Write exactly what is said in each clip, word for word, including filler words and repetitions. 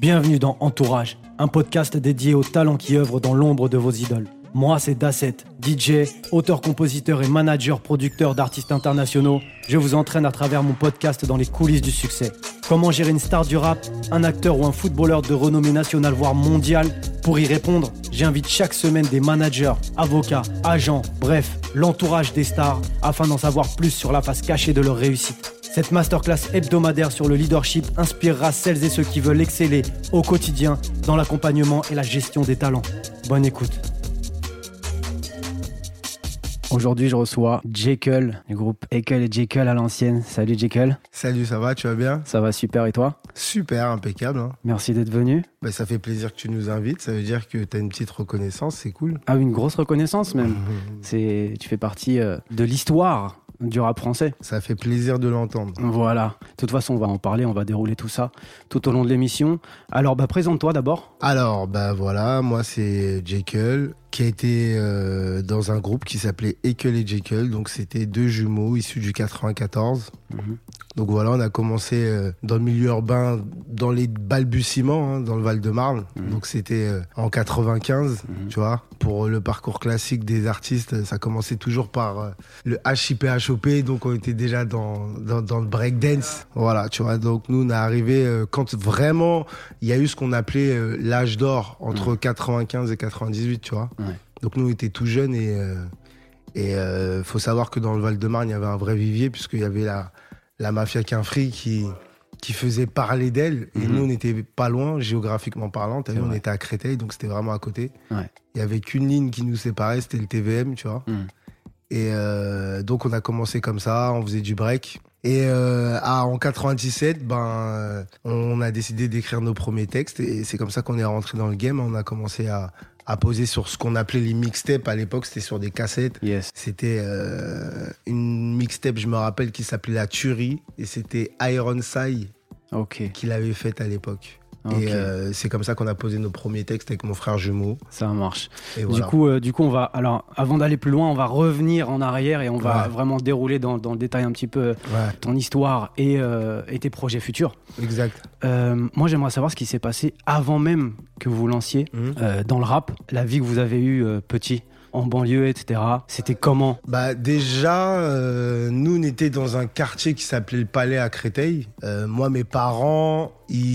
Bienvenue dans Entourage, un podcast dédié aux talents qui œuvrent dans l'ombre de vos idoles. Moi, c'est Dasset, D J, auteur-compositeur et manager-producteur d'artistes internationaux. Je vous entraîne à travers mon podcast dans les coulisses du succès. Comment gérer une star du rap, un acteur ou un footballeur de renommée nationale voire mondiale? Pour y répondre, j'invite chaque semaine des managers, avocats, agents, bref, l'entourage des stars, afin d'en savoir plus sur la face cachée de leur réussite. Cette masterclass hebdomadaire sur le leadership inspirera celles et ceux qui veulent exceller au quotidien dans l'accompagnement et la gestion des talents. Bonne écoute. Aujourd'hui, je reçois Jekyll, du groupe Ekel et Jekyll à l'ancienne. Salut Jekyll. Salut, ça va, tu vas bien? Ça va super, et toi? Super, impeccable. Hein. Merci d'être venu. Bah, ça fait plaisir que tu nous invites, ça veut dire que tu as une petite reconnaissance, c'est cool. Ah, une grosse reconnaissance même. C'est, tu fais partie euh, de l'histoire du rap français. Ça fait plaisir de l'entendre. Voilà. De toute façon, on va en parler, on va dérouler tout ça tout au long de l'émission. Alors, bah, présente-toi d'abord. Alors, bah voilà, moi c'est Jekyll, qui a été euh, dans un groupe qui s'appelait Ekel et Jekyll. Donc c'était deux jumeaux issus du quatre-vingt-quatorze. Mmh. Donc voilà, on a commencé euh, dans le milieu urbain, dans les balbutiements, hein, dans le Val-de-Marne. Mmh. Donc c'était euh, en quatre-vingt-quinze, mmh. tu vois. Pour le parcours classique des artistes, ça commençait toujours par euh, le H I P H O P. Donc on était déjà dans, dans, dans le breakdance. Voilà, tu vois. Donc nous, on est arrivé euh, quand vraiment il y a eu ce qu'on appelait euh, l'âge d'or entre mmh. quatre-vingt-quinze et quatre-vingt-dix-huit, tu vois. Ouais. Donc nous, on était tout jeunes et euh, et euh, faut savoir que dans le Val-de-Marne, il y avait un vrai vivier puisqu'il y avait la la mafia Quinfri qui qui faisait parler d'elle. Et mm-hmm. nous, on n'était pas loin, géographiquement parlant. T'as vu, on était à Créteil, donc c'était vraiment à côté. Ouais. Il y avait qu'une ligne qui nous séparait, c'était le T V M, tu vois. Mm. Et euh, donc, on a commencé comme ça, on faisait du break. Et euh, ah, en quatre-vingt-dix-sept, ben, on a décidé d'écrire nos premiers textes. Et c'est comme ça qu'on est rentré dans le game. On a commencé à, à poser sur ce qu'on appelait les mixtapes. À l'époque, c'était sur des cassettes. Yes. C'était euh, une mixtape, je me rappelle, qui s'appelait La Tuerie. Et c'était Ironside okay. qui l'avait faite à l'époque. Okay. Et euh, c'est comme ça qu'on a posé nos premiers textes avec mon frère jumeau. Ça marche. Et voilà. Du coup, euh, du coup, on va. Alors, avant d'aller plus loin, on va revenir en arrière et on va ouais. vraiment dérouler dans, dans le détail un petit peu ouais. ton histoire et, euh, et tes projets futurs. Exact. Euh, moi, j'aimerais savoir ce qui s'est passé avant même que vous vous lanciez mmh. euh, dans le rap, la vie que vous avez eue euh, petit. En banlieue, et cetera. C'était comment? Bah déjà, euh, nous, on était dans un quartier qui s'appelait le Palais à Créteil. Euh, moi, mes parents,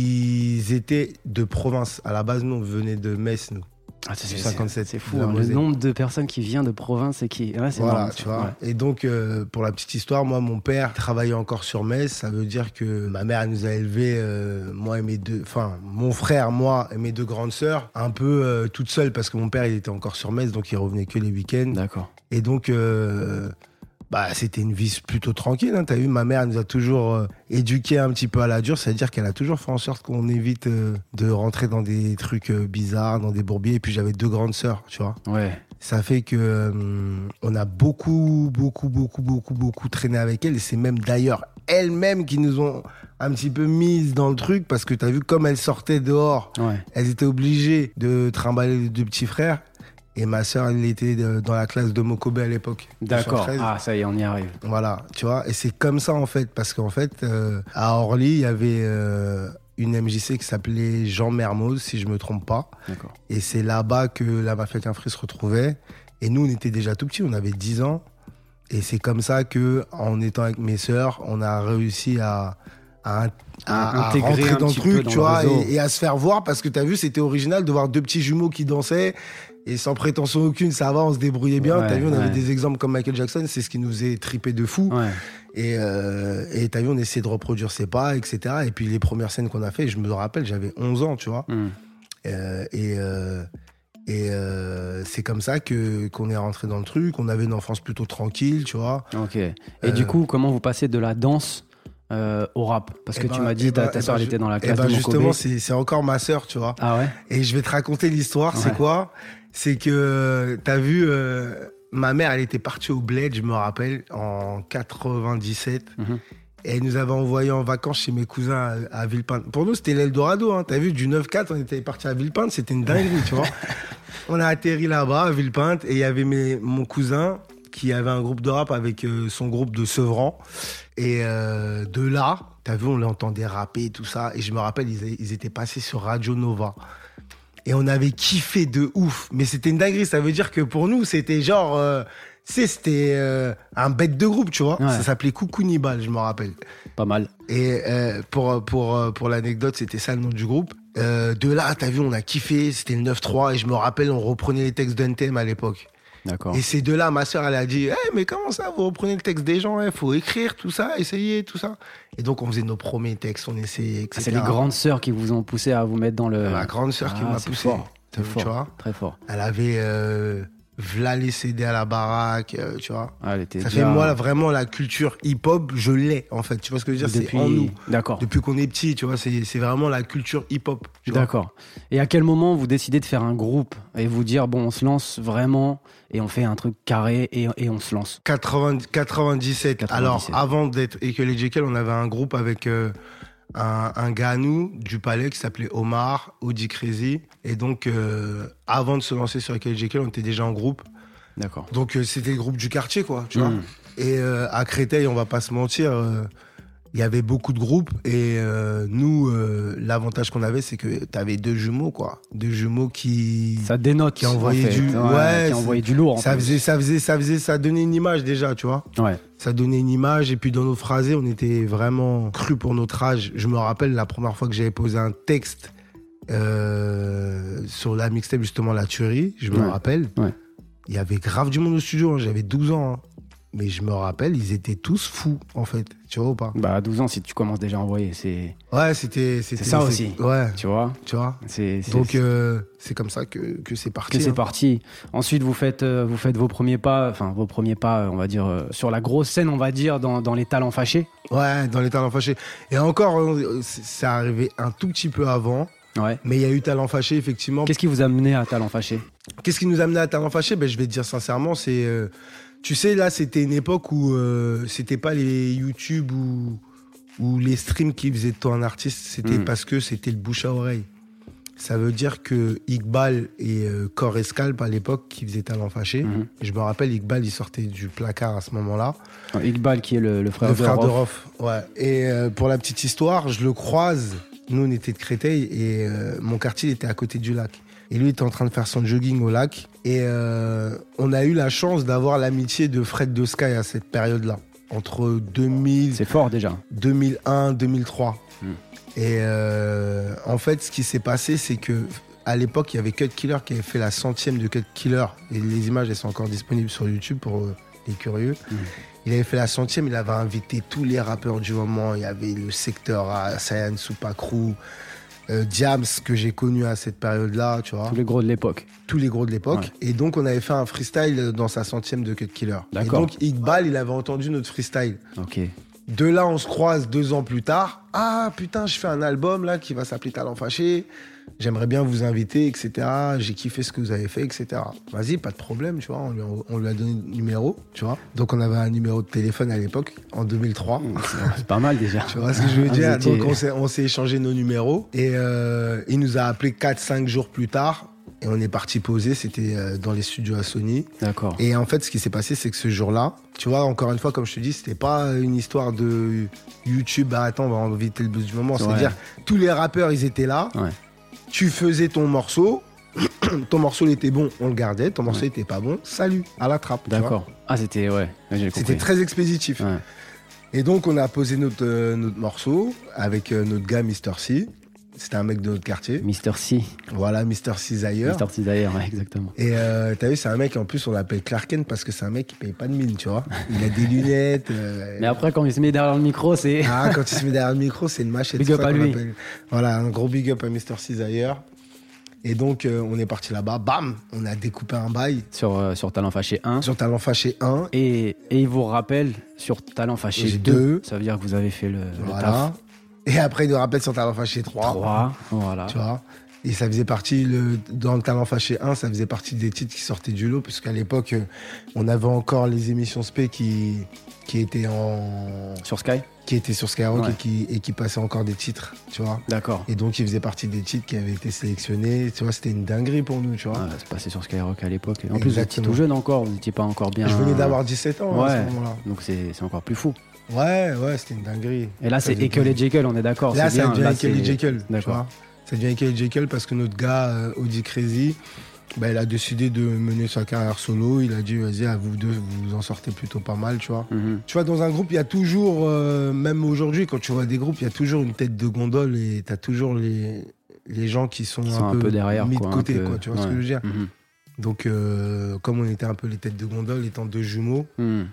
ils étaient de province. À la base, nous, on venait de Metz, nous. Ah, c'est, c'est cinquante-sept. C'est fou, hein, le nombre de personnes qui viennent de province et qui... Ouais, c'est voilà, marrant, tu vois. Ouais. Et donc, euh, pour la petite histoire, moi, mon père travaillait encore sur Metz. Ça veut dire que ma mère, elle nous a élevés, euh, moi et mes deux... Enfin, mon frère, moi et mes deux grandes sœurs, un peu euh, toutes seules, parce que mon père, il était encore sur Metz, donc il revenait que les week-ends. D'accord. Et donc... Euh, Bah, c'était une vie plutôt tranquille, hein. T'as vu, ma mère nous a toujours euh, éduqués un petit peu à la dure, c'est-à-dire qu'elle a toujours fait en sorte qu'on évite euh, de rentrer dans des trucs euh, bizarres, dans des bourbiers. Et puis j'avais deux grandes sœurs, tu vois. Ouais. Ça fait que euh, on a beaucoup, beaucoup, beaucoup, beaucoup, beaucoup traîné avec elle. Et c'est même d'ailleurs elles-mêmes qui nous ont un petit peu mises dans le truc, parce que t'as vu, comme elles sortaient dehors, ouais. elles étaient obligées de trimballer les deux petits frères. Et ma sœur, elle était dans la classe de Mokobé à l'époque. D'accord. Ah, ça y est, on y arrive. Voilà, tu vois. Et c'est comme ça, en fait. Parce qu'en fait, euh, à Orly, il y avait euh, une M J C qui s'appelait Jean Mermoz, si je me trompe pas. D'accord. Et c'est là-bas que la mafia Quinfri se retrouvait. Et nous, on était déjà tout petits, on avait dix ans. Et c'est comme ça que, en étant avec mes sœurs, on a réussi à... à, à, à rentrer dans le truc, dans tu le vois, et, et à se faire voir. Parce que t'as vu, c'était original de voir deux petits jumeaux qui dansaient. Et sans prétention aucune, ça va, on se débrouillait bien. Ouais, t'as vu, on ouais. avait des exemples comme Michael Jackson, c'est ce qui nous faisait triper de fou. Ouais. Et, euh, et t'as vu, on essayait de reproduire ses pas, et cetera. Et puis les premières scènes qu'on a fait, je me rappelle, j'avais onze ans, tu vois. Mm. Euh, et euh, et euh, c'est comme ça que, qu'on est rentré dans le truc. On avait une enfance plutôt tranquille, tu vois. Ok. Et euh, du coup, comment vous passez de la danse Euh, au rap, parce que ben, tu m'as dit ta, ta soeur ben, elle était dans la classe ben, de justement c'est, c'est encore ma soeur, tu vois. Ah ouais. Et je vais te raconter l'histoire. Ouais. C'est quoi? C'est que t'as vu, euh, ma mère, elle était partie au Bled, je me rappelle, en quatre-vingt-dix-sept. Mm-hmm. Et elle nous avait envoyé en vacances chez mes cousins à, à Villepinte. Pour nous, c'était l'Eldorado, hein. T'as vu, du neuf quatre, on était partis à Villepinte, c'était une dinguerie, tu vois. On a atterri là-bas à Villepinte et il y avait mes, mon cousin qui avait un groupe de rap avec euh, son groupe de Sevran. Et euh, de là, t'as vu, on l'entendait rapper, tout ça. Et je me rappelle, ils, ils étaient passés sur Radio Nova. Et on avait kiffé de ouf. Mais c'était une dinguerie. Ça veut dire que pour nous, c'était genre... Euh, tu sais, c'était euh, un bête de groupe, tu vois. Ouais. Ça s'appelait Coucou Nibal, je me rappelle. Pas mal. Et euh, pour, pour, pour l'anecdote, c'était ça le nom du groupe. Euh, de là, t'as vu, on a kiffé. C'était le neuf trois. Et je me rappelle, on reprenait les textes d'N T M à l'époque. D'accord. Et c'est de là, ma sœur, elle a dit hey, mais comment ça, vous reprenez le texte des gens, il faut écrire tout ça, essayer tout ça. Et donc, on faisait nos premiers textes, on essayait, et cetera. Ah, c'est les grandes sœurs qui vous ont poussé à vous mettre dans le... Ma grande sœur ah, qui m'a poussé. Fort. Tu fort. vois, très fort. Elle avait euh, v'là les C D à la baraque, euh, tu vois. Ah, elle était ça déjà... fait moi, vraiment, la culture hip-hop, je l'ai, en fait. Tu vois ce que je veux dire? Depuis... C'est en nous. D'accord. Depuis qu'on est petit, tu vois, c'est, c'est vraiment la culture hip-hop. D'accord. Et à quel moment vous décidez de faire un groupe et vous dire, bon, on se lance vraiment et on fait un truc carré et, et on se lance? quatre-vingts, quatre-vingt-dix-sept. quatre-vingt-dix-sept. Alors, avant d'être Ekel et Jekyll, on avait un groupe avec euh, un, un gars à nous du Palais qui s'appelait Omar, Audi Crazy. Et donc, euh, avant de se lancer sur Ekel et Jekyll, on était déjà en groupe. D'accord. Donc, euh, c'était le groupe du quartier, quoi, tu mmh. vois. Et euh, à Créteil, on va pas se mentir... Euh, il y avait beaucoup de groupes et euh, nous, euh, l'avantage qu'on avait, c'est que tu avais deux jumeaux, quoi. Deux jumeaux qui... Ça dénote, qui envoyaient en fait. du... Ouais, ouais, qui envoyaient du lourd, en ça plus. faisait, ça, faisait, ça faisait... Ça donnait une image, déjà, tu vois. Ouais. Ça donnait une image. Et puis, dans nos phrasés, on était vraiment crus pour notre âge. Je me rappelle la première fois que j'avais posé un texte euh, sur la mixtape, justement, La Tuerie. Je me ouais. rappelle. Ouais. Il y avait grave du monde au studio. Hein. J'avais douze ans, hein. Mais je me rappelle, ils étaient tous fous, en fait. Tu vois ou pas? Bah, à douze ans, si tu commences déjà à envoyer, c'est... Ouais, c'était... c'était c'est ça c'est, aussi. Ouais. Tu vois? Tu vois? c'est, c'est, Donc, c'est... Euh, c'est comme ça que, que c'est parti. Que c'est hein. parti. Ensuite, vous faites, euh, vous faites vos premiers pas, enfin, vos premiers pas, on va dire, euh, sur la grosse scène, on va dire, dans, dans les Talents Fâchés. Ouais, dans les Talents Fâchés. Et encore, euh, c'est arrivé un tout petit peu avant. Ouais. Mais il y a eu Talents Fâchés, effectivement. Qu'est-ce qui vous a mené à Talents Fâchés? Qu'est-ce qui nous a mené à Talents Fâchés? Ben, je vais te dire sincèrement, c'est... Euh, tu sais, là, c'était une époque où euh, c'était pas les YouTube ou, ou les streams qui faisaient de toi un artiste, c'était mmh. parce que c'était le bouche à oreille. Ça veut dire que Iqbal et euh, Corps Escalp, à l'époque, qui faisaient Talents Fâchés, mmh. je me rappelle, Iqbal, il sortait du placard à ce moment-là. Alors, Iqbal, qui est le, le frère, le de, frère Rof. de Rof. Ouais. Et euh, pour la petite histoire, je le croise. Nous, on était de Créteil et euh, mon quartier était à côté du lac. Et lui était en train de faire son jogging au lac. Et euh, on a eu la chance d'avoir l'amitié de Fred de Sky à cette période-là. Entre deux mille... C'est fort déjà. deux mille un, deux mille trois. Mm. Et euh, en fait, ce qui s'est passé, c'est que à l'époque, il y avait Cut Killer qui avait fait la centième de Cut Killer. Et les images, elles sont encore disponibles sur YouTube pour euh, les curieux. Mm. Il avait fait la centième, il avait invité tous les rappeurs du moment. Il y avait le Secteur A, Sayan Supakru, euh, Diams, que j'ai connu à cette période-là, tu vois. Tous les gros de l'époque. Tous les gros de l'époque. Ouais. Et donc, on avait fait un freestyle dans sa centième de Cut Killer. D'accord. Et donc, Iqbal, il avait entendu notre freestyle. Ok. De là, on se croise deux ans plus tard. Ah, putain, je fais un album là qui va s'appeler Talents Fâchés. J'aimerais bien vous inviter, et cetera. J'ai kiffé ce que vous avez fait, et cetera. Vas-y, pas de problème, tu vois. On lui, a, on lui a donné le numéro, tu vois. Donc, on avait un numéro de téléphone à l'époque, en deux mille trois. C'est pas mal déjà. Tu vois ce que je veux dire? Ah, donc, on s'est, on s'est échangé nos numéros. Et euh, il nous a appelé quatre cinq jours plus tard. Et on est parti poser, c'était dans les studios à Sony. D'accord. Et en fait, ce qui s'est passé, c'est que ce jour-là, tu vois, encore une fois, comme je te dis, c'était pas une histoire de YouTube, bah attends, on va inviter le buzz du moment. Ouais. C'est-à-dire, tous les rappeurs, ils étaient là. Ouais. Tu faisais ton morceau. Ton morceau, il était bon, on le gardait. Ton morceau, il était pas bon. Salut, à la trappe. D'accord. Ah, c'était, ouais, j'ai compris. C'était très expéditif. Ouais. Et donc, on a posé notre, euh, notre morceau avec euh, notre gars, Mister C. C'était un mec de notre quartier. Mister C. Voilà, Mister C Zaire. Mister C Zaire, ouais, exactement. Et euh, t'as vu, c'est un mec, en plus, on l'appelle Clark Kent parce que c'est un mec qui paye pas de mine, tu vois. Il a des lunettes. Euh, Mais après, quand il se met derrière le micro, c'est... Ah, quand il se met derrière le micro, c'est une machette. Big up à lui. Appelle. Voilà, un gros big up à Mister C Zaire. Et donc, euh, on est parti là-bas. Bam, on a découpé un bail. Sur, euh, sur Talents Fâchés un. Sur Talents Fâchés un. Et, et il vous rappelle sur Talents Fâchés deux. Ça veut dire que vous avez fait le, voilà. le taf. Et après, il nous rappelle sur Talents Fâchés trois. trois, voilà. Tu vois. Et ça faisait partie, le, dans le Talents Fâchés un, ça faisait partie des titres qui sortaient du lot, parce qu'à l'époque, on avait encore les émissions Spé qui, qui étaient en... Sur Sky. qui était sur Skyrock Ouais. et, qui, et qui passait encore des titres, tu vois. D'accord. Et donc, il faisait partie des titres qui avaient été sélectionnés. Tu vois, c'était une dinguerie pour nous, tu vois. Ah, c'est passé sur Skyrock à l'époque. En plus, vous étiez Exactement. tout jeune encore, vous n'étiez pas encore bien. Je venais d'avoir dix-sept ans hein, à Ouais. ce moment-là. Donc c'est c'est encore plus fou. Ouais, ouais, c'était une dinguerie. Et là, Ça c'est faisait Ekel et plaisir. Jekyll, on est d'accord. Là, c'est ça bien. devient Là, Ekel et c'est- Jekyll, tu D'accord. vois. Ça devient Ekel et Jekyll parce que notre gars, euh, Audi Crazy, bah, il a décidé de mener sa carrière solo. Il a dit, vas-y, à vous deux, vous vous en sortez plutôt pas mal, tu vois. Mhm. Tu vois, dans un groupe, il y a toujours, euh, même aujourd'hui, quand tu vois des groupes, il y a toujours une tête de gondole et t'as toujours les, les gens qui sont, Ils un, sont un peu peu derrière, mis quoi, de un côté, peu- quoi. Tu vois ce ouais. que je veux dire? Mhm. Donc, euh, comme on était un peu les têtes de gondole, étant deux jumeaux, Mhm.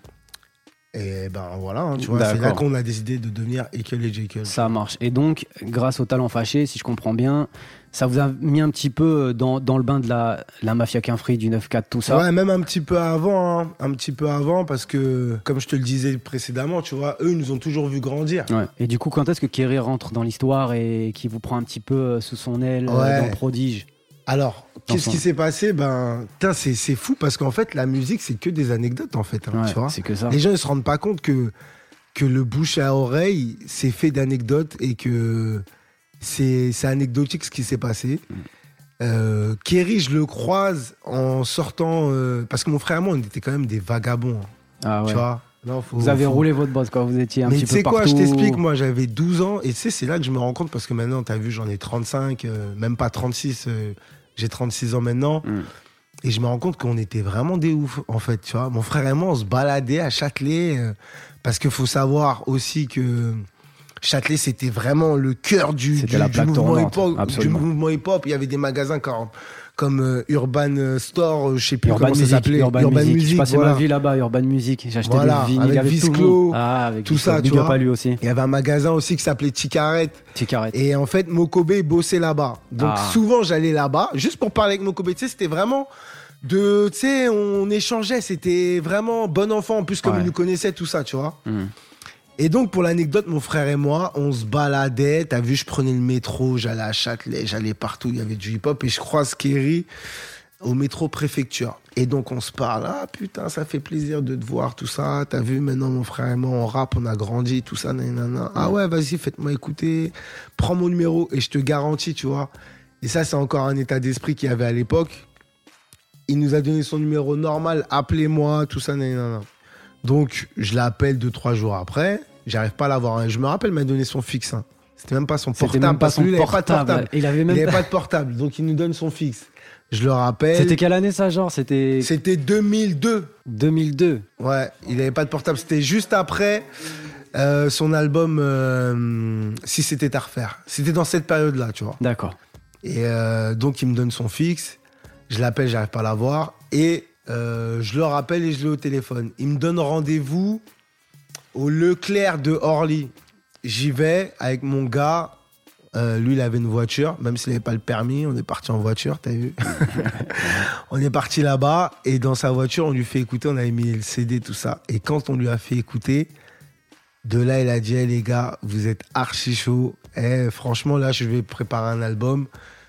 et ben voilà, hein, tu vois, c'est là D'accord. qu'on a décidé de devenir Ekel et Jekyll. Ça marche. Et donc, grâce au talent fâché, si je comprends bien, ça vous a mis un petit peu dans, dans le bain de la, la mafia Quinfri, du neuf quatre, tout ça. Ouais, même un petit peu avant, hein, un petit peu avant, parce que, comme je te le disais précédemment, tu vois, eux, ils nous ont toujours vu grandir. Ouais. Et du coup, quand est-ce que Kerry rentre dans l'histoire et qui vous prend un petit peu euh, sous son aile euh, Ouais. dans Prodige? Alors, qu'est-ce son- qui s'est passé? Ben, putain, c'est, c'est fou, parce qu'en fait, la musique, c'est que des anecdotes, en fait, hein, Ouais, tu vois. c'est que ça. Les gens, ils se rendent pas compte que, que le bouche à oreille, c'est fait d'anecdotes et que c'est, c'est anecdotique ce qui s'est passé. Mm. Euh, Kerry, je le croise en sortant, euh, parce que mon frère et moi, on était quand même des vagabonds, hein, Ah ouais. tu vois. Non, faut- Vous avez faut- roulé votre boss quand vous étiez un Mais petit tu sais peu quoi, partout. je t'explique, moi j'avais douze ans et tu sais, c'est là que je me rends compte parce que maintenant, t'as vu, j'en ai trente-cinq, euh, même pas trente-six, euh, j'ai trente-six ans maintenant. Mm. Et je me rends compte qu'on était vraiment des oufs, en fait, tu vois. Mon frère et moi, on se baladait à Châtelet euh, parce qu'il faut savoir aussi que Châtelet, c'était vraiment le cœur du, C'était du, la du plaque mouvement tournante, hip-hop. Du absolument. mouvement hip-hop, il y avait des magasins comme, comme euh, Urban Store, euh, je sais plus Urban comment Music, ça s'appelait. Urban, Music. Je passais voilà. ma vie là-bas, Urban Music. J'ai acheté Voilà, des vinyles avec avec tout le Visclo, monde. Ah, avec tout Visclo. ça, tu Big up vois. à lui aussi. Il y avait un magasin aussi qui s'appelait Ticaret. Petit carré. Et en fait, Mokobe il bossait là-bas. Donc Ah. souvent, j'allais là-bas juste pour parler avec Mokobe. Tu sais, c'était vraiment de, tu sais, on échangeait. C'était vraiment bon enfant. En plus, comme Ouais. il nous connaissait, tout ça, tu vois. Mm. Et donc, pour l'anecdote, mon frère et moi, on se baladait. T'as vu, je prenais le métro, j'allais à Châtelet, j'allais partout. Il y avait du hip-hop et je croise Kerry au métro préfecture. Et donc, on se parle. Ah putain, ça fait plaisir de te voir, tout ça. T'as vu, maintenant, mon frère et moi, on rappe, on a grandi, tout ça. Nanana. Ah ouais, vas-y, faites-moi écouter. Prends mon numéro et je te garantis, tu vois. Et ça, c'est encore un état d'esprit qu'il y avait à l'époque. Il nous a donné son numéro normal. Appelez-moi, tout ça. Nanana. Donc, je l'appelle deux, trois jours après. J'arrive pas à l'avoir. Je me rappelle, il m'a donné son fixe. hein. C'était même pas son C'était portable. même pas parce que son lui, il avait pas de portable. portable. Il avait Il même n'avait pas. pas de portable. Donc, il nous donne son fixe. Je le rappelle. C'était quelle année ça, genre? C'était C'était deux mille deux. deux mille deux. Ouais, il n'avait pas de portable. C'était juste après euh, son album euh, Si c'était à refaire. C'était dans cette période-là, tu vois. D'accord. Et euh, donc, il me donne son fixe. Je l'appelle, j'arrive pas à l'avoir. Et euh, je le rappelle et je l'ai au téléphone. Il me donne rendez-vous au Leclerc de Orly. J'y vais avec mon gars. Euh, lui, il avait une voiture, même s'il n'avait pas le permis. On est parti en voiture, t'as vu? On est parti là-bas et dans sa voiture, on lui fait écouter. On avait mis le C D, tout ça. Et quand on lui a fait écouter, de là, il a dit hey, les gars, vous êtes archi chaud. Eh, franchement, là, je vais préparer un album.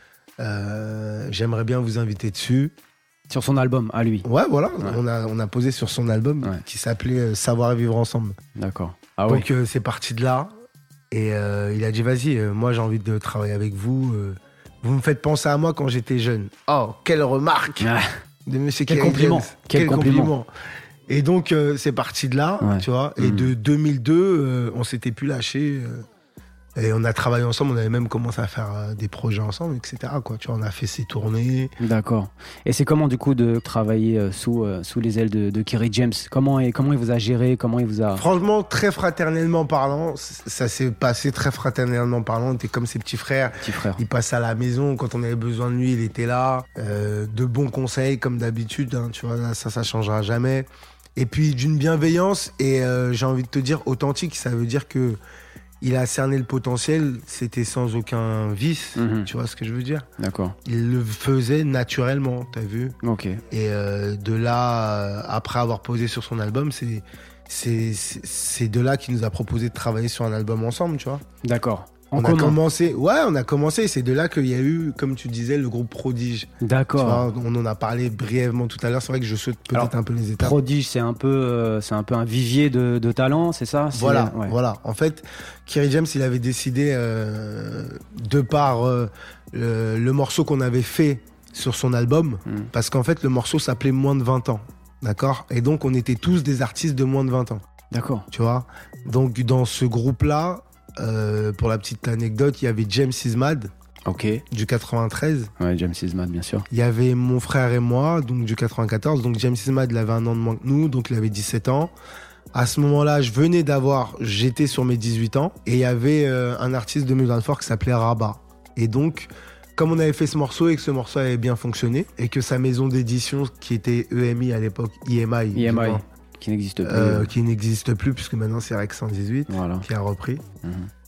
Euh, J'aimerais bien vous inviter dessus. Sur son album, à lui. Ouais, voilà. Ouais. On, a, on a posé sur son album Ouais. qui s'appelait euh, Savoir et vivre ensemble. D'accord. Ah oui. Donc euh, c'est parti de là. Et euh, il a dit vas-y, euh, moi j'ai envie de travailler avec vous. euh, vous me faites penser à moi quand j'étais jeune. Oh, quelle remarque Ah, de monsieur Quel Kerry compliment. James. Quel compliment. Et donc euh, c'est parti de là, Ouais. tu vois. Et Mhm. de deux mille deux, euh, on s'était plus lâché. euh, et on a travaillé ensemble, on avait même commencé à faire euh, des projets ensemble, et cetera. Quoi. Tu vois, on a fait ses tournées. D'accord. Et c'est comment du coup de travailler euh, sous, euh, sous les ailes de, de Kerry James? Comment, et, comment il vous a géré? Comment il vous a... Franchement, très fraternellement parlant, c- ça s'est passé très fraternellement parlant. On était comme ses petits frères. Petit frère. Il passait à la maison, quand on avait besoin de lui, il était là. Euh, de bons conseils, comme d'habitude, hein, tu vois, là, ça, ça changera jamais. Et puis d'une bienveillance, et euh, j'ai envie de te dire authentique, ça veut dire que il a cerné le potentiel, c'était sans aucun vice, Mhm. tu vois ce que je veux dire? D'accord. Il le faisait naturellement, t'as vu? Ok. Et euh, de là, euh, après avoir posé sur son album, c'est, c'est, c'est, c'est de là qu'il nous a proposé de travailler sur un album ensemble, tu vois. D'accord. En on commun. a commencé, ouais, on a commencé. C'est de là qu'il y a eu, comme tu disais, le groupe Prodige. D'accord. Tu vois, on en a parlé brièvement tout à l'heure. C'est vrai que je saute peut-être Alors, un peu les étapes. Prodige, c'est un peu, euh, c'est un peu un vivier de, de talent, c'est ça? C'est- Voilà, ouais. voilà. En fait, Kerry James, il avait décidé, euh, de par euh, le, le morceau qu'on avait fait sur son album, Mm. parce qu'en fait, le morceau s'appelait Moins de vingt ans. D'accord? Et donc, on était tous des artistes de moins de vingt ans. D'accord. Tu vois? Donc, dans ce groupe-là, euh, pour la petite anecdote, il y avait James Ismad Ok. du quatre-vingt-treize. Ouais, James Ismad, bien sûr. Il y avait mon frère et moi, donc du quatre-vingt-quatorze. Donc, James Ismad, il avait un an de moins que nous, donc il avait dix-sept ans. À ce moment-là, je venais d'avoir, j'étais sur mes dix-huit ans, et il y avait euh, un artiste de deux mille vingt-quatre qui s'appelait Rabat. Et donc, comme on avait fait ce morceau et que ce morceau avait bien fonctionné, et que sa maison d'édition, qui était E M I à l'époque, I M I, I M I, du moins, qui n'existe plus. euh, qui n'existe plus, puisque maintenant c'est Rec cent dix-huit Voilà. qui a repris. Mhm.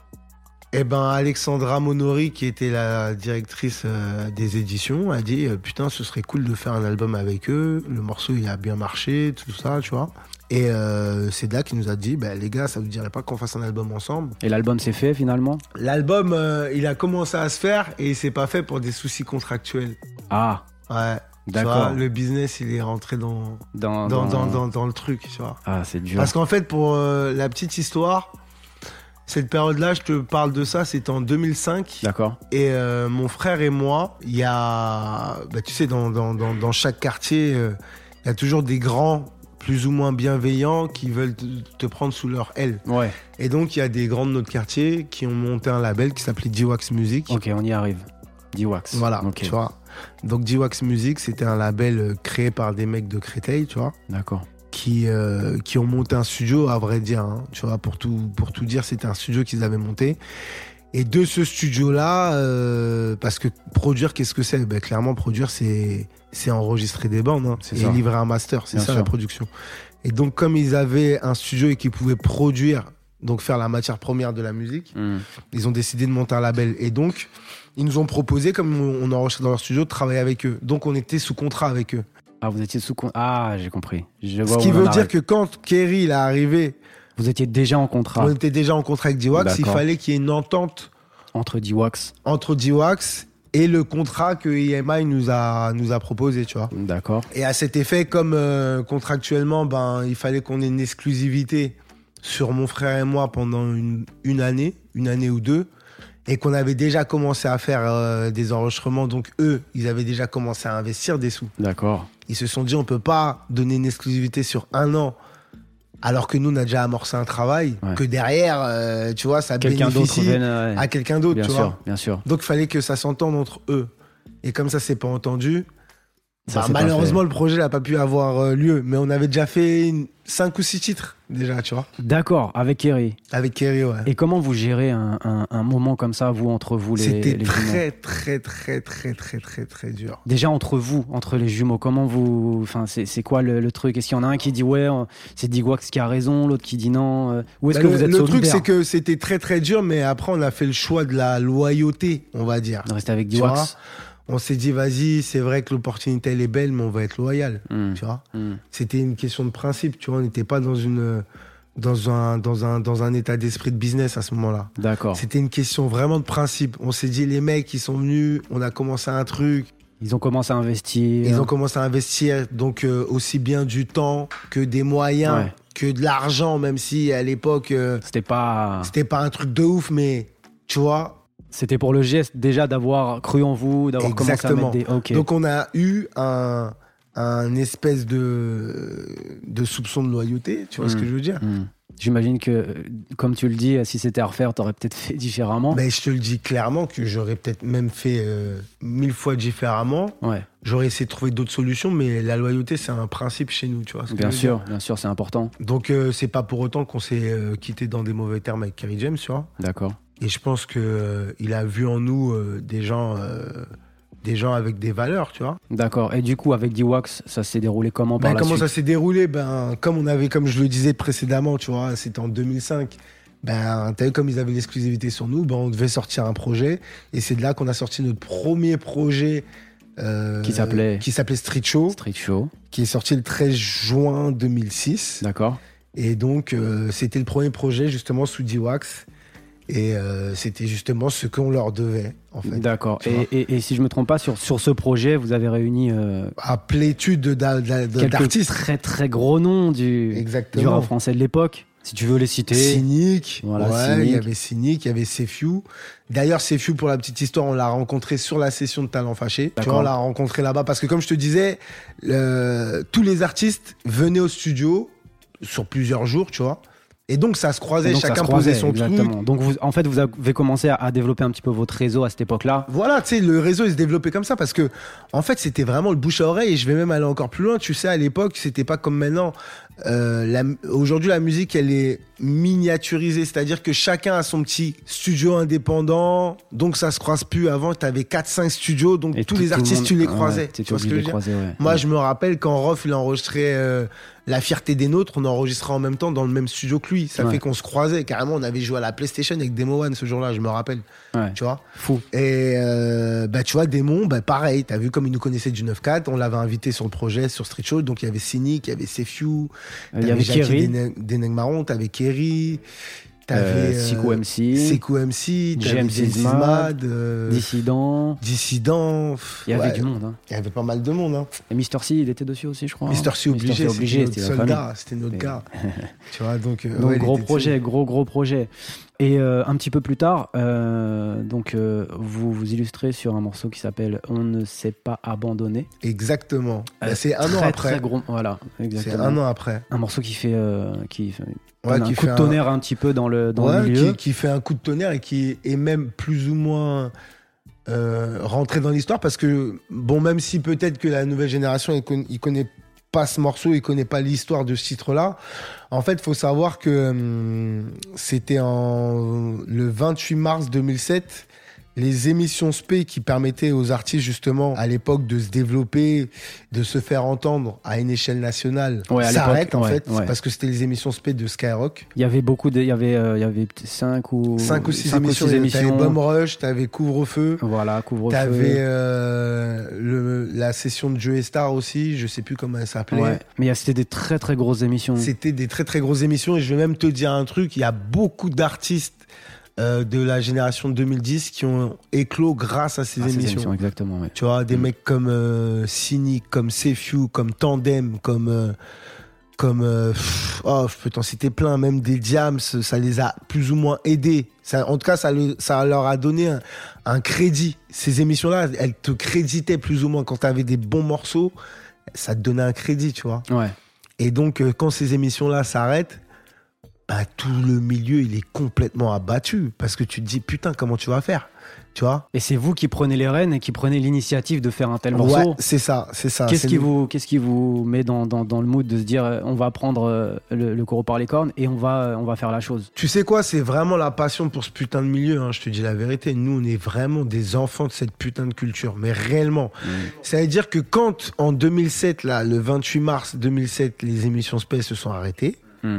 Et ben Alexandra Monori, qui était la directrice euh, des éditions, a dit euh, putain, ce serait cool de faire un album avec eux. Le morceau il a bien marché, tout ça, tu vois. Et euh, c'est là qu'il nous a dit, bah, les gars, ça vous dirait pas qu'on fasse un album ensemble? Et l'album s'est fait finalement? L'album, euh, il a commencé à se faire et il s'est pas fait pour des soucis contractuels. Ah, Ouais. Tu d'accord. vois, le business, il est rentré dans, Dans, dans, dans- dans, dans, dans le truc, tu vois. Ah, c'est dur. Parce qu'en fait, pour euh, la petite histoire, cette période-là, je te parle de ça, c'était en deux mille cinq. D'accord. Et euh, mon frère et moi, il y a, bah, tu sais, dans, dans, dans, dans chaque quartier, euh, il y a toujours des grands, plus ou moins bienveillants, qui veulent te, te prendre sous leur aile. Ouais. Et donc, il y a des grands de notre quartier qui ont monté un label qui s'appelait D-Wax Music. Ok, on y arrive. D-Wax. Voilà, Ok. tu vois. Donc, D-Wax Music, c'était un label euh, créé par des mecs de Créteil, tu vois, D'accord. qui, euh, qui ont monté un studio, à vrai dire, hein, tu vois, pour tout, pour tout dire, c'était un studio qu'ils avaient monté. Et de ce studio-là, euh, parce que produire, qu'est-ce que c'est? Ben, clairement, produire, c'est, c'est enregistrer des bandes, hein, C'est et ça. livrer un master, c'est Bien ça sûr. la production. Et donc, comme ils avaient un studio et qu'ils pouvaient produire, donc faire la matière première de la musique, Hmm. ils ont décidé de monter un label. Et donc, ils nous ont proposé, comme on enregistrait dans leur studio, de travailler avec eux. Donc, on était sous contrat avec eux. Ah, vous étiez sous con- Ah, j'ai compris. Je Ce vois qui où on en veut dire arrive. que quand Kerry il est arrivé, Vous étiez déjà en contrat on était déjà en contrat avec D-Wax, il D'accord. fallait qu'il y ait une entente entre D-Wax. entre D-Wax et le contrat que I M I nous a, nous a proposé, tu vois. D'accord. Et à cet effet, comme euh, contractuellement, ben, il fallait qu'on ait une exclusivité sur mon frère et moi pendant une, une année, une année ou deux, et qu'on avait déjà commencé à faire euh, des enregistrements, donc eux, ils avaient déjà commencé à investir des sous. D'accord. Ils se sont dit, on peut pas donner une exclusivité sur un an, alors que nous, on a déjà amorcé un travail, Ouais. que derrière, euh, tu vois, ça Quelqu'un d'autre bénéficie vienne. ouais. à quelqu'un d'autre, Bien tu sûr, vois. bien sûr. Donc, il fallait que ça s'entende entre eux. Et comme ça s'est pas entendu, Ça, bah, c'est pas malheureusement, fait. le projet n'a pas pu avoir euh, lieu. Mais on avait déjà fait cinq ou six titres, déjà, tu vois, D'accord, avec Kerry. avec Kerry, ouais. Et comment vous gérez un, un- un moment comme ça, vous, entre vous, les, C'était les jumeaux? très, très, très, très, très, très, très dur. Déjà entre vous, entre les jumeaux, comment vous, enfin c'est c'est quoi le, le truc? Est-ce qu'il y en a un qui dit ouais, euh, c'est D-Wax qui a raison, l'autre qui dit non? euh, Ou est-ce Bah, que le vous êtes le truc, solidaires c'est que c'était très, très dur, mais après, on a fait le choix de la loyauté, on va dire. de rester avec Tu vois, D-Wax? on s'est dit, vas-y, c'est vrai que l'opportunité, elle est belle, mais on va être loyal, Hmm, tu vois. hmm. C'était une question de principe, tu vois. On n'était pas dans une, dans un, dans un, dans un état d'esprit de business à ce moment-là. D'accord. C'était une question vraiment de principe. On s'est dit, les mecs, ils sont venus, on a commencé un truc, Ils ont commencé à investir. ils ont commencé à investir, donc euh, aussi bien du temps que des moyens, Ouais. que de l'argent, même si à l'époque, euh, C'était pas. c'était pas un truc de ouf, mais tu vois. C'était pour le geste déjà d'avoir cru en vous, d'avoir commencé à Exactement. mettre des. Ok. Donc on a eu un, un espèce de, de soupçon de loyauté, tu vois ce Mm. que je veux dire. Hmm. J'imagine que, euh, comme tu le dis, si c'était à refaire, t'aurais peut-être fait différemment. Mais je te le dis clairement que j'aurais peut-être même fait euh, mille fois différemment. Ouais. J'aurais essayé de trouver d'autres solutions, mais la loyauté, c'est un principe chez nous, tu vois. ce que Bien je veux sûr, dire. bien sûr, c'est important. Donc, euh, c'est pas pour autant qu'on s'est euh, quitté dans des mauvais termes avec Kerry James, tu vois. D'accord. Et je pense que euh, il a vu en nous euh, des gens, euh, des gens avec des valeurs, tu vois. D'accord. Et du coup, avec D-Wax, ça s'est déroulé comment par Ben, la comment suite? ça s'est déroulé? Ben, comme on avait, comme je le disais précédemment, tu vois, c'était en deux mille cinq. Ben, t'as vu, comme ils avaient l'exclusivité sur nous, ben, on devait sortir un projet. Et c'est de là qu'on a sorti notre premier projet. euh, Qui s'appelait qui s'appelait Street Show, Street Show. qui est sorti le treize juin deux mille six. D'accord. Et donc, euh, c'était le premier projet justement sous D-Wax. Et euh, c'était justement ce qu'on leur devait, en fait. D'accord. Et, et, et si je me trompe pas, sur, sur ce projet, vous avez réuni euh, à plétude de, de, de, quelques d'artistes. très très gros noms du, du rap français de l'époque. Si tu veux les citer. Cynic, voilà, ouais, Cynic. Il y avait Cynic, il y avait Sefiu. D'ailleurs, Sefiu, pour la petite histoire, on l'a rencontré sur la session de Talent Fâché. Tu vois, on l'a rencontré là-bas parce que, comme je te disais, le, tous les artistes venaient au studio sur plusieurs jours, tu vois. Et donc, ça se croisait, donc, chacun se croisait, posait son exactement. truc. Donc, vous, en fait, vous avez commencé à, à développer un petit peu votre réseau à cette époque-là. Voilà, tu sais, le réseau, il se développait comme ça parce que, en fait, c'était vraiment le bouche à oreille. Et je vais même aller encore plus loin. Tu sais, à l'époque, c'était pas comme maintenant. Euh, la, aujourd'hui, la musique, elle est miniaturisée. C'est-à-dire que chacun a son petit studio indépendant. Donc, ça se croise plus. Avant, tu avais quatre cinq studios. Donc, et tous tout, les artistes, monde, tu les croisais. Ouais, tu vois ce que je veux dire croiser, ouais. Moi, ouais. je me rappelle quand Rof, il enregistrait euh, La Fierté des Nôtres, on enregistrait en même temps dans le même studio que lui. Ça ouais. fait qu'on se croisait. Carrément, on avait joué à la PlayStation avec Demo One ce jour-là, je me rappelle. Ouais. Tu vois Fou. Et euh, bah, tu vois, Démon, bah, pareil. T'as vu comme il nous connaissait du neuf quatre. On l'avait invité sur le projet, sur Street Show. Donc, il y avait Cynic, il y avait Sefiu. Il y avait Kerry. Deneg Marron, t'avais Kerry. T'avais euh, Sikou M C, Sikou M C, James Ismad, euh, Dissident. Dissident. Il y avait ouais, du monde. Hein. Il y avait pas mal de monde. Hein. Et Mister C, il était dessus aussi, je crois. Mister C obligé, Mister C obligé, c'était notre soldat, c'était notre gars. Tu vois, donc, euh, donc ouais, gros projet, gros gros projet. Et euh, un petit peu plus tard, euh, donc euh, vous vous illustrez sur un morceau qui s'appelle On ne s'est pas abandonné. Exactement. Euh, bah, c'est un très, an après. Très gros, voilà, exactement. C'est un an après. Un morceau qui fait, euh, qui fait ouais, un qui coup fait de tonnerre un... un petit peu dans le dans ouais, le milieu. Qui, qui fait un coup de tonnerre et qui est même plus ou moins euh, rentré dans l'histoire parce que bon, même si peut-être que la nouvelle génération il connaît, il connaît pas ce morceau, il connaît pas l'histoire de ce titre-là. En fait, il faut savoir que hum, c'était en le vingt-huit mars deux mille sept, les émissions S P qui permettaient aux artistes justement à l'époque de se développer, de se faire entendre à une échelle nationale, ouais, s'arrêtent en ouais, fait ouais. parce que c'était les émissions S P de Skyrock. Il y avait beaucoup de, il y avait, euh, il y avait cinq ou cinq ou six émissions. T'avais Bomb Rush, t'avais Couvre-feu. Voilà, Couvre-feu. T'avais euh, le, la session de Joe Star aussi, je sais plus comment elle s'appelait. Ouais. Mais c'était des très très grosses émissions. C'était des très très grosses émissions et je vais même te dire un truc, il y a beaucoup d'artistes Euh, de la génération deux mille dix qui ont éclos grâce à ces ah, émissions. Ces émissions exactement, ouais. Tu vois, des mmh. mecs comme euh, Cynic, comme Sefiu, comme Tandem, comme euh, comme euh, pff, oh, je peux t'en citer plein, même des Diams, ça les a plus ou moins aidés. Ça, en tout cas, ça, le, ça leur a donné un, un crédit. Ces émissions-là, elles te créditaient plus ou moins quand t'avais des bons morceaux, ça te donnait un crédit, tu vois. Ouais. Et donc, euh, quand ces émissions-là s'arrêtent, bah, tout le milieu, il est complètement abattu. Parce que tu te dis, putain, comment tu vas faire? Tu vois? Et c'est vous qui prenez les rênes et qui prenez l'initiative de faire un tel morceau. Ouais, c'est ça, c'est ça. Qu'est-ce c'est qui nous. vous, qu'est-ce qui vous met dans, dans, dans le mood de se dire, on va prendre le, le taureau par les cornes et on va, on va faire la chose? Tu sais quoi? C'est vraiment la passion pour ce putain de milieu, hein, je te dis la vérité. Nous, on est vraiment des enfants de cette putain de culture. Mais réellement. Mmh. Ça veut dire que quand, en deux mille sept, là, le vingt-huit mars deux mille sept, les émissions Space se sont arrêtées, mmh.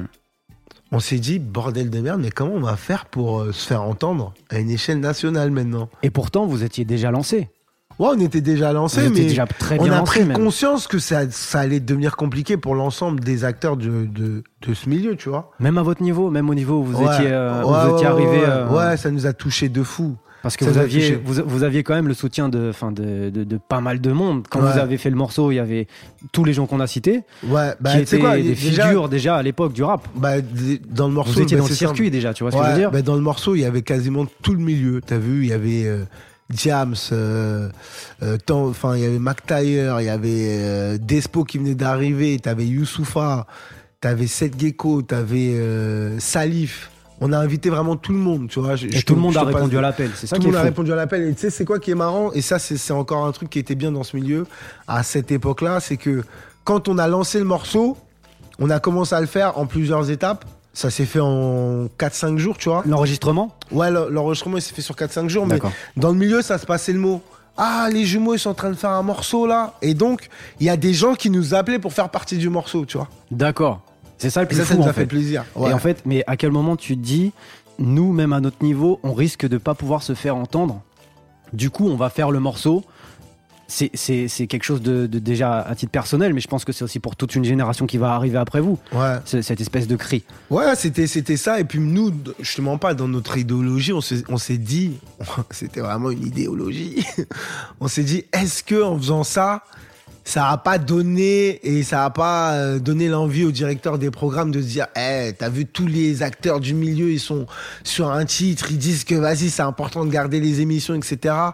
on s'est dit, bordel de merde, mais comment on va faire pour euh, se faire entendre à une échelle nationale maintenant? Et pourtant, vous étiez déjà lancé. Ouais, on était déjà lancé, mais déjà très bien on a lancé, pris même. conscience que ça, ça allait devenir compliqué pour l'ensemble des acteurs de, de, de ce milieu, tu vois. Même à votre niveau, même au niveau où vous ouais. étiez, euh, ouais, vous étiez ouais, arrivé. Ouais, euh... ouais, ça nous a touché de fou. Parce que ça vous aviez, touché. vous, vous aviez quand même le soutien de, fin de, de, de pas mal de monde. Quand ouais. vous avez fait le morceau, il y avait tous les gens qu'on a cités, ouais, bah, qui étaient quoi, des déjà, figures déjà à l'époque du rap. Bah, dans le morceau, vous étiez bah, dans le circuit simple. déjà, tu vois ce ouais, que je veux dire? Bah, dans le morceau, il y avait quasiment tout le milieu. T'as vu, il y avait euh, Diams, euh, euh, enfin, il y avait Mac Taylor, il y avait euh, Despo qui venait d'arriver, t'avais Youssoupha, t'avais Seth Gecko, t'avais euh, Salif. On a invité vraiment tout le monde, tu vois. Je, et je tout te, le monde a répondu passe... à l'appel, c'est ça tout qui est Tout le monde fou. a répondu à l'appel. Et tu sais, c'est quoi qui est marrant? Et ça, c'est, c'est encore un truc qui était bien dans ce milieu, à cette époque-là, c'est que quand on a lancé le morceau, on a commencé à le faire en plusieurs étapes. Ça s'est fait en quatre cinq jours, tu vois. L'enregistrement? Ouais, l'enregistrement, il s'est fait sur quatre cinq jours. D'accord. Mais dans le milieu, ça se passait le mot. Ah, les jumeaux, ils sont en train de faire un morceau, là. Et donc, il y a des gens qui nous appelaient pour faire partie du morceau, tu vois. D'accord. C'est ça le plus et ça, fou, ça nous en a fait, fait. plaisir. Ouais. Et en fait, mais à quel moment tu te dis, nous, même à notre niveau, on risque de pas pouvoir se faire entendre. Du coup, on va faire le morceau c'est, c'est, c'est quelque chose de, de déjà à titre personnel, mais je pense que c'est aussi pour toute une génération qui va arriver après vous. Ouais. C'est, cette espèce de cri. Ouais, c'était, c'était ça. Et puis nous, je te mens pas, dans notre idéologie, on s'est, on s'est dit, c'était vraiment une idéologie, on s'est dit, est-ce que en faisant ça, ça n'a pas donné et ça n'a pas donné l'envie au directeur des programmes de se dire hey, t'as vu tous les acteurs du milieu, ils sont sur un titre, ils disent que vas-y, c'est important de garder les émissions, et cetera.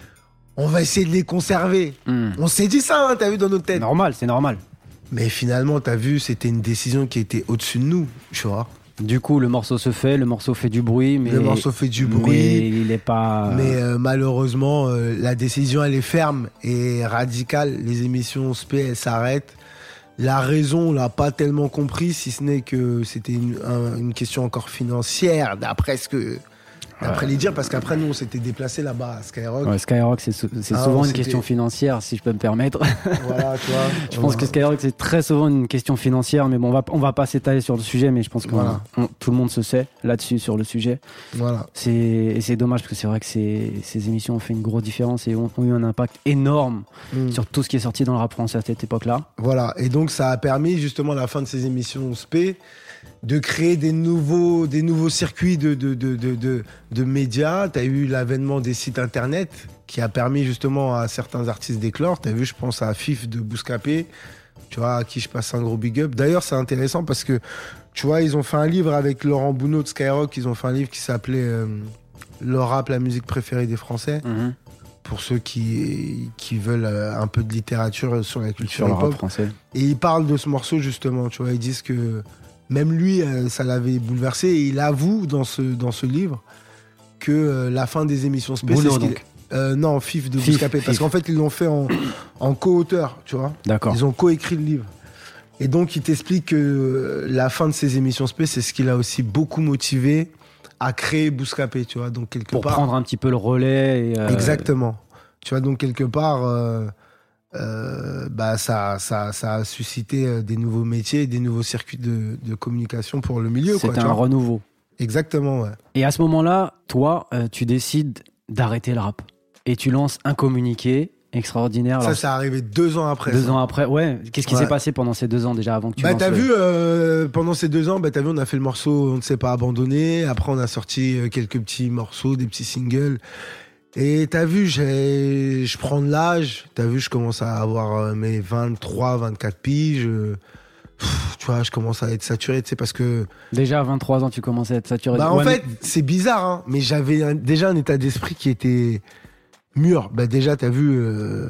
On va essayer de les conserver. Mm. On s'est dit ça, hein, t'as vu, dans nos têtes. Normal, c'est normal. Mais finalement, t'as vu, c'était une décision qui était au-dessus de nous, tu vois. Du coup, le morceau se fait, le morceau fait du bruit, mais le morceau fait du bruit, mais il est pas. Mais euh, malheureusement, euh, la décision elle est ferme et radicale. Les émissions S P elles s'arrêtent. La raison, on l'a pas tellement compris, si ce n'est que c'était une, un, une question encore financière, d'après ce que. D'après les dires, parce qu'après nous on s'était déplacé là-bas à Skyrock. Ouais, Skyrock c'est, sou- c'est ah, souvent une question financière, si je peux me permettre. Voilà, tu vois. Je pense que Skyrock c'est très souvent une question financière, mais bon, on va on va pas s'étaler sur le sujet, mais je pense que voilà. on, tout le monde se sait là-dessus sur le sujet. Voilà. C'est et c'est dommage parce que c'est vrai que ces ces émissions ont fait une grosse différence et ont, ont eu un impact énorme mm. sur tout ce qui est sorti dans le rap français à cette époque-là. Voilà, et donc ça a permis justement à la fin de ces émissions S P de créer des nouveaux, des nouveaux circuits de, de, de, de, de, de médias. Tu as eu l'avènement des sites internet qui a permis justement à certains artistes d'éclore. Tu as vu, je pense à Fif de Bouscapé, tu vois, à qui je passe un gros big up. D'ailleurs, c'est intéressant parce que, tu vois, ils ont fait un livre avec Laurent Bounot de Skyrock. Ils ont fait un livre qui s'appelait euh, Le rap, la musique préférée des Français. Mm-hmm. Pour ceux qui, qui veulent un peu de littérature sur la culture sur le hip-hop. rap français. Et ils parlent de ce morceau justement, tu vois. Ils disent que même lui, ça l'avait bouleversé. Et il avoue dans ce, dans ce livre que euh, la fin des émissions spéciales. Euh, non, Fif de Bouscapé. Parce qu'en fait, ils l'ont fait en, en co-auteur, tu vois. D'accord. Ils ont co-écrit le livre. Et donc, il t'explique que euh, la fin de ces émissions spé, c'est ce qui l'a aussi beaucoup motivé à créer Bouscapé, tu vois. Donc, quelque Pour part. Pour prendre un petit peu le relais. Et euh... Exactement. Tu vois, donc, quelque part. Euh, Euh, bah ça, ça, ça a suscité des nouveaux métiers, des nouveaux circuits de, de communication pour le milieu. C'était quoi, un renouveau. Exactement, ouais. Et à ce moment-là, toi, euh, tu décides d'arrêter le rap. Et tu lances un communiqué extraordinaire. Ça, alors, ça arrivé deux ans après. Deux ça. ans après, ouais. Qu'est-ce qui ouais. s'est passé pendant ces deux ans déjà avant que tu bah, lances t'as le... vu, euh, pendant ces deux ans, bah, t'as vu, on a fait le morceau On ne s'est pas abandonné. Après, on a sorti quelques petits morceaux, des petits singles. Et t'as vu, j'ai, je prends de l'âge. T'as vu, je commence à avoir mes vingt-trois, vingt-quatre piges. Pff, tu vois, je commence à être saturé, tu sais, parce que... Déjà à vingt-trois ans, tu commençais à être saturé. Bah, en ouais, fait, mais... c'est bizarre, hein, mais j'avais un, déjà un état d'esprit qui était mûr. Bah, déjà, t'as vu, euh,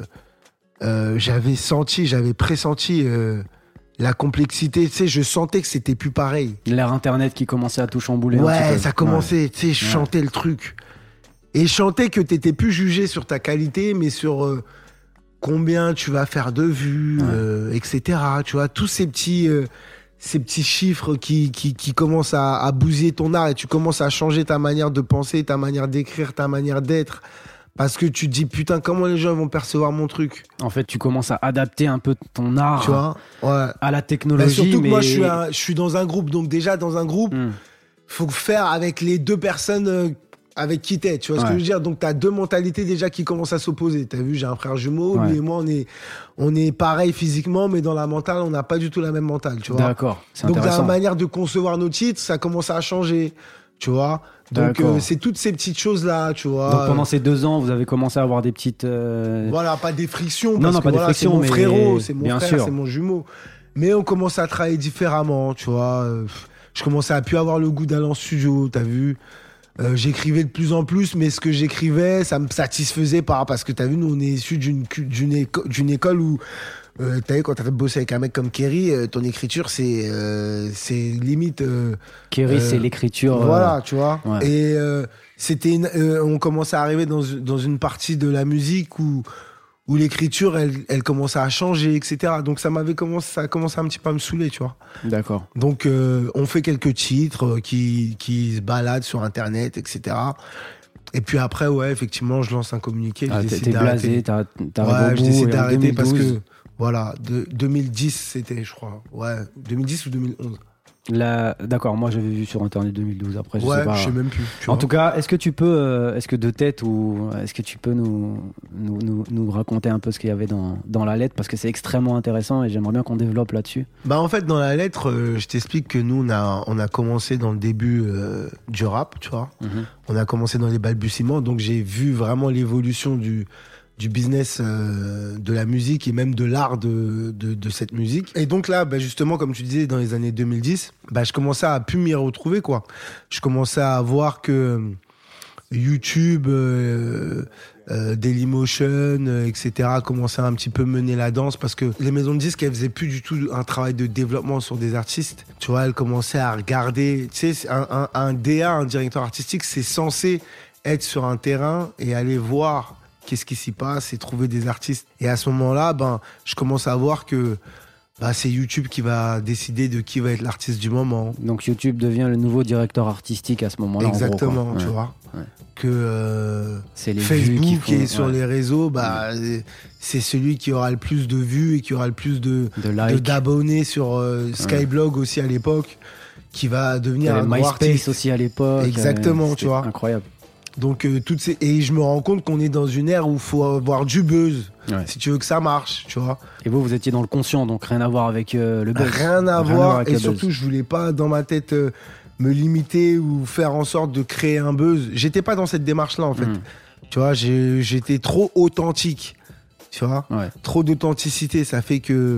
euh, j'avais senti, j'avais pressenti euh, la complexité. Tu sais, je sentais que c'était plus pareil. L'ère Internet qui commençait à tout chambouler. Ouais, ça commençait, ouais. Tu sais, je ouais. chantais le truc. Et chanter que t'étais plus jugé sur ta qualité, mais sur euh, combien tu vas faire de vues, ouais. euh, et cetera. Tu vois, tous ces petits, euh, ces petits chiffres qui, qui, qui commencent à, à bousiller ton art et tu commences à changer ta manière de penser, ta manière d'écrire, ta manière d'être. Parce que tu te dis, putain, comment les gens vont percevoir mon truc ? En fait, tu commences à adapter un peu ton art tu vois ouais. à la technologie. Bah, surtout mais... que moi, je suis, un, je suis dans un groupe. Donc déjà, dans un groupe, il mm. faut faire avec les deux personnes... Euh, avec qui t'es, tu vois ouais. ce que je veux dire. Donc t'as deux mentalités déjà qui commencent à s'opposer. T'as vu, j'ai un frère jumeau, ouais. lui et moi on est on est pareil physiquement, mais dans la mentale on n'a pas du tout la même mentale, tu vois. D'accord. C'est donc intéressant. dans la manière de concevoir nos titres, ça commence à changer, tu vois. Donc euh, c'est toutes ces petites choses là, tu vois. Donc pendant ces deux ans, vous avez commencé à avoir des petites. Euh... Voilà, pas des frictions. Non, parce non, que pas voilà, des frictions, c'est mon mais frérot, c'est mon bien frère, sûr. c'est mon jumeau. Mais on commence à travailler différemment, tu vois. Je commençais à plus avoir le goût d'aller en studio, t'as vu. Euh, j'écrivais de plus en plus, mais ce que j'écrivais, ça me satisfaisait pas, parce que t'as vu, nous on est issus d'une, d'une, éco- d'une école où, euh, t'as vu, quand t'as fait bosser avec un mec comme Kerry, euh, ton écriture c'est, euh, c'est limite. Euh, Kerry, euh, c'est l'écriture. Voilà, euh... tu vois. Ouais. Et euh, c'était, une, euh, on commençait à arriver dans, dans une partie de la musique où. où l'écriture, elle, elle commençait à changer, et cetera. Donc ça m'avait commencé, ça a commencé un petit peu à me saouler, tu vois. D'accord. Donc euh, on fait quelques titres qui, qui se baladent sur Internet, et cetera. Et puis après, ouais, effectivement, je lance un communiqué. Ah, je t'es blasé, t'as, t'as ouais, je décide d'arrêter parce que, deux mille douze voilà, de, deux mille dix, c'était, je crois. Ouais, deux mille dix ou deux mille onze. La... D'accord, moi j'avais vu sur internet deux mille douze. Après, je ouais, sais pas. je sais même plus. Tu En vois. tout cas, est-ce que tu peux, euh, est-ce que de tête ou est-ce que tu peux nous, nous, nous, nous raconter un peu ce qu'il y avait dans, dans la lettre parce que c'est extrêmement intéressant et j'aimerais bien qu'on développe là-dessus. Bah en fait dans la lettre, euh, je t'explique que nous on a on a commencé dans le début euh, du rap, tu vois. Mm-hmm. On a commencé dans les balbutiements, donc j'ai vu vraiment l'évolution du du business euh, de la musique et même de l'art de, de, de cette musique. Et donc là, bah justement, comme tu disais, dans les années deux mille dix, bah je commençais à plus m'y retrouver, quoi. Je commençais à voir que YouTube, euh, euh, Dailymotion, euh, et cetera commençaient à un petit peu mener la danse parce que les maisons de disques, elles faisaient plus du tout un travail de développement sur des artistes. Tu vois, elles commençaient à regarder, tu sais, un, un, un D A, un directeur artistique, c'est censé être sur un terrain et aller voir qu'est-ce qui s'y passe et trouver des artistes. Et à ce moment-là, ben, je commence à voir que bah, c'est YouTube qui va décider de qui va être l'artiste du moment. Donc YouTube devient le nouveau directeur artistique à ce moment-là. Exactement, en gros, tu ouais. vois. Ouais. Que euh, c'est les Facebook vues qui, qui font, est sur ouais. les réseaux, bah, ouais. c'est celui qui aura le plus de vues et qui aura le plus de, de like. de d'abonnés sur euh, Skyblog ouais. aussi à l'époque, qui va devenir un MySpace artiste aussi à l'époque. Exactement, euh, tu vois. Incroyable. Donc euh, toutes ces... et je me rends compte qu'on est dans une ère où il faut avoir du buzz ouais. si tu veux que ça marche, tu vois. Et vous, vous étiez dans le conscient, donc rien à voir avec euh, le buzz. Rien à rien voir, et surtout buzz. Je voulais pas dans ma tête euh, me limiter ou faire en sorte de créer un buzz. J'étais pas dans cette démarche-là en fait. Mmh. Tu vois, j'ai... j'étais trop authentique, tu vois. Ouais. Trop d'authenticité, ça fait que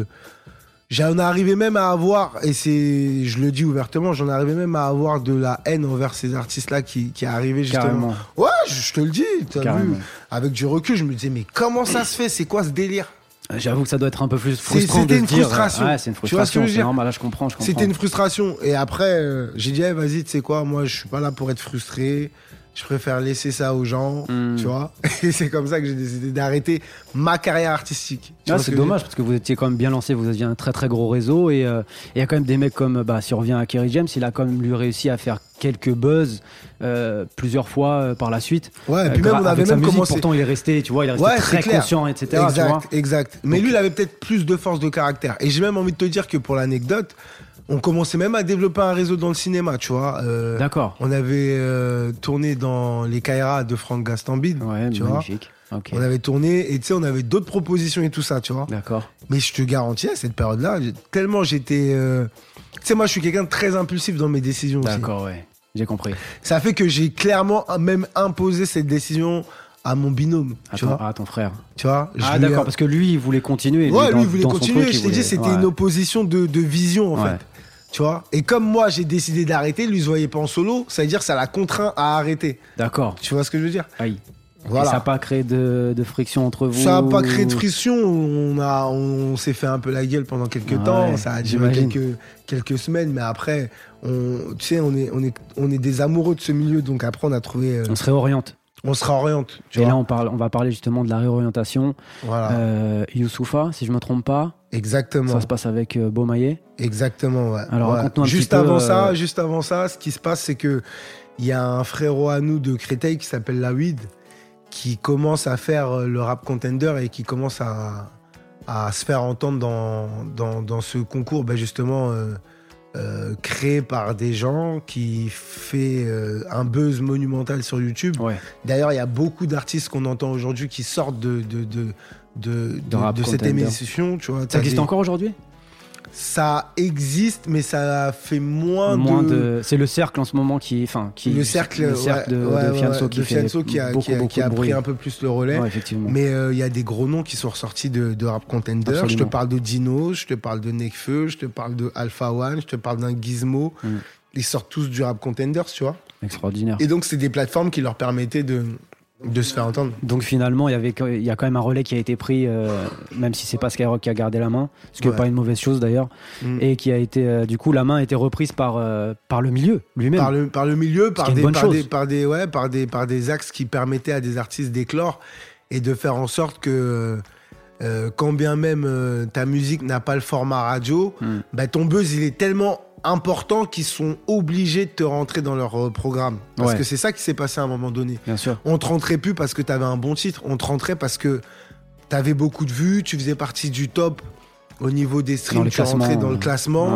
j'en arrivais même à avoir, et c'est, je le dis ouvertement, j'en arrivais même à avoir de la haine envers ces artistes-là qui, qui arrivaient justement. Carrément. Ouais, je, je te le dis, t'as vu. Avec du recul, je me disais, mais comment ça se fait? C'est quoi ce délire? J'avoue que ça doit être un peu plus frustrant. C'était de une se dire, frustration. Ouais, c'est une frustration. C'est normal, là, je comprends, je comprends. C'était une frustration. Et après, euh, j'ai dit, hey, vas-y, tu sais quoi, moi, je suis pas là pour être frustré. Je préfère laisser ça aux gens, mmh. tu vois. Et c'est comme ça que j'ai décidé d'arrêter ma carrière artistique. Ah, c'est dommage parce que vous étiez quand même bien lancé, vous aviez un très très gros réseau et il euh, y a quand même des mecs comme, bah, si on revient à Kerry James, il a quand même lui réussi à faire quelques buzz euh, plusieurs fois euh, par la suite. Ouais, et puis euh, même on avait même musique, commencé. Pourtant, il est resté, tu vois, il est resté ouais, très conscient, et cetera. Exact, tu vois exact. Mais Donc, lui, il avait peut-être plus de force de caractère. Et j'ai même envie de te dire que pour l'anecdote, on commençait même à développer un réseau dans le cinéma, tu vois. Euh, D'accord. On avait euh, tourné dans les Kaira de Franck Gastambide, ouais, tu magnifique. vois. Okay. On avait tourné et tu sais, on avait d'autres propositions et tout ça, tu vois. D'accord. Mais je te garantis, à cette période-là, tellement j'étais... Euh... Tu sais, moi, je suis quelqu'un de très impulsif dans mes décisions aussi. D'accord, ouais. J'ai compris. Ça fait que j'ai clairement même imposé cette décision à mon binôme, à tu ton, vois. à ton frère. Tu vois. Ah d'accord, ai... parce que lui, il voulait continuer. Ouais, lui, dans, il voulait continuer. Truc, je t'ai dit, c'était ouais. une opposition de, de vision, en ouais. fait. Tu vois. Et comme moi, j'ai décidé d'arrêter, lui, il se voyait pas en solo, ça veut dire que ça l'a contraint à arrêter. D'accord. Tu vois ce que je veux dire? Aïe. Voilà. Et ça n'a pas créé de, de friction entre vous? Ça n'a pas créé de friction. On, a, on s'est fait un peu la gueule pendant quelques ouais, temps. Ça a duré quelques, quelques semaines. Mais après, on, tu sais, on est, on, est, on est des amoureux de ce milieu. Donc après, on a trouvé... Euh, on se réoriente. On se réoriente. Tu Et vois. là, on, parle, on va parler justement de la réorientation. Voilà. Euh, Youssoufa, si je ne me trompe pas. Exactement. Ça se passe avec euh, Beaumaillé. Exactement, ouais. Alors, ouais. raconte-nous un juste petit peu... Avant euh... ça, juste avant ça, ce qui se passe, c'est que il y a un frérot à nous de Créteil qui s'appelle Lawid, qui commence à faire le rap contender et qui commence à, à se faire entendre dans, dans, dans ce concours, ben justement euh, euh, créé par des gens, qui fait euh, un buzz monumental sur YouTube. Ouais. D'ailleurs, il y a beaucoup d'artistes qu'on entend aujourd'hui qui sortent de, de, de, de, de, de cette émission. Tu vois, ça existe des... encore aujourd'hui ? Ça existe, mais ça fait moins, moins de... de... C'est le cercle en ce moment qui... Enfin, qui... Le cercle, le cercle ouais, de, ouais, de Fianso ouais, qui, de fait Fianso qui a, beaucoup, qui a, beaucoup qui a de pris un peu plus le relais. Ouais, effectivement. Mais il euh, y a des gros noms qui sont ressortis de, de Rap Contender. Absolument. Je te parle de Dino, je te parle de Nekfeu, je te parle de Alpha One, je te parle d'un Gizmo. Mm. Ils sortent tous du Rap Contenders, tu vois. Extraordinaire. Et donc, c'est des plateformes qui leur permettaient de... de se faire entendre. Donc finalement, il y avait, il y a quand même un relais qui a été pris, euh, même si c'est pas Skyrock qui a gardé la main, ce qui n'est ouais. pas une mauvaise chose d'ailleurs, mm. et qui a été, euh, du coup, la main a été reprise par euh, par le milieu lui-même. Par le par le milieu, par des par des, par des ouais, par des par des axes qui permettaient à des artistes d'éclore et de faire en sorte que euh, quand bien même euh, ta musique n'a pas le format radio, mm. bah, ton buzz il est tellement importants qu'ils sont obligés de te rentrer dans leur euh, programme. Parce ouais. que c'est ça qui s'est passé à un moment donné. Bien sûr. On te rentrait plus parce que tu avais un bon titre, on te rentrait parce que tu avais beaucoup de vues, tu faisais partie du top au niveau des streams, tu rentrais dans le classement. Ouais.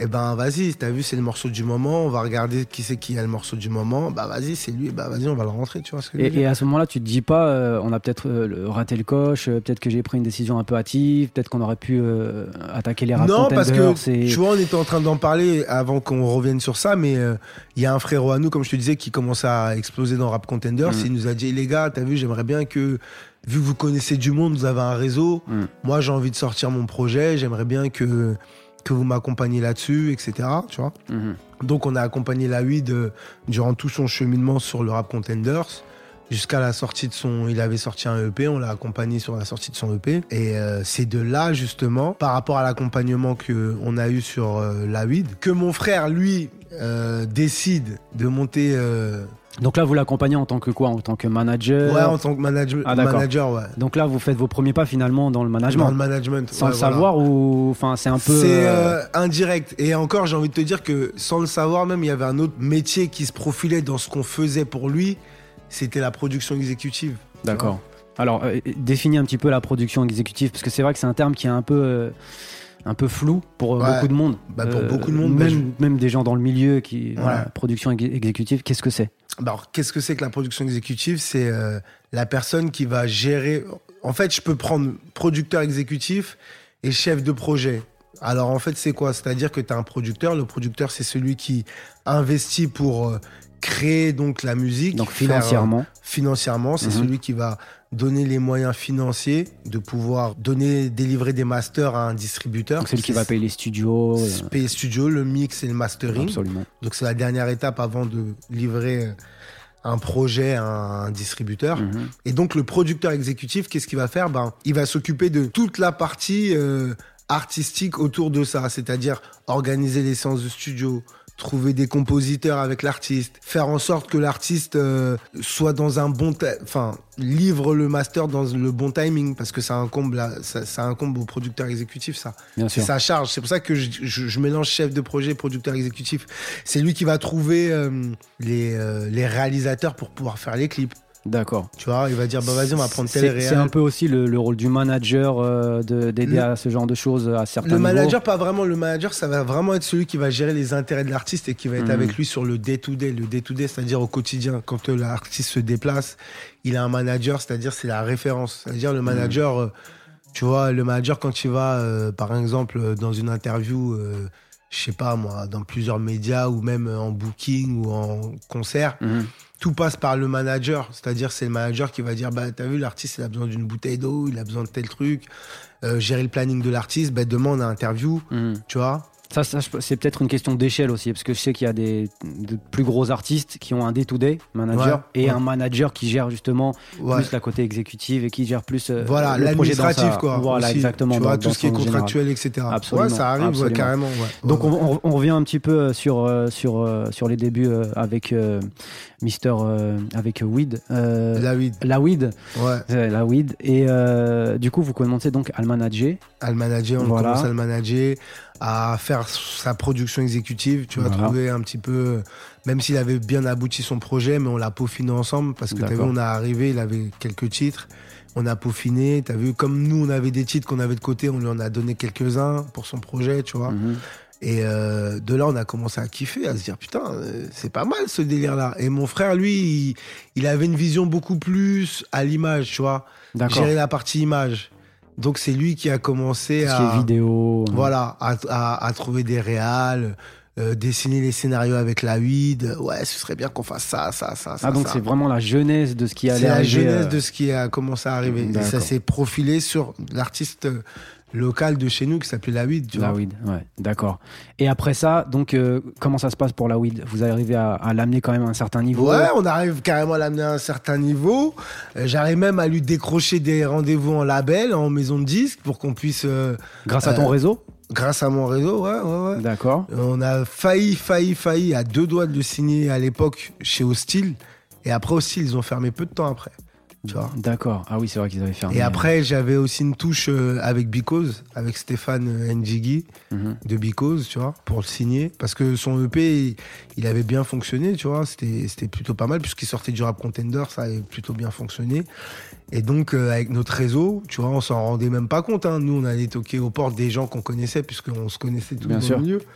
Eh ben, vas-y, t'as vu, c'est le morceau du moment, on va regarder qui c'est qui a le morceau du moment. Bah, vas-y, c'est lui, bah, vas-y, on va le rentrer, tu vois ce que je veux Et, dire. et à ce moment-là, tu te dis pas, euh, on a peut-être euh, raté le coche, euh, peut-être que j'ai pris une décision un peu hâtive, peut-être qu'on aurait pu euh, attaquer les rap Non, parce que, c'est... tu vois, on était en train d'en parler avant qu'on revienne sur ça, mais il euh, y a un frérot à nous, comme je te disais, qui commençait à exploser dans Rap Contenders. Mm. Il nous a dit, les gars, t'as vu, j'aimerais bien que, vu que vous connaissez du monde, vous avez un réseau, mm. moi, j'ai envie de sortir mon projet, j'aimerais bien que, que vous m'accompagniez là-dessus, et cetera. Tu vois. Mm-hmm. Donc, on a accompagné la Weed euh, durant tout son cheminement sur le Rap Contenders. Jusqu'à la sortie de son... Il avait sorti un E P, on l'a accompagné sur la sortie de son E P. Et euh, c'est de là, justement, par rapport à l'accompagnement qu'on a eu sur euh, la Weed, que mon frère, lui, euh, décide de monter... Euh... Donc là, vous l'accompagnez en tant que quoi? En tant que manager? Ouais, en tant que manage... ah, manager, ouais. Donc là, vous faites vos premiers pas, finalement, dans le management? Dans le management, sans ouais, le voilà. savoir ou... Enfin, c'est un peu... C'est euh, indirect. Et encore, j'ai envie de te dire que, sans le savoir même, il y avait un autre métier qui se profilait dans ce qu'on faisait pour lui. C'était la production exécutive. D'accord. Alors, euh, définis un petit peu la production exécutive, parce que c'est vrai que c'est un terme qui est un peu, euh, un peu flou pour ouais. beaucoup de monde. Bah, pour euh, beaucoup de monde. Même, bah, je... même des gens dans le milieu qui... Ouais. Voilà, production ex- exécutive, qu'est-ce que c'est? Bah, alors, qu'est-ce que c'est que la production exécutive? C'est euh, la personne qui va gérer... En fait, je peux prendre producteur exécutif et chef de projet. Alors, en fait, c'est quoi? C'est-à-dire que tu as un producteur. Le producteur, c'est celui qui investit pour... Euh, créer donc la musique. Donc financièrement. Faire, euh, financièrement, c'est mm-hmm. celui qui va donner les moyens financiers de pouvoir donner, délivrer des masters à un distributeur. Donc c'est lui qui va payer les studios. Payer les studios, le mix et le mastering. Absolument. Donc c'est la dernière étape avant de livrer un projet à un distributeur. Mm-hmm. Et donc le producteur exécutif, qu'est-ce qu'il va faire? Ben, il va s'occuper de toute la partie euh, artistique autour de ça, c'est-à-dire organiser les séances de studio, trouver des compositeurs avec l'artiste, faire en sorte que l'artiste euh, soit dans un bon... Ta- enfin, livre le master dans le bon timing, parce que ça incombe, la, ça, ça incombe au producteur exécutif, ça. Bien c'est sûr. sa charge. C'est pour ça que je, je, je mélange chef de projet, producteur exécutif. C'est lui qui va trouver euh, les, euh, les réalisateurs pour pouvoir faire les clips. D'accord. Tu vois, il va dire, bah vas-y, on va prendre tel c'est, réel. C'est un peu aussi le, le rôle du manager euh, de, d'aider le, à ce genre de choses à certains Le niveaux. manager, pas vraiment. Le manager, ça va vraiment être celui qui va gérer les intérêts de l'artiste et qui va être mmh. avec lui sur le day-to-day. Le day-to-day, c'est-à-dire au quotidien. Quand euh, l'artiste se déplace, il a un manager, c'est-à-dire c'est la référence. C'est-à-dire le manager, mmh. euh, tu vois, le manager, quand il va, euh, par exemple, dans une interview... Euh, je sais pas moi, dans plusieurs médias ou même en booking ou en concert, mmh. tout passe par le manager. C'est-à-dire, c'est le manager qui va dire, bah, t'as vu, l'artiste, il a besoin d'une bouteille d'eau, il a besoin de tel truc. Euh, gérer le planning de l'artiste, bah, demain, on a interview, mmh. tu vois. Ça, ça, c'est peut-être une question d'échelle aussi, parce que je sais qu'il y a des de plus gros artistes qui ont un day-to-day manager ouais, et ouais. un manager qui gère justement ouais. plus la côté exécutive et qui gère plus euh, voilà, le projet dans l'administratif, sa... quoi. Voilà, aussi, exactement. Tu vois, dans, tout dans ce qui est contractuel, général. et cetera. Absolument. Ouais, ça arrive, absolument. Ouais, carrément. Ouais. Donc, ouais. On, on revient un petit peu sur, sur, sur les débuts avec euh, Mister euh, avec Weed. Euh, la Weed. La Weed. Ouais. Euh, la Weed. Et euh, du coup, vous commencez donc à le manager. À le manager, on voilà. commence à le manager, à faire sa production exécutive. Tu vas voilà. trouver un petit peu, même s'il avait bien abouti son projet, mais on l'a peaufiné ensemble parce que t'as vu, on est arrivé, il avait quelques titres. On a peaufiné, t'as vu, comme nous, on avait des titres qu'on avait de côté, on lui en a donné quelques-uns pour son projet, tu vois. Mm-hmm. Et euh, de là, on a commencé à kiffer, à se dire, putain, euh, c'est pas mal ce délire-là. Et mon frère, lui, il, il avait une vision beaucoup plus à l'image, tu vois. D'accord. Gérer la partie image. Donc, c'est lui qui a commencé Tout à... Ce qui est vidéo. Voilà, à, à, à trouver des réals, euh, dessiner les scénarios avec la Weed. Ouais, ce serait bien qu'on fasse ça, ça, ça, ça. Ah, donc ça. c'est vraiment la jeunesse de ce qui allait C'est la arriver, jeunesse euh... de ce qui a commencé à arriver. D'accord. Et ça s'est profilé sur l'artiste local de chez nous qui s'appelait la Weed. Tu la vois. Weed, ouais, d'accord. Et après ça, donc, euh, comment ça se passe pour la Weed? Vous arrivez à, à l'amener quand même à un certain niveau? Ouais, on arrive carrément à l'amener à un certain niveau. Euh, j'arrive même à lui décrocher des rendez-vous en label, en maison de disques, pour qu'on puisse... Euh, Grâce à ton euh, réseau? Grâce à mon réseau, ouais, ouais, ouais. D'accord. On a failli, failli, failli, à deux doigts de le signer à l'époque chez Hostile. Et après Hostile, ils ont fermé peu de temps après. Tu vois. D'accord. Ah oui, c'est vrai qu'ils avaient fermé. Et après, j'avais aussi une touche euh, avec Because, avec Stéphane Njigi mm-hmm. de Because, tu vois, pour le signer. Parce que son E P, il, il avait bien fonctionné, tu vois. C'était, c'était plutôt pas mal, puisqu'il sortait du Rap Contender, ça avait plutôt bien fonctionné. Et donc, euh, avec notre réseau, tu vois, on s'en rendait même pas compte. Hein. Nous, on allait toquer aux portes des gens qu'on connaissait, puisqu'on se connaissait tous bien dans sûr. le milieu.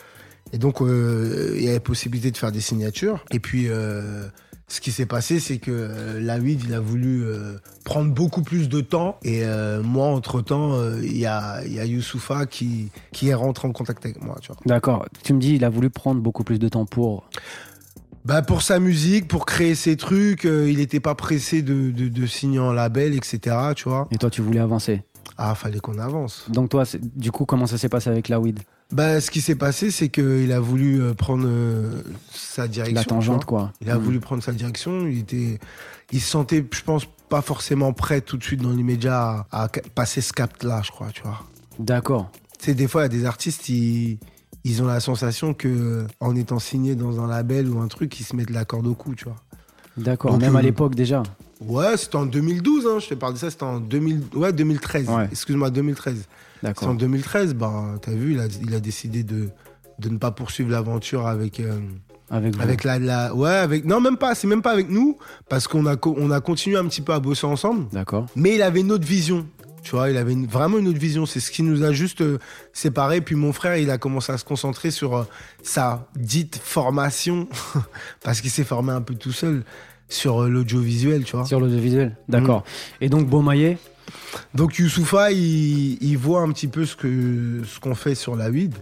Et donc, euh, il y avait possibilité de faire des signatures. Et puis, euh, ce qui s'est passé, c'est que euh, la Weed, il a voulu euh, prendre beaucoup plus de temps. Et euh, moi, entre-temps, euh, il y a, y a Youssoupha qui, qui est rentré en contact avec moi. Tu vois. D'accord. Tu me dis, il a voulu prendre beaucoup plus de temps pour... Bah pour sa musique, pour créer ses trucs, euh, il n'était pas pressé de, de, de signer un label, et cetera. Tu vois. Et toi, tu voulais avancer. Ah, fallait qu'on avance. Donc toi, du coup, comment ça s'est passé avec la Weed? Bah, ce qui s'est passé, c'est qu'il a voulu euh, prendre euh, sa direction. La tangente, quoi. Il a mmh. voulu prendre sa direction. Il était, il se sentait, je pense, pas forcément prêt tout de suite dans l'immédiat à, à passer ce cap-là, je crois, tu vois. D'accord. Tu sais, des fois, il y a des artistes, ils, ils ont la sensation que en étant signé dans un label ou un truc, ils se mettent la corde au cou, tu vois. D'accord. Donc, même euh, à l'époque déjà. Ouais, c'était en deux mille douze, hein, je te parle de ça, c'était en deux mille, ouais, deux mille treize. Ouais. Excuse-moi, deux mille treize. D'accord. C'est en deux mille treize, bah, t'as vu, il a, il a décidé de, de ne pas poursuivre l'aventure avec. Euh, avec vous. Avec la, la. Ouais, avec. Non, même pas, c'est même pas avec nous, parce qu'on a, on a continué un petit peu à bosser ensemble. D'accord. Mais il avait une autre vision. Tu vois, il avait une, vraiment une autre vision. C'est ce qui nous a juste euh, séparés. Puis mon frère, il a commencé à se concentrer sur euh, sa dite formation, parce qu'il s'est formé un peu tout seul sur euh, l'audiovisuel, tu vois. Sur l'audiovisuel, d'accord. Mmh. Et donc, Beaumaillé ? Donc Youssoupha, il, il voit un petit peu ce, que, ce qu'on fait sur la Weed.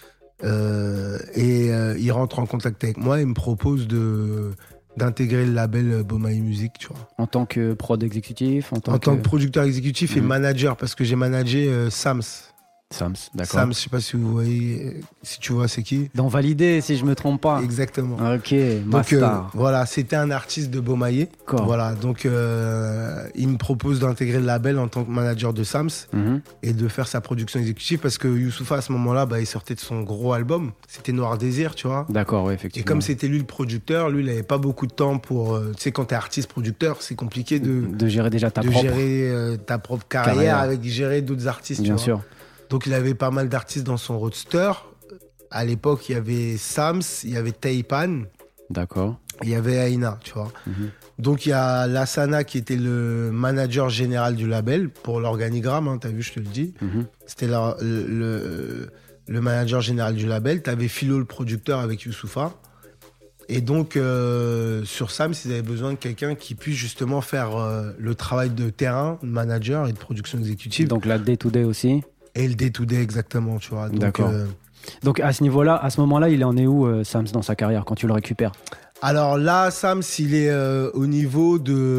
Euh, et euh, il rentre en contact avec moi et me propose de... d'intégrer le label Beaumaillé Music, tu vois. En tant que prod exécutif, en tant, en que... tant que producteur exécutif mmh. et manager, parce que j'ai managé euh, Sams. Sams, d'accord. Sams, je sais pas si vous voyez, si tu vois c'est qui. Dans Validé, si je me trompe pas. Exactement. Ok, donc euh, Master. voilà, c'était un artiste de Beaumaillé. D'accord. Voilà, donc euh, il me propose d'intégrer le label en tant que manager de Sams mm-hmm. et de faire sa production exécutive parce que Youssoupha à ce moment-là, bah, il sortait de son gros album, c'était Noir Désir, tu vois. D'accord, oui, effectivement. Et comme c'était lui le producteur, lui il avait pas beaucoup de temps pour, euh, tu sais, quand t'es artiste producteur, c'est compliqué de de gérer déjà ta de propre gérer euh, ta propre carrière, carrière avec gérer d'autres artistes. Bien tu sûr. Vois. Donc il avait pas mal d'artistes dans son roadster. À l'époque, il y avait Sams, il y avait Taipan. D'accord. Il y avait Aina, tu vois. Mm-hmm. Donc il y a Lassana qui était le manager général du label pour l'organigramme, hein, t'as vu, je te le dis. Mm-hmm. C'était la, le, le, le manager général du label. T'avais Philo, le producteur, avec Youssoupha. Et donc, euh, sur Sams, ils avaient besoin de quelqu'un qui puisse justement faire euh, le travail de terrain, de manager et de production exécutive. Donc la day-to-day aussi. Et le day-to-day, exactement, tu vois. Donc, d'accord. Euh... Donc à ce niveau-là, à ce moment-là, il en est où, euh, Sams, dans sa carrière, quand tu le récupères ? Alors là, Sams, il est euh, au niveau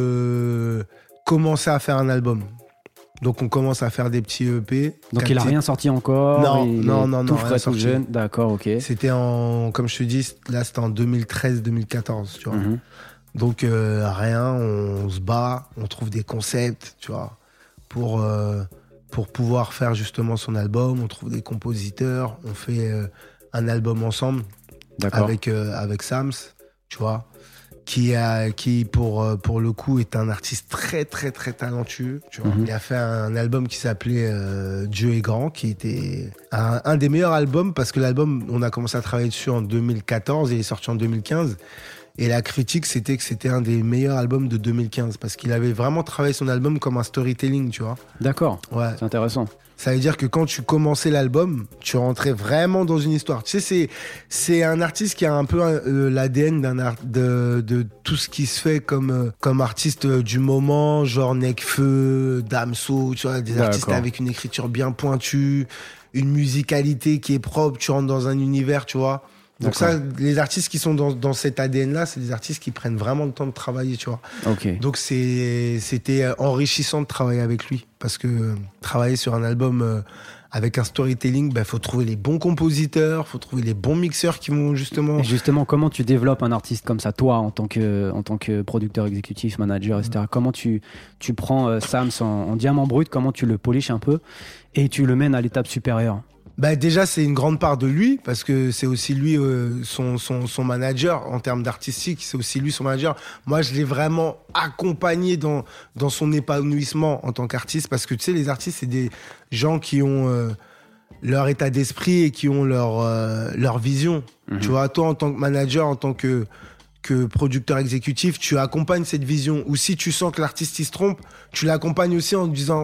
de commencer à faire un album. Donc on commence à faire des petits E P. Donc il n'a rien sorti encore. Non, non, non, tout non, frais, tout jeune. D'accord, ok. C'était en, comme je te dis, là c'était en deux mille treize deux mille quatorze, tu vois. Mm-hmm. Donc euh, rien, on, on se bat, on trouve des concepts, tu vois, pour... Euh, pour pouvoir faire justement son album. On trouve des compositeurs, on fait euh, un album ensemble avec, euh, avec Sams, tu vois, qui, a, qui pour, euh, pour le coup est un artiste très très très talentueux. Tu vois. Mm-hmm. Il a fait un album qui s'appelait euh, Dieu est grand, qui était un, un des meilleurs albums parce que l'album, on a commencé à travailler dessus en deux mille quatorze et il est sorti en deux mille quinze. Et la critique, c'était que c'était un des meilleurs albums de deux mille quinze parce qu'il avait vraiment travaillé son album comme un storytelling, tu vois. D'accord. Ouais. C'est intéressant. Ça veut dire que quand tu commençais l'album, tu rentrais vraiment dans une histoire. Tu sais, c'est, c'est un artiste qui a un peu euh, l'A D N d'un art, de, de tout ce qui se fait comme, euh, comme artiste euh, du moment, genre Nekfeu, Damso, tu vois, des D'accord. artistes avec une écriture bien pointue, une musicalité qui est propre, tu rentres dans un univers, tu vois. Donc D'accord. ça, les artistes qui sont dans, dans cet A D N-là, c'est des artistes qui prennent vraiment le temps de travailler, tu vois. Okay. Donc c'est, c'était enrichissant de travailler avec lui. Parce que euh, travailler sur un album euh, avec un storytelling, bah, faut trouver les bons compositeurs, faut trouver les bons mixeurs qui vont justement... Et justement, comment tu développes un artiste comme ça, toi, en tant que, en tant que producteur exécutif, manager, et cetera. Mmh. Comment tu, tu prends euh, Sams en, en diamant brut, comment tu le poliches un peu et tu le mènes à l'étape supérieure ? Bah déjà, c'est une grande part de lui, parce que c'est aussi lui euh, son, son, son manager en termes d'artistique, c'est aussi lui son manager. Moi, je l'ai vraiment accompagné dans, dans son épanouissement en tant qu'artiste, parce que tu sais, les artistes, c'est des gens qui ont euh, leur état d'esprit et qui ont leur, euh, leur vision. Mmh. Tu vois, toi, en tant que manager, en tant que, que producteur exécutif, tu accompagnes cette vision. Ou si tu sens que l'artiste, il se trompe, tu l'accompagnes aussi en disant...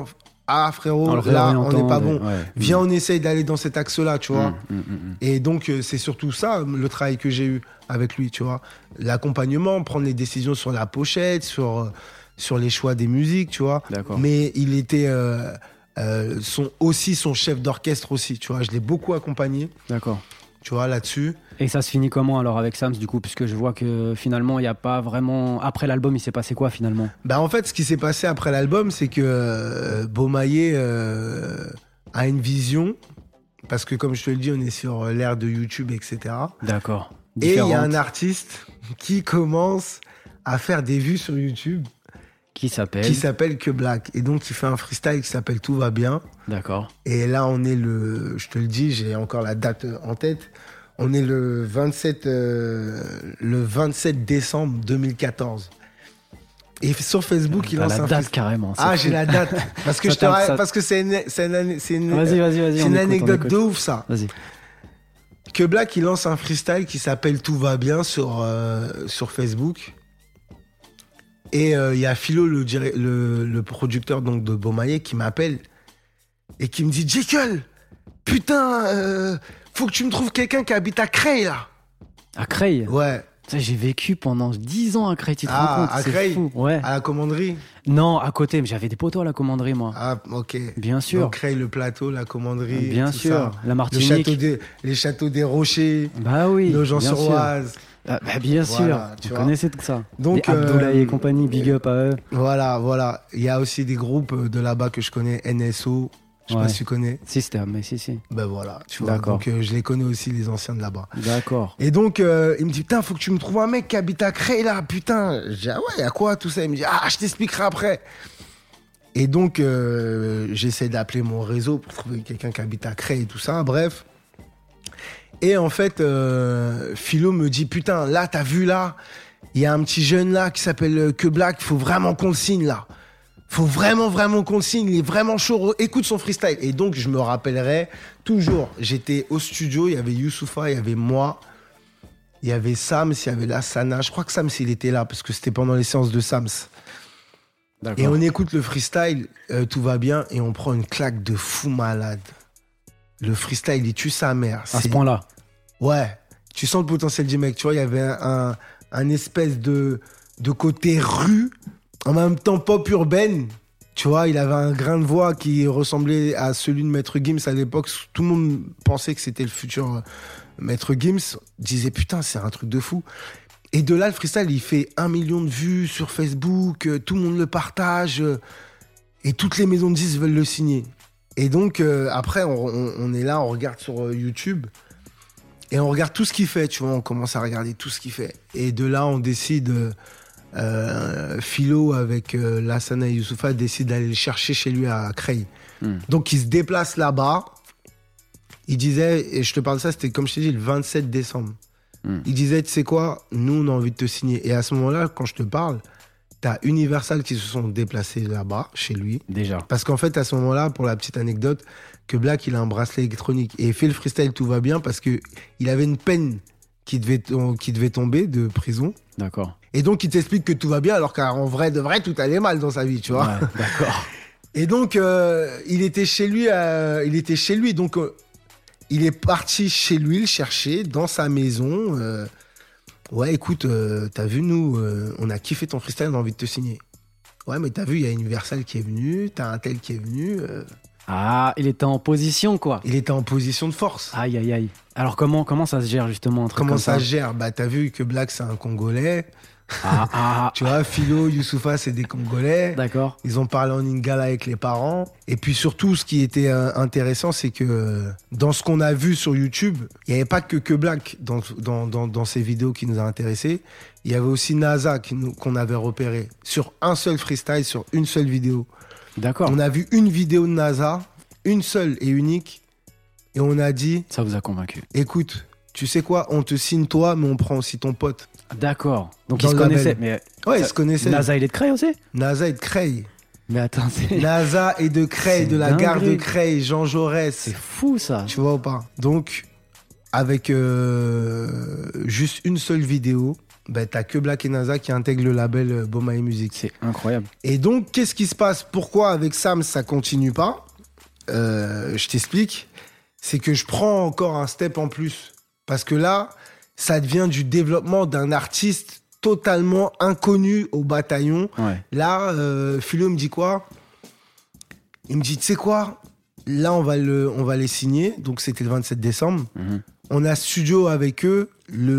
ah frérot, En le là on réorientant, n'est pas mais- bon. ouais. Viens, on essaye d'aller dans cet axe-là, tu vois. Mm, mm, mm. Et donc, euh, c'est surtout ça, le travail que j'ai eu avec lui, tu vois. L'accompagnement, prendre les décisions sur la pochette, sur, euh, sur les choix des musiques, tu vois. D'accord. Mais il était euh, euh, son, aussi son chef d'orchestre aussi, tu vois. Je l'ai beaucoup accompagné, D'accord. tu vois, là-dessus. Et ça se finit comment alors avec Sams du coup, puisque je vois que finalement il n'y a pas vraiment. Après l'album, il s'est passé quoi finalement? Bah, en fait, ce qui s'est passé après l'album, c'est que euh, Beaumaillé euh, a une vision, parce que comme je te le dis, on est sur l'ère de YouTube, et cetera. D'accord. Et il y a Différentes. un artiste qui commence à faire des vues sur YouTube Qui s'appelle. qui s'appelle Que Black. Et donc, il fait un freestyle qui s'appelle Tout va bien. D'accord. Et là, on est le. Je te le dis, j'ai encore la date en tête. On est le vingt-sept, euh, le vingt-sept décembre deux mille quatorze. Et sur Facebook, il T'as lance la un date freestyle. carrément. c'est Ah, fou. j'ai la date. Parce que, Ça je te t'a- ra- ça- parce que c'est une, c'est une, c'est une, Vas-y, vas-y, vas-y. c'est on une écoute, on anecdote écoute. de ouf, ça. Vas-y. Que Black, il lance un freestyle qui s'appelle Tout va bien sur, euh, sur Facebook. Et il euh, y a Philo, le, dir- le, le producteur donc, de Beaumaillé, qui m'appelle et qui me dit Jekyll, putain, euh, faut que tu me trouves quelqu'un qui habite à Creil, là. À Creil. Ouais, Ça, j'ai vécu pendant dix ans à Creil, tu te Ah, rends compte? à C'est Creil. fou. Ouais. à la commanderie. Non, à côté, mais j'avais des poteaux à la commanderie, moi. Ah, ok. Bien sûr. Donc, Creil, le plateau, la commanderie. Bien tout sûr. ça. La Le Martinique. château des, les châteaux des Rochers, Bah oui. bien sûr. Nogent-sur-Oise. Ah, bah, bien sûr. Voilà, tu Vous vois. connaissez tout ça. Donc, Les Abdoulaye euh, et compagnie, big up à eux. Voilà, voilà. Il y a aussi des groupes de là-bas que je connais, N S O. Je sais Ouais. pas si tu connais. Système, mais si, si. Ben voilà, tu vois. D'accord. Donc euh, je les connais aussi, les anciens de là-bas. D'accord. Et donc, euh, il me dit, putain, faut que tu me trouves un mec qui habite à Creil, là, putain. Je dis, ah ouais, à quoi tout ça? Il me dit, ah, je t'expliquerai après. Et donc, euh, j'essaie d'appeler mon réseau pour trouver quelqu'un qui habite à Creil et tout ça, bref. Et en fait, euh, Philo me dit, putain, là, t'as vu, là, il y a un petit jeune, là, qui s'appelle euh, Que Black, faut vraiment qu'on le signe, là. Faut vraiment, vraiment qu'on le signe, il est vraiment chaud, écoute son freestyle. Et donc, je me rappellerai toujours, j'étais au studio, il y avait Youssoupha, il y avait moi, il y avait Sams, il y avait Lassana. Je crois que Sams, il était là, parce que c'était pendant les séances de Sams. D'accord. Et on écoute le freestyle, euh, tout va bien, et on prend une claque de fou malade. Le freestyle, il tue sa mère. À ce C'est- point-là. Ouais, tu sens le potentiel du mec. Tu vois, il y avait un, un, un espèce de, de côté rue, en même temps pop urbaine. Tu vois, il avait un grain de voix qui ressemblait à celui de Maître Gims à l'époque. Tout le monde pensait que c'était le futur euh, Maître Gims. Disait, putain, c'est un truc de fou. Et de là, le freestyle, il fait un million de vues sur Facebook. euh, Tout le monde le partage. euh, Et toutes les maisons de disques veulent le signer. Et donc, euh, après, on, on- on est là, on regarde sur euh, YouTube. Et on regarde tout ce qu'il fait, tu vois, on commence à regarder tout ce qu'il fait. Et de là, on décide, euh, euh, Philo avec euh, Lassana et Youssoupha décide d'aller le chercher chez lui à Creil. Hmm. Donc, il se déplace là-bas. Il disait, et je te parle de ça, c'était comme je t'ai dit, le vingt-sept décembre. Hmm. Il disait, tu sais quoi, nous, on a envie de te signer. Et à ce moment-là, quand je te parle, t'as Universal qui se sont déplacés là-bas, chez lui. Déjà. Parce qu'en fait, à ce moment-là, pour la petite anecdote, que Black, il a un bracelet électronique. Et il fait le freestyle, tout va bien, parce que il avait une peine qui devait, qui devait tomber de prison. D'accord. Et donc, il t'explique que tout va bien, alors qu'en vrai, de vrai, tout allait mal dans sa vie, tu vois. Ouais, d'accord. Et donc, euh, il était chez lui, euh, il était chez lui. Donc, euh, il est parti chez lui le chercher, dans sa maison. euh, ouais, écoute, euh, t'as vu, nous, euh, on a kiffé ton freestyle, on a envie de te signer. Ouais, mais t'as vu, il y a Universal qui est venu, t'as un tel qui est venu. euh, Ah, il était en position, quoi. il était en position de force. Aïe, aïe, aïe. Alors, comment, comment ça se gère, justement, un truc Comment comme ça se gère? Bah, t'as vu que Black, c'est un Congolais. Ah, ah, Tu vois, Philo, Youssoupha, c'est des Congolais. d'accord. Ils ont parlé en lingala avec les parents. Et puis surtout, ce qui était euh, intéressant, c'est que euh, dans ce qu'on a vu sur YouTube, il n'y avait pas que que Black dans, dans, dans, dans ces vidéos qui nous a intéressés. Il y avait aussi NASA qui nous- qu'on avait repéré sur un seul freestyle, sur une seule vidéo. D'accord. On a vu une vidéo de NASA, une seule et unique. Et on a dit, Ça vous a convaincu. écoute, tu sais quoi, on te signe toi, mais on prend aussi ton pote. D'accord. Donc, Dans ils se le label. connaissaient. Mais Ouais, ça- ils se connaissaient. NASA, il est de Creil aussi? NASA et de Creil. Mais attends, c'est NASA et de Creil, C'est de la gare de dinguerie. Creil, Jean Jaurès. c'est fou, ça. Tu vois ou pas? Donc, avec euh, juste une seule vidéo, bah, t'as que Black et NASA qui intègrent le label euh, Bomaye Music. C'est incroyable. Et donc, qu'est-ce qui se passe? Pourquoi avec Sam, ça continue pas? euh, Je t'explique. C'est que je prends encore un step en plus. Parce que là, ça devient du développement d'un artiste totalement inconnu au bataillon. Ouais. Là, euh, Philo me dit quoi? Il me dit, tu sais quoi? Là, on va, le, on va les signer. Donc, c'était le vingt-sept décembre. Mm-hmm. On a studio avec eux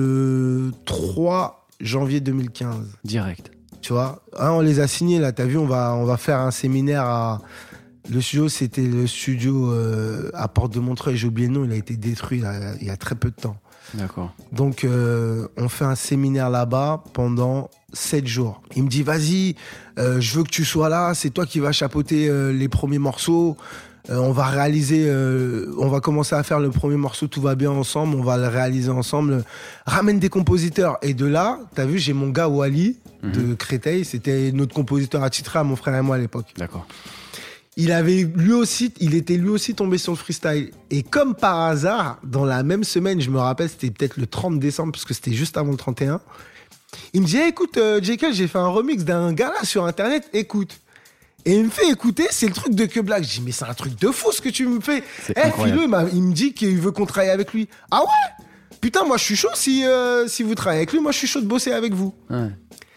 le trois janvier deux mille quinze. Direct. Tu vois, hein, on les a signés, là. T'as vu, on va, on va faire un séminaire à... Le studio, c'était le studio euh, à Porte de Montreuil. J'ai oublié le nom, il a été détruit là, il y a très peu de temps. D'accord. Donc, euh, on fait un séminaire là-bas pendant sept jours. Il me dit, vas-y, euh, je veux que tu sois là. C'est toi qui vas chapeauter euh, les premiers morceaux. Euh, on va réaliser, euh, on va commencer à faire le premier morceau, tout va bien ensemble, on va le réaliser ensemble. Ramène des compositeurs. Et de là, t'as vu, j'ai mon gars Wally mm-hmm. de Créteil. C'était notre compositeur attitré à mon frère et moi à l'époque. D'accord. Il avait lui aussi, il était lui aussi tombé sur le freestyle. Et comme par hasard, dans la même semaine, je me rappelle, c'était peut-être le trente décembre, parce que c'était juste avant le trente et un. Il me dit, hey, écoute, euh, J K, j'ai fait un remix d'un gars là sur Internet, écoute. Et il me fait écouter, c'est le truc de Que Black. Je dis, mais c'est un truc de fou ce que tu me fais. Eh, hey, Philo, il, il me dit qu'il veut qu'on travaille avec lui. Ah ouais? Putain, moi je suis chaud si, euh, si vous travaillez avec lui, moi je suis chaud de bosser avec vous. Ouais.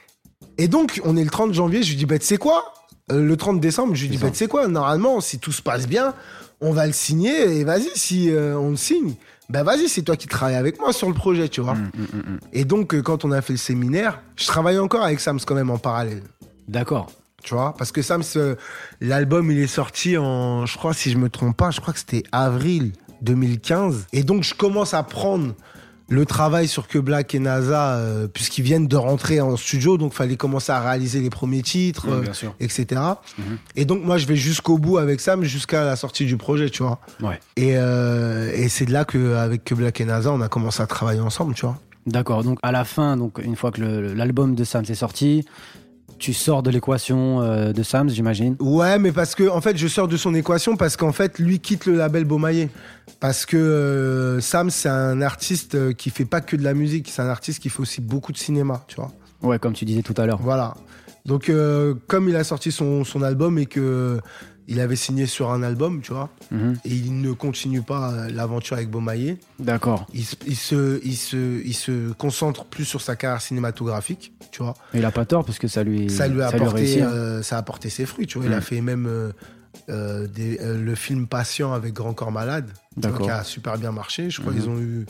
Et donc, on est le trente janvier, je lui dis, bah tu sais quoi? Le trente décembre, je lui dis, bah, tu sais quoi, normalement, si tout se passe bien, on va le signer et vas-y, si euh, on le signe, bah vas-y, c'est toi qui travailles avec moi sur le projet, tu vois. Mmh, mmh, mmh. Et donc, euh, quand on a fait le séminaire, je travaillais encore avec Sams quand même en parallèle. D'accord. Tu vois, parce que Sams, euh, l'album, il est sorti en, je crois, si je me trompe pas, je crois que c'était avril deux mille quinze. Et donc, je commence à prendre le travail sur Que Black et NASA, euh, puisqu'ils viennent de rentrer en studio, donc il fallait commencer à réaliser les premiers titres, oui, euh, et cetera. Mm-hmm. Et donc moi, je vais jusqu'au bout avec Sam, jusqu'à la sortie du projet, tu vois. Ouais. Et, euh, et c'est de là qu'avec Que Black et NASA, on a commencé à travailler ensemble, tu vois. D'accord, donc à la fin, donc, une fois que le, l'album de Sam est sorti, tu sors de l'équation euh, de Sams, j'imagine. Ouais, mais parce que en fait, je sors de son équation parce qu'en fait, lui quitte le label Bomaye. Parce que euh, Sams, c'est un artiste qui fait pas que de la musique, c'est un artiste qui fait aussi beaucoup de cinéma, tu vois. Ouais, comme tu disais tout à l'heure. Voilà. Donc, euh, comme il a sorti son, son album et que il avait signé sur un album, tu vois, mm-hmm. et il ne continue pas l'aventure avec Bomaye. D'accord. Il, il, se, il, se, il se concentre plus sur sa carrière cinématographique, tu vois. Mais il a pas tort parce que ça lui, ça lui a ça apporté, lui euh, ça a apporté ses fruits, tu vois. Mm. Il a fait même euh, euh, des, euh, le film Patient avec Grand Corps Malade, vois, qui a super bien marché. Je crois mm-hmm. qu'ils ont eu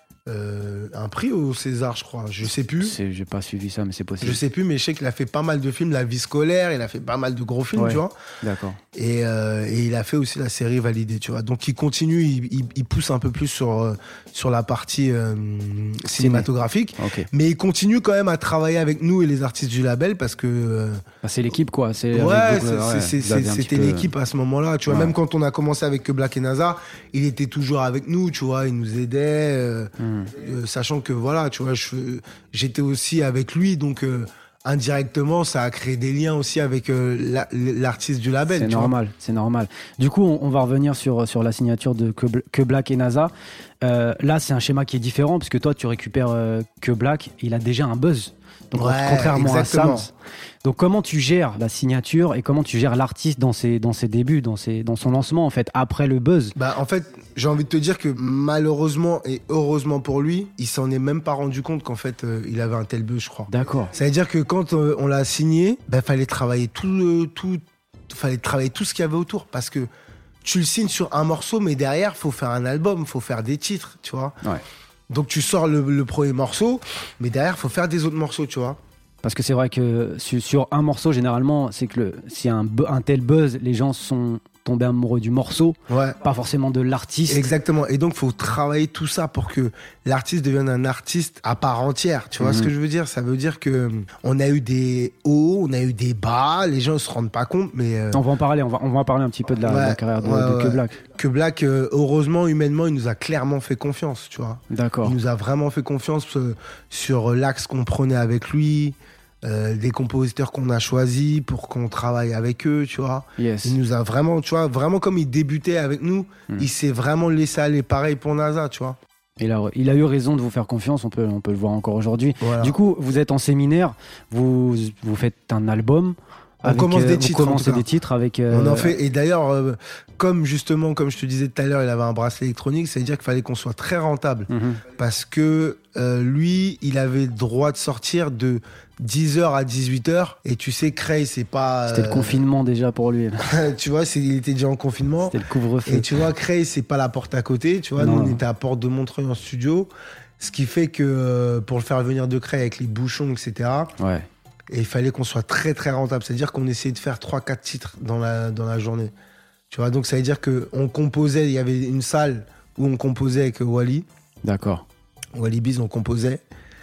Euh, un prix au César, je crois. Je sais plus. C'est, j'ai pas suivi ça, mais c'est possible. Je sais plus, mais je sais qu'il a fait pas mal de films. La vie scolaire, il a fait pas mal de gros films, ouais. tu vois. D'accord. Et, euh, et il a fait aussi la série Validée, tu vois. Donc il continue, il, il, il pousse un peu plus sur, euh, sur la partie euh, cinématographique. Okay. Mais il continue quand même à travailler avec nous et les artistes du label parce que. Euh, bah, c'est l'équipe, quoi. C'est ouais, c'est, ouais, c'est, c'est, c'était peu... l'équipe à ce moment-là. Tu vois, ouais. Même quand on a commencé avec Que Black et NASA, il était toujours avec nous, tu vois. Il nous aidait. Euh, mm. Euh, sachant que voilà, tu vois, je, j'étais aussi avec lui, donc euh, indirectement, ça a créé des liens aussi avec euh, la, l'artiste du label. C'est tu normal, vois. c'est normal. Du coup, on, on va revenir sur, sur la signature de Que, que Black et NASA. Euh, là, c'est un schéma qui est différent, puisque toi, tu récupères euh, Que Black, il a déjà un buzz. Donc, ouais, contrairement exactement. à Sams. Donc, comment tu gères la signature et comment tu gères l'artiste dans ses, dans ses débuts, dans, ses, dans son lancement, en fait, après le buzz? Bah, en fait, j'ai envie de te dire que malheureusement et heureusement pour lui, il s'en est même pas rendu compte qu'en fait, euh, il avait un tel buzz, je crois. D'accord. Ça veut dire que quand euh, on l'a signé, bah, fallait travailler tout, le, tout, fallait travailler tout ce qu'il y avait autour. Parce que tu le signes sur un morceau, mais derrière, faut faire un album, faut faire des titres, tu vois. Ouais. Donc tu sors le, le premier morceau, mais derrière, il faut faire des autres morceaux, tu vois. Parce que c'est vrai que sur, sur un morceau, généralement, c'est que le, s'il y a un, un tel buzz, les gens sont tombés amoureux du morceau, ouais. pas forcément de l'artiste. Exactement. Et donc, il faut travailler tout ça pour que l'artiste devienne un artiste à part entière. Tu vois mmh. ce que je veux dire? Ça veut dire que on a eu des hauts, on a eu des bas, les gens ne se rendent pas compte, mais... Euh... On va en parler, on va, on va en parler un petit peu de la, ouais, de la carrière de, ouais, de ouais. Que Black. Que Black, euh, heureusement, humainement, il nous a clairement fait confiance, tu vois. D'accord. Il nous a vraiment fait confiance euh, sur l'axe qu'on prenait avec lui, Euh, des compositeurs qu'on a choisis pour qu'on travaille avec eux, tu vois. Yes. Il nous a vraiment, tu vois, vraiment comme il débutait avec nous, mm. il s'est vraiment laissé aller. Pareil pour NASA, tu vois. Il a, il a eu raison de vous faire confiance, on peut, on peut le voir encore aujourd'hui. Voilà. Du coup, vous êtes en séminaire, vous, vous faites un album. On avec, commence des vous titres. commencez des titres avec. Euh... On en fait. Et d'ailleurs, euh, comme justement, comme je te disais tout à l'heure, il avait un bracelet électronique, ça veut dire qu'il fallait qu'on soit très rentable. Mm-hmm. Parce que euh, lui, il avait le droit de sortir de dix heures à dix-huit heures. Et tu sais, Cray, c'est pas. C'était euh... le confinement déjà pour lui. tu vois, c'est, il était déjà en confinement. C'était le couvre-feu. Et tu vois, Cray, c'est pas la porte à côté. Tu vois, non, nous, on non. était à Porte de Montreuil en studio. Ce qui fait que euh, pour le faire venir de Cray avec les bouchons, et cetera. Ouais. Et il fallait qu'on soit très très rentable. C'est-à-dire qu'on essayait de faire trois quatre titres dans la, dans la journée. Tu vois, donc ça veut dire qu'on composait, il y avait une salle où on composait avec Wally. D'accord. Wally Biz, on composait.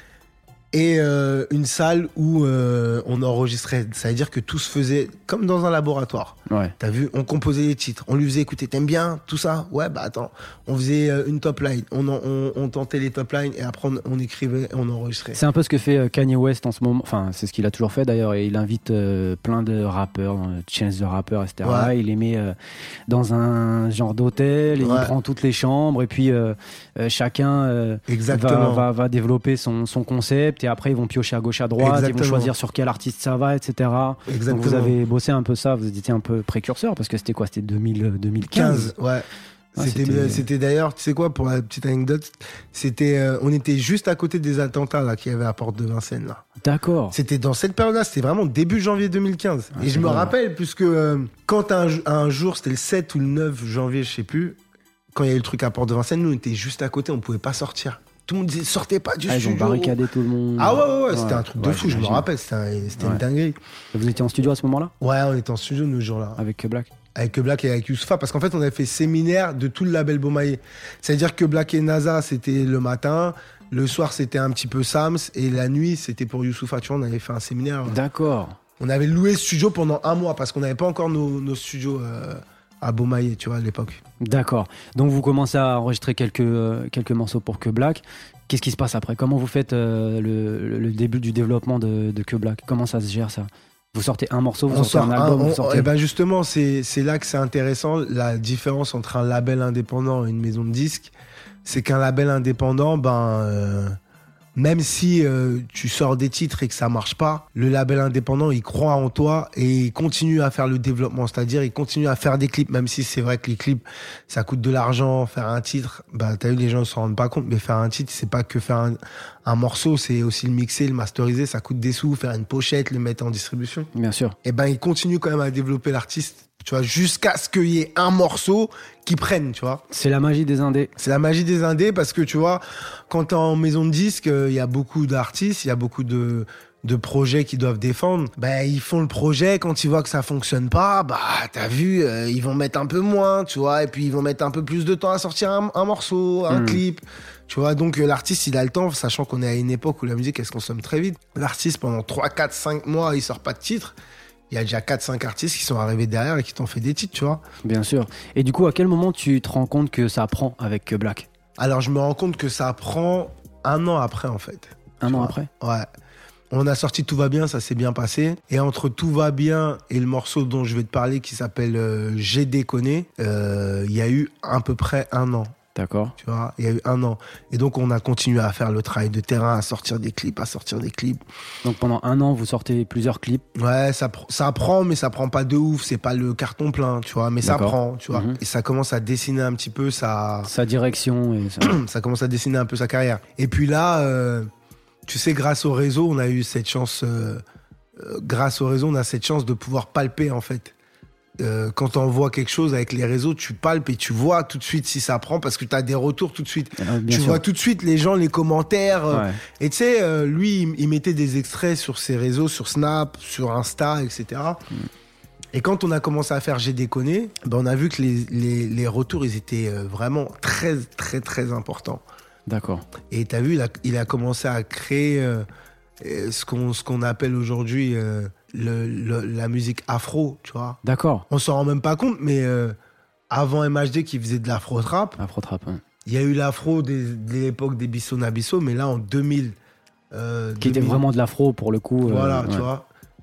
Et euh, une salle où euh, on enregistrait. Ça veut dire que tout se faisait comme dans un laboratoire. Ouais. T'as vu, on composait les titres, on lui faisait écouter. T'aimes bien tout ça? Ouais, bah attends. On faisait euh, une top line, on, en, on, on tentait les top lines et après on, on écrivait et on enregistrait. C'est un peu ce que fait Kanye West en ce moment. Enfin, c'est ce qu'il a toujours fait d'ailleurs. Et il invite euh, plein de rappeurs, euh, Chance the Rapper, et cetera. Ouais. Il les met euh, dans un genre d'hôtel et Ouais. il prend toutes les chambres. Et puis euh, euh, chacun euh, va, Exactement. va, va développer son, son concept. Et après, ils vont piocher à gauche, à droite. Exactement. Ils vont choisir sur quel artiste ça va, et cetera. Exactement. Donc vous avez bossé un peu ça. Vous étiez un peu précurseur parce que c'était quoi? C'était deux mille, deux mille quinze. quinze, ouais. Ah, c'était, c'était- c'était d'ailleurs, tu sais quoi, pour la petite anecdote, c'était, euh, on était juste à côté des attentats là qu'il y avait à Porte de Vincennes là. D'accord. C'était dans cette période-là, c'était vraiment début janvier deux mille quinze. Ah, et c'est je me vrai. rappelle, puisque euh, quand un, un jour, c'était le sept ou le neuf janvier, je sais plus, quand il y a eu le truc à Porte de Vincennes, nous on était juste à côté, on pouvait pas sortir. Tout le monde disait sortez pas du Ah, ils ont studio. barricadé tout le monde. Ah ouais, ouais, ouais, c'était un truc de Ouais, fou, je me j'imagine. rappelle, c'était, un- c'était Ouais. une dinguerie. Vous étiez en studio à ce moment-là Ouais, on était en studio nous, ce jour-là. avec Black? Avec Black et avec Youssoupha, parce qu'en fait, on avait fait séminaire de tout le label Beaumaillé. C'est-à-dire que Black et NASA, c'était le matin, le soir, c'était un petit peu Sams, et la nuit, c'était pour Youssoupha. Tu vois, on avait fait un séminaire. D'accord. On avait loué ce studio pendant un mois, parce qu'on n'avait pas encore nos, nos studios euh, à Beaumaillé, tu vois, à l'époque. D'accord. Donc vous commencez à enregistrer quelques, euh, quelques morceaux pour Que Black. Qu'est-ce qui se passe après? Comment vous faites euh, le, le début du développement de, de Que Black? Comment ça se gère ça? Vous sortez un morceau, vous On sortez sort un album, un- vous on- sortez... eh ben justement, c'est, c'est là que c'est intéressant, la différence entre un label indépendant et une maison de disques. C'est qu'un label indépendant, ben, euh, même si euh, tu sors des titres et que ça marche pas, le label indépendant, il croit en toi et il continue à faire le développement. C'est-à-dire, il continue à faire des clips, même si c'est vrai que les clips, ça coûte de l'argent. Faire un titre, bah, t'as vu, les gens ne s'en rendent pas compte, mais faire un titre, c'est pas que faire un, un morceau, c'est aussi le mixer, le masteriser, ça coûte des sous, faire une pochette, le mettre en distribution. Bien sûr. Et ben, il continue quand même à développer l'artiste, tu vois, jusqu'à ce qu'il y ait un morceau qui prenne, tu vois. C'est la magie des indés. C'est la magie des indés parce que, tu vois, quand t'es en maison de disques, il y a beaucoup d'artistes, il y a beaucoup de, de projets qui doivent défendre. Ben, ils font le projet, quand ils voient que ça fonctionne pas, bah, t'as vu, euh, ils vont mettre un peu moins, tu vois, et puis ils vont mettre un peu plus de temps à sortir un, un morceau, un Mm. clip. Tu vois, donc euh, l'artiste, il a le temps, sachant qu'on est à une époque où la musique, elle se consomme très vite. L'artiste, pendant trois, quatre, cinq mois, il sort pas de titre. Il y a déjà quatre cinq artistes qui sont arrivés derrière et qui t'ont fait des titres, tu vois. Bien sûr. Et du coup, à quel moment tu te rends compte que ça prend avec Que Black? Alors, je me rends compte que ça prend un an après, en fait. Un Tu an vois. après? Ouais. On a sorti Tout va bien, ça s'est bien passé. Et entre Tout va bien et le morceau dont je vais te parler qui s'appelle euh, J'ai déconné, euh, il y a eu à peu près un an. D'accord. Tu vois, il y a eu un an. Et donc, on a continué à faire le travail de terrain, à sortir des clips, à sortir des clips. Donc pendant un an, vous sortez plusieurs clips. Ouais, ça, pr- ça prend, mais ça prend pas de ouf. C'est pas le carton plein, tu vois. Mais ça D'accord. prend, tu vois. Mhm. Et ça commence à dessiner un petit peu sa... Sa direction et ça. ça commence à dessiner un peu sa carrière. Et puis là, euh, tu sais, grâce au réseau, on a eu cette chance... euh, euh, grâce au réseau, on a cette chance de pouvoir palper, en fait. Euh, quand on voit quelque chose avec les réseaux, tu palpes et tu vois tout de suite si ça prend parce que tu as des retours tout de suite. Euh, bien tu sûr. vois tout de suite les gens, les commentaires. euh, Ouais. Et tu sais, euh, lui, il, il mettait des extraits sur ses réseaux, sur Snap, sur Insta, et cetera. Mm. Et quand on a commencé à faire J'ai déconné, ben on a vu que les, les, les retours, ils étaient euh, vraiment très, très, très importants. D'accord. Et tu as vu, il a, il a commencé à créer euh, euh, ce qu'on ce qu'on appelle aujourd'hui euh, le, le- la musique afro, tu vois. D'accord. On s'en rend même pas compte, mais euh, avant M H D qui faisait de l'afro-trap, Afro-trap. hein. il y a eu l'afro des- de l'époque des Bissona Bisso, mais là en deux mille. euh, Qui était deux mille, vraiment de l'afro pour le coup. euh, Voilà, tu ouais. vois.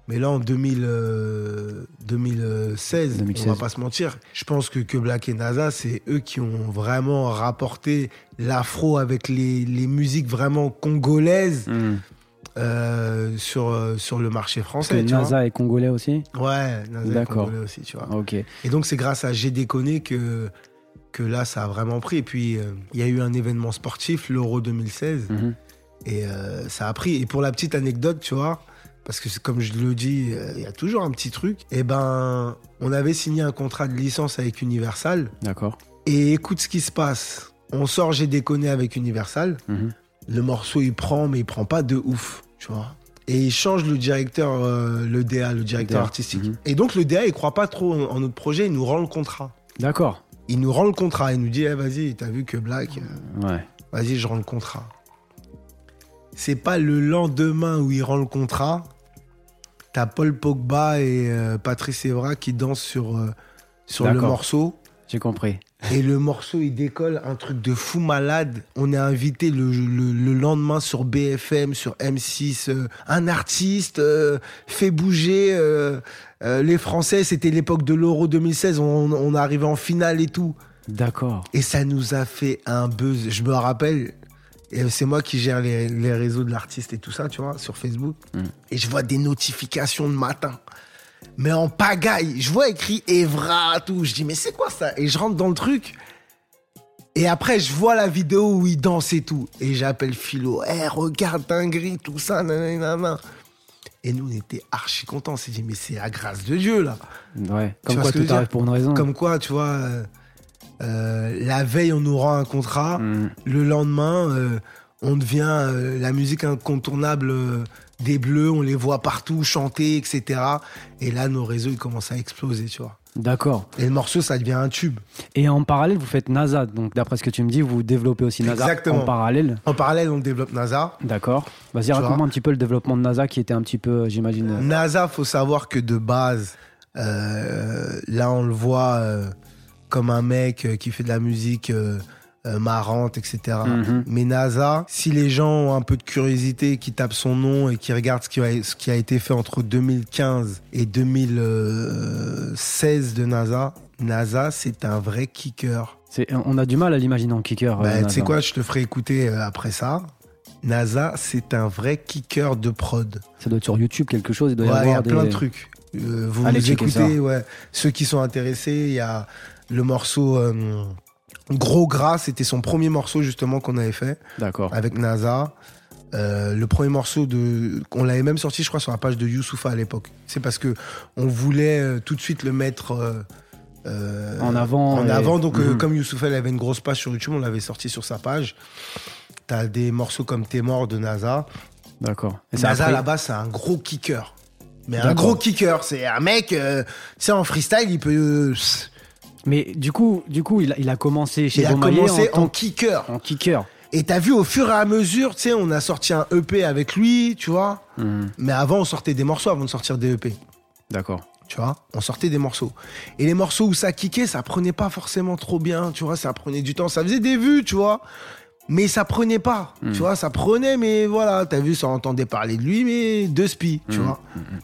Mais là, en deux mille, euh, deux mille seize, deux mille seize, on va pas se mentir, je pense que Que Black et NASA, c'est eux qui ont vraiment rapporté l'afro avec les, les musiques vraiment congolaises mmh. euh, sur, euh, sur le marché français. Parce que tu NASA vois. est congolais aussi. Ouais, NASA D'accord. est congolais aussi, tu vois. Ok. Et donc, c'est grâce à J'ai déconné que, que là, ça a vraiment pris. Et puis, il euh, y a eu un événement sportif, l'Euro deux mille seize, Mmh. et euh, ça a pris. Et pour la petite anecdote, tu vois, parce que c'est comme je le dis, il euh, y a toujours un petit truc. Et ben, on avait signé un contrat de licence avec Universal. D'accord. Et écoute ce qui se passe. On sort J'ai déconné avec Universal. Mmh. Le morceau, il prend, mais il prend pas de ouf, tu vois. Et il change le directeur, euh, le D A, le directeur D A. artistique. Mmh. Et donc, le D A, il croit pas trop en, en notre projet. Il nous rend le contrat. D'accord. Il nous rend le contrat. Il nous dit, eh, vas-y, t'as vu que Black, euh, Ouais. vas-y, je rends le contrat. C'est pas le lendemain où il rend le contrat. T'as Paul Pogba et euh, Patrice Evra qui dansent sur, euh, sur le D'accord. morceau. J'ai compris. Et le morceau, il décolle, un truc de fou malade. On est invité le, le, le lendemain sur B F M, sur M six. Euh, un artiste euh, fait bouger euh, euh, les Français. C'était l'époque de l'Euro deux mille seize. On, on est arrivé en finale et tout. D'accord. Et ça nous a fait un buzz. Je me rappelle... Et c'est moi qui gère les, les réseaux de l'artiste et tout ça, tu vois, sur Facebook. Mm. Et je vois des notifications de matin. Mais en pagaille. Je vois écrit Evra, tout. Je dis, mais c'est quoi ça? Et je rentre dans le truc. Et après, je vois la vidéo où il danse et tout. Et j'appelle Philo. Eh, hey, regarde, dinguerie, tout ça, nanana. Et nous, on était archi contents. On s'est dit, mais c'est la grâce de Dieu, là. Ouais. Tu Comme vois quoi ce que je tout veux arrive dire pour une raison. Comme quoi, tu vois... euh, Euh, la veille, on nous rend un contrat. Mm. Le lendemain, euh, on devient euh, la musique incontournable euh, des Bleus. On les voit partout chanter, et cetera. Et là, nos réseaux, ils commencent à exploser, tu vois. D'accord. Et le morceau, ça devient un tube. Et en parallèle, vous faites NASA. Donc, d'après ce que tu me dis, vous développez aussi NASA. Exactement. En parallèle. En parallèle, on développe NASA. D'accord. Vas-y, Tu raconte-moi vois. un petit peu le développement de NASA qui était un petit peu, j'imagine. euh, NASA, faut savoir que de base, euh, là, on le voit euh, comme un mec euh, qui fait de la musique euh, euh, marrante, et cetera. Mhm. Mais NASA, si les gens ont un peu de curiosité, qui tapent son nom et qui regardent ce qui a, ce qui a été fait entre deux mille quinze et deux mille seize de NASA, NASA, c'est un vrai kicker. c'est- on a du mal à l'imaginer en kicker. euh, Bah, tu NASA. sais quoi, je te ferai écouter euh, après ça. NASA, c'est un vrai kicker de prod. Ça doit être sur YouTube quelque chose. Il doit y Ouais, il y avoir a plein des... de trucs. Euh, vous Allez vous checker écoutez, ça. ouais. Ceux qui sont intéressés, il y a le morceau euh, Gros Gras, c'était son premier morceau justement qu'on avait fait D'accord. avec NASA. Euh, le premier morceau de, on l'avait même sorti, je crois, sur la page de Youssoupha à l'époque. C'est parce que on voulait euh, tout de suite le mettre euh, euh, En avant En et- avant. Donc, euh, Mhm. comme Youssoupha, il avait une grosse page sur YouTube, on l'avait sorti sur sa page. T'as des morceaux comme T'es mort de NASA. D'accord. Et ça a NASA, pris- là-bas, c'est un gros kicker. Mais un D'accord. gros kicker. C'est un mec, euh, tu sais, en freestyle, il peut. euh, Mais du coup, du coup il, a, il a commencé chez il a Beaumaillé commencé en, en, tant- kicker. en kicker. Et t'as vu, au fur et à mesure, tu sais, on a sorti un E P avec lui, tu vois. Mhm. Mais avant, on sortait des morceaux avant de sortir des E P. D'accord. Tu vois, on sortait des morceaux. Et les morceaux où ça kickait, ça prenait pas forcément trop bien, tu vois, ça prenait du temps. Ça faisait des vues, tu vois. Mais ça prenait pas, Mm. tu vois, ça prenait, mais voilà, t'as vu, ça entendait parler de lui, mais de spi, tu Mm. vois.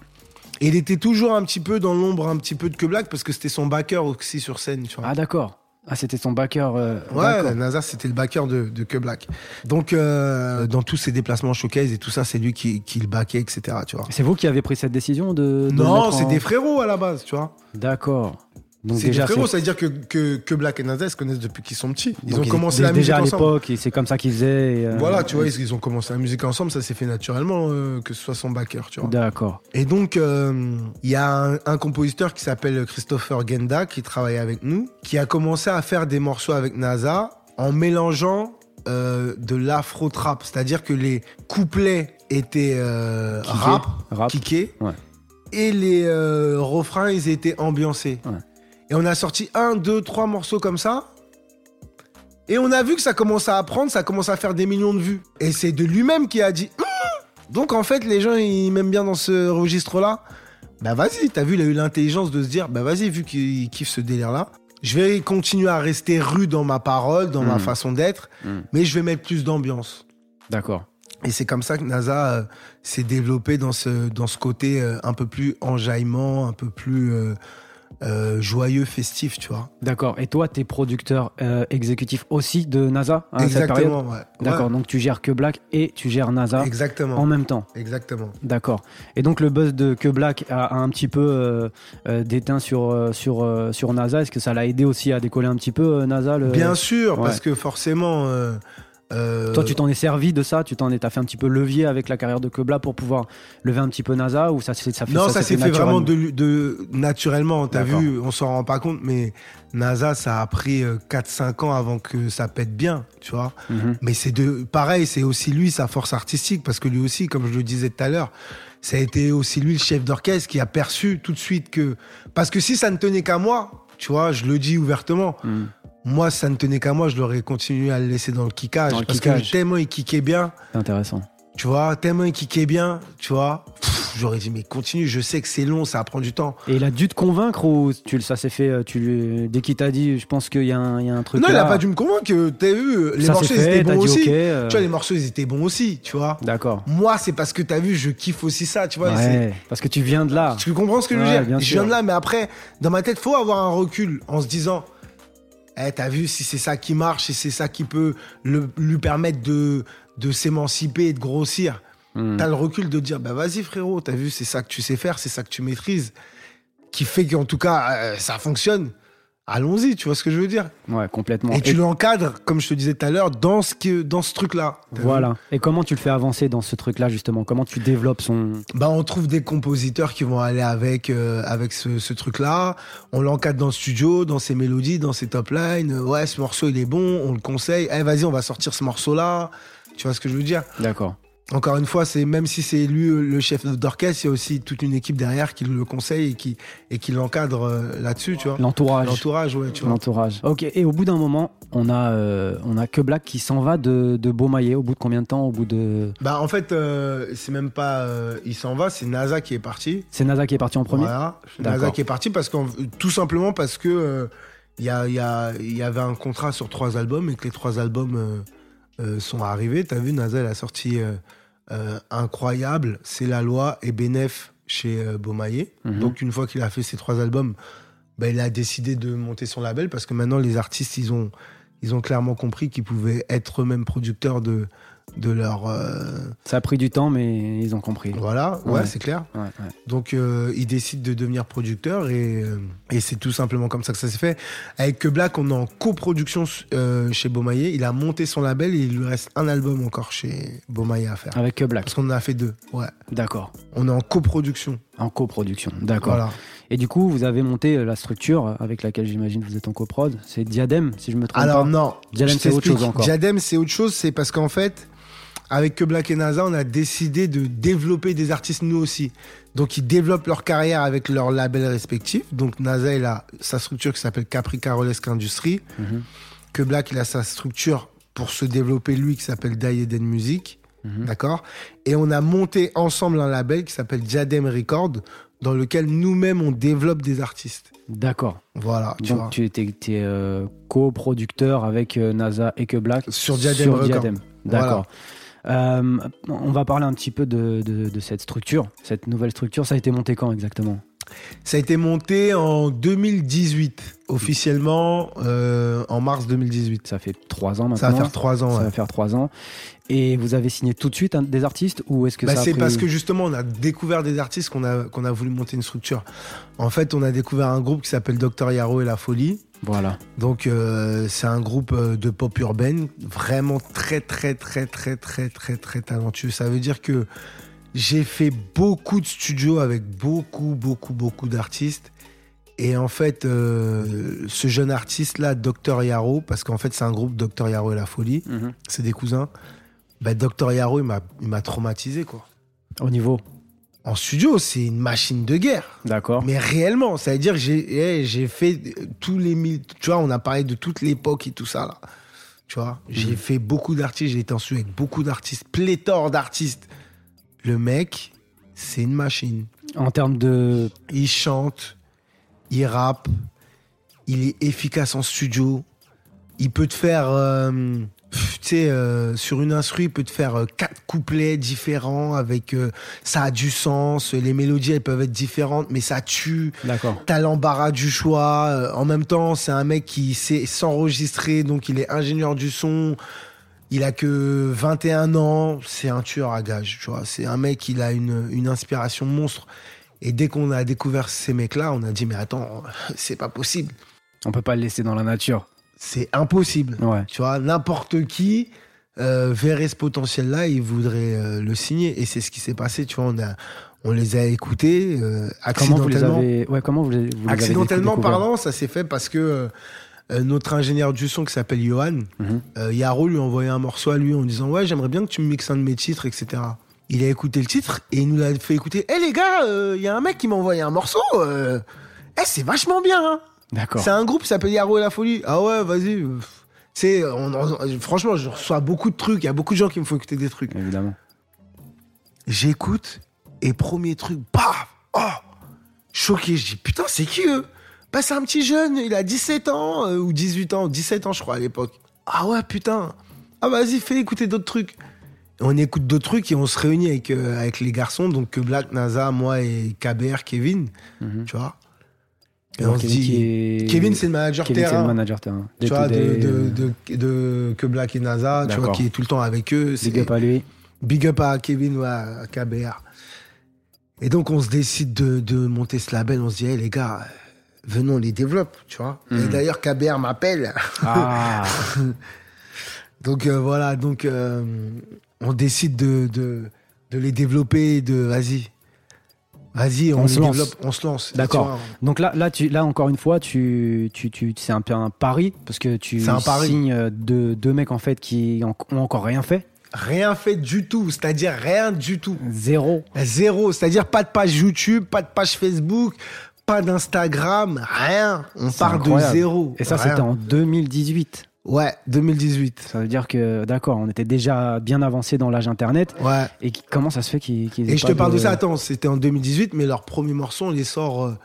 Et il était toujours un petit peu dans l'ombre, un petit peu de Que Black, parce que c'était son backer aussi sur scène, tu vois. Ah d'accord. Ah c'était son backer. euh, Ouais, d'accord. NASA, c'était le backer de, de Que Black. Donc, euh, dans tous ses déplacements showcase et tout ça, c'est lui qui, qui le backait, et cetera, tu vois. C'est vous qui avez pris cette décision de, de le Non, mettre c'est en- des frérots à la base, tu vois. D'accord. Donc C'est déjà des frérots, c'est- ça veut dire que, que, que Black et NASA, ils se connaissent depuis qu'ils sont petits. Ils donc ont commencé dé- la musique déjà à ensemble. l'époque et c'est comme ça qu'ils faisaient. et, euh, Voilà, tu vois, ils, ils ont commencé la musique ensemble, ça s'est fait naturellement, euh, que ce soit son backer, tu vois. D'accord. Et donc, euh, il y a un, un compositeur qui s'appelle Christopher Genda, qui travaille avec nous, qui a commencé à faire des morceaux avec NASA en mélangeant euh, de l'afro-trap. C'est-à-dire que les couplets étaient euh, Kické, rap, rap. kickés, Ouais. et les euh, refrains, ils étaient ambiancés. Ouais. Et on a sorti un, deux, trois morceaux comme ça. Et on a vu que ça commençait à prendre, ça commençait à faire des millions de vues. Et c'est de lui-même qui a dit Hum !» Donc en fait, les gens, ils m'aiment bien dans ce registre-là. Bah vas-y, t'as vu, il a eu l'intelligence de se dire bah vas-y, vu qu'il kiffe ce délire-là, je vais continuer à rester rude dans ma parole, dans ma Mm. façon d'être, Mm. mais je vais mettre plus d'ambiance. D'accord. Et c'est comme ça que NASA euh, s'est développé dans ce, dans ce côté euh, un peu plus enjaillement, un peu plus euh, euh, joyeux, festif, tu vois. D'accord. Et toi, t'es producteur euh, exécutif aussi de NASA à Exactement, cette période ouais. D'accord, Ouais. donc tu gères Que Black et tu gères NASA Exactement. en même temps. Exactement. D'accord. Et donc le buzz de Que Black a, a un petit peu euh, euh, déteint sur, euh, sur, euh, sur NASA. Est-ce que ça l'a aidé aussi à décoller un petit peu euh, NASA le... Bien sûr, Ouais. parce que forcément... Euh, euh, Toi, tu t'en es servi de ça, tu t'en es, t'as fait un petit peu levier avec la carrière de Que Black pour pouvoir lever un petit peu NASA, ou ça, ça fait Non, ça, ça, s'est s'est fait vraiment naturellement de, de naturellement. T'as D'accord. vu, on s'en rend pas compte, mais NASA, ça a pris euh, quatre cinq ans avant que ça pète bien, tu vois. Mhm. Mais c'est de, pareil, c'est aussi lui sa force artistique, parce que lui aussi, comme je le disais tout à l'heure, ça a été aussi lui le chef d'orchestre qui a perçu tout de suite que, parce que si ça ne tenait qu'à moi, tu vois, je le dis ouvertement. Mhm. Moi, si ça ne tenait qu'à moi, je l'aurais continué à le laisser dans le kickage. Dans le parce kickage. que tellement il kickait bien, C'est intéressant. tu vois, tellement il kickait bien, tu vois. Pff, j'aurais dit, mais continue, je sais que c'est long, ça prend du temps. Et il a dû te convaincre, ou tu, ça s'est fait, tu, lui- dès qu'il t'a dit, je pense qu'il y, a un- il y a un truc Non, là. il a pas dû me convaincre. T'as vu, les Ça morceaux, s'est ils fait, étaient t'as bons dit aussi. ok. euh, Tu vois, les morceaux, ils étaient bons aussi, tu vois. D'accord. Moi, c'est parce que t'as vu, je kiffe aussi ça, tu vois. et c'est- Ouais, parce que tu viens de là. Tu comprends ce que je veux Ouais, dire bien Je sûr. viens de là, mais après, dans ma tête, faut avoir un recul en se disant, eh, t'as vu, si c'est ça qui marche, si c'est ça qui peut le- lui permettre de, de s'émanciper et de grossir, Mhm. t'as le recul de dire, bah vas-y frérot, t'as vu, c'est ça que tu sais faire, c'est ça que tu maîtrises, qui fait qu'en tout cas, euh, ça fonctionne. Allons-y, tu vois ce que je veux dire Ouais, complètement. Et tu Et- l'encadres, comme je te disais tout à l'heure, dans ce, que, dans ce truc-là. T'as Voilà. Et comment tu le fais avancer dans ce truc-là, justement? Comment tu développes son. Bah, on trouve des compositeurs qui vont aller avec, euh, avec ce, ce truc-là. On l'encadre dans le studio, dans ses mélodies, dans ses top lines. Ouais, ce morceau, il est bon, on le conseille. Eh, vas-y, on va sortir ce morceau-là. Tu vois ce que je veux dire? D'accord. Encore une fois, c'est même si c'est lui le chef d'orchestre, il y a aussi toute une équipe derrière qui le conseille et qui, et qui l'encadre euh, là-dessus, tu vois. L'entourage. L'entourage, ouais, tu vois. L'entourage. Ok, et au bout d'un moment, on a, euh, on a Que Black qui s'en va de, de Beaumaillé. Au bout de combien de temps? Au bout de. Bah, en fait, euh, c'est même pas. Euh, il s'en va, c'est NASA qui est parti. C'est NASA qui est parti en premier? Voilà, c'est D'accord. NASA qui est parti parce qu'en- tout simplement parce que euh, il y, a, il y, a, il y avait un contrat sur trois albums et que les trois albums euh, euh, sont arrivés. T'as vu, NASA elle a sorti euh, euh, Incroyable, C'est la loi et Bénef chez euh, Beaumaillé. Mhm. Donc une fois qu'il a fait ces trois albums, bah, il a décidé de monter son label parce que maintenant les artistes ils ont, ils ont clairement compris qu'ils pouvaient être eux-mêmes producteurs de, de leur... euh, Ça a pris du temps, mais ils ont compris. Voilà, ouais, Ouais. c'est clair. Ouais, ouais. Donc, euh, il décide de devenir producteur et, euh, et c'est tout simplement comme ça que ça s'est fait. Avec Que Black, on est en coproduction euh, chez Beaumaillé. Il a monté son label et il lui reste un album encore chez Beaumaillé à faire. Avec Que Black. Parce qu'on en a fait deux, ouais. D'accord. On est en coproduction. En coproduction. D'accord. Voilà. Et du coup, vous avez monté euh, la structure avec laquelle j'imagine vous êtes en coprod. C'est Diadème, si je me trompe Alors pas. non, Diadème, je c'est autre t'explique. chose encore. Diadème, c'est autre chose. C'est parce qu'en fait, avec Que Black et NASA, on a décidé de développer des artistes nous aussi. Donc, ils développent leur carrière avec leurs labels respectifs. Donc, NASA, il a sa structure qui s'appelle Capri Carolesque Industrie. Mhm. Que Black, il a sa structure pour se développer, lui, qui s'appelle Die Eden Music. Mhm. D'accord? Et on a monté ensemble un label qui s'appelle Diadem Record, dans lequel nous-mêmes, on développe des artistes. D'accord. Voilà, tu vois. Donc tu étais euh, coproducteur avec euh, NASA et Que Black Sur Diadem sur Records. Diadem. D'accord. Euh, on va parler un petit peu de, de, de cette structure, cette nouvelle structure. Ça a été monté quand exactement? Ça a été monté en deux mille dix-huit, officiellement euh, en mars deux mille dix-huit. Ça fait trois ans maintenant. Ça va faire trois ans. Ça ouais. va faire trois ans. Et vous avez signé tout de suite hein, des artistes ou est-ce que Bah, ça a c'est pris- parce que justement, on a découvert des artistes qu'on a, qu'on a voulu monter une structure. En fait, on a découvert un groupe qui s'appelle docteur Yaro et la Folie. Voilà. Donc, euh, c'est un groupe euh, de pop urbaine, vraiment très, très, très, très, très, très, très talentueux. Ça veut dire que j'ai fait beaucoup de studios avec beaucoup, beaucoup, beaucoup d'artistes. Et en fait, euh, ce jeune artiste-là, docteur Yaro, parce qu'en fait, c'est un groupe docteur Yaro et la Folie, Mhm. c'est des cousins. Bah, docteur Yaro, il m'a, il m'a traumatisé, quoi. Au niveau. En studio, c'est une machine de guerre. D'accord. Mais réellement, ça veut dire que j'ai, eh, j'ai fait tous les mille. Tu vois, on a parlé de toute l'époque et tout ça, là. Tu vois, j'ai fait beaucoup d'artistes, j'ai été en studio avec beaucoup d'artistes, pléthore d'artistes. Le mec, c'est une machine. En termes de. Il chante, il rappe, il est efficace en studio. Il peut te faire euh, pff, tu sais, euh, sur une instru, il peut te faire euh, quatre couplets différents avec, euh, ça a du sens, les mélodies, elles peuvent être différentes, mais ça tue. D'accord. T'as l'embarras du choix. Euh, en même temps, c'est un mec qui sait s'enregistrer, donc il est ingénieur du son. Il a que vingt et un ans, c'est un tueur à gages, tu vois. C'est un mec, il a une, une inspiration monstre. Et dès qu'on a découvert ces mecs-là, on a dit, mais attends, c'est pas possible. On peut pas le laisser dans la nature. C'est impossible. Ouais. Tu vois, n'importe qui euh, verrait ce potentiel-là, il voudrait euh, le signer. Et c'est ce qui s'est passé, tu vois. On, a, on les a écoutés euh, accidentellement. Comment vous les avez, ouais, comment vous les, vous les accidentellement avez parlant, ça s'est fait parce que euh, notre ingénieur du son qui s'appelle Johan, mm-hmm. euh, Yaro lui a envoyé un morceau à lui en disant « Ouais, j'aimerais bien que tu me mixes un de mes titres, et cetera » Il a écouté le titre et il nous l'a fait écouter. Hé hey, les gars, il euh, y a un mec qui m'a envoyé un morceau. Euh... Hey, c'est vachement bien. Hein. D'accord. C'est un groupe qui s'appelle Yaro et la Folie. Ah ouais, vas-y. C'est, on, on, franchement, je reçois beaucoup de trucs. Il y a beaucoup de gens qui me font écouter des trucs. Évidemment. J'écoute et premier truc, paf, oh, choqué. Je dis putain, c'est qui eux? Bah, c'est un petit jeune. Il a dix-sept ans euh, ou dix-huit ans, dix-sept ans je crois à l'époque. Ah ouais, putain. Ah vas-y, fais écouter d'autres trucs. On écoute d'autres trucs et on se réunit avec, euh, avec les garçons, donc Black, NASA, moi et K B R, Kevin, mm-hmm. tu vois. Et donc on Kevin se dit, est... Kevin c'est le manager Kevin, terrain, c'est le manager terrain. Tu vois, de, de, de, de, de que Black et NASA, tu vois, qui est tout le temps avec eux. Big up à lui. Big up à Kevin, ouais, à K B R. Et donc on se décide de, de monter ce label, on se dit, hey, les gars, venons, on les développe, tu vois. Mm. Et d'ailleurs K B R m'appelle. Ah. donc euh, voilà, donc... Euh, on décide de, de, de les développer, de vas-y, vas-y, on, on les développe, lance. on se lance. D'accord. Vois, on... Donc là, là, tu, là, encore une fois, tu, tu, tu, c'est un peu un pari, parce que tu signes deux, deux mecs en fait qui ont encore rien fait. Rien fait du tout, c'est-à-dire rien du tout. Zéro. Zéro, c'est-à-dire pas de page YouTube, pas de page Facebook, pas d'Instagram, rien. On c'est part incroyable. de zéro. Et ça, rien. C'était en deux mille dix-huit. Ouais, deux mille dix-huit. Ça veut dire que, d'accord, on était déjà bien avancé dans l'âge Internet. Ouais. Et qui, comment ça se fait qu'ils... qu'ils et je te parle de... de ça, attends, c'était en deux mille dix-huit, mais leur premier morceau, on les sort, euh,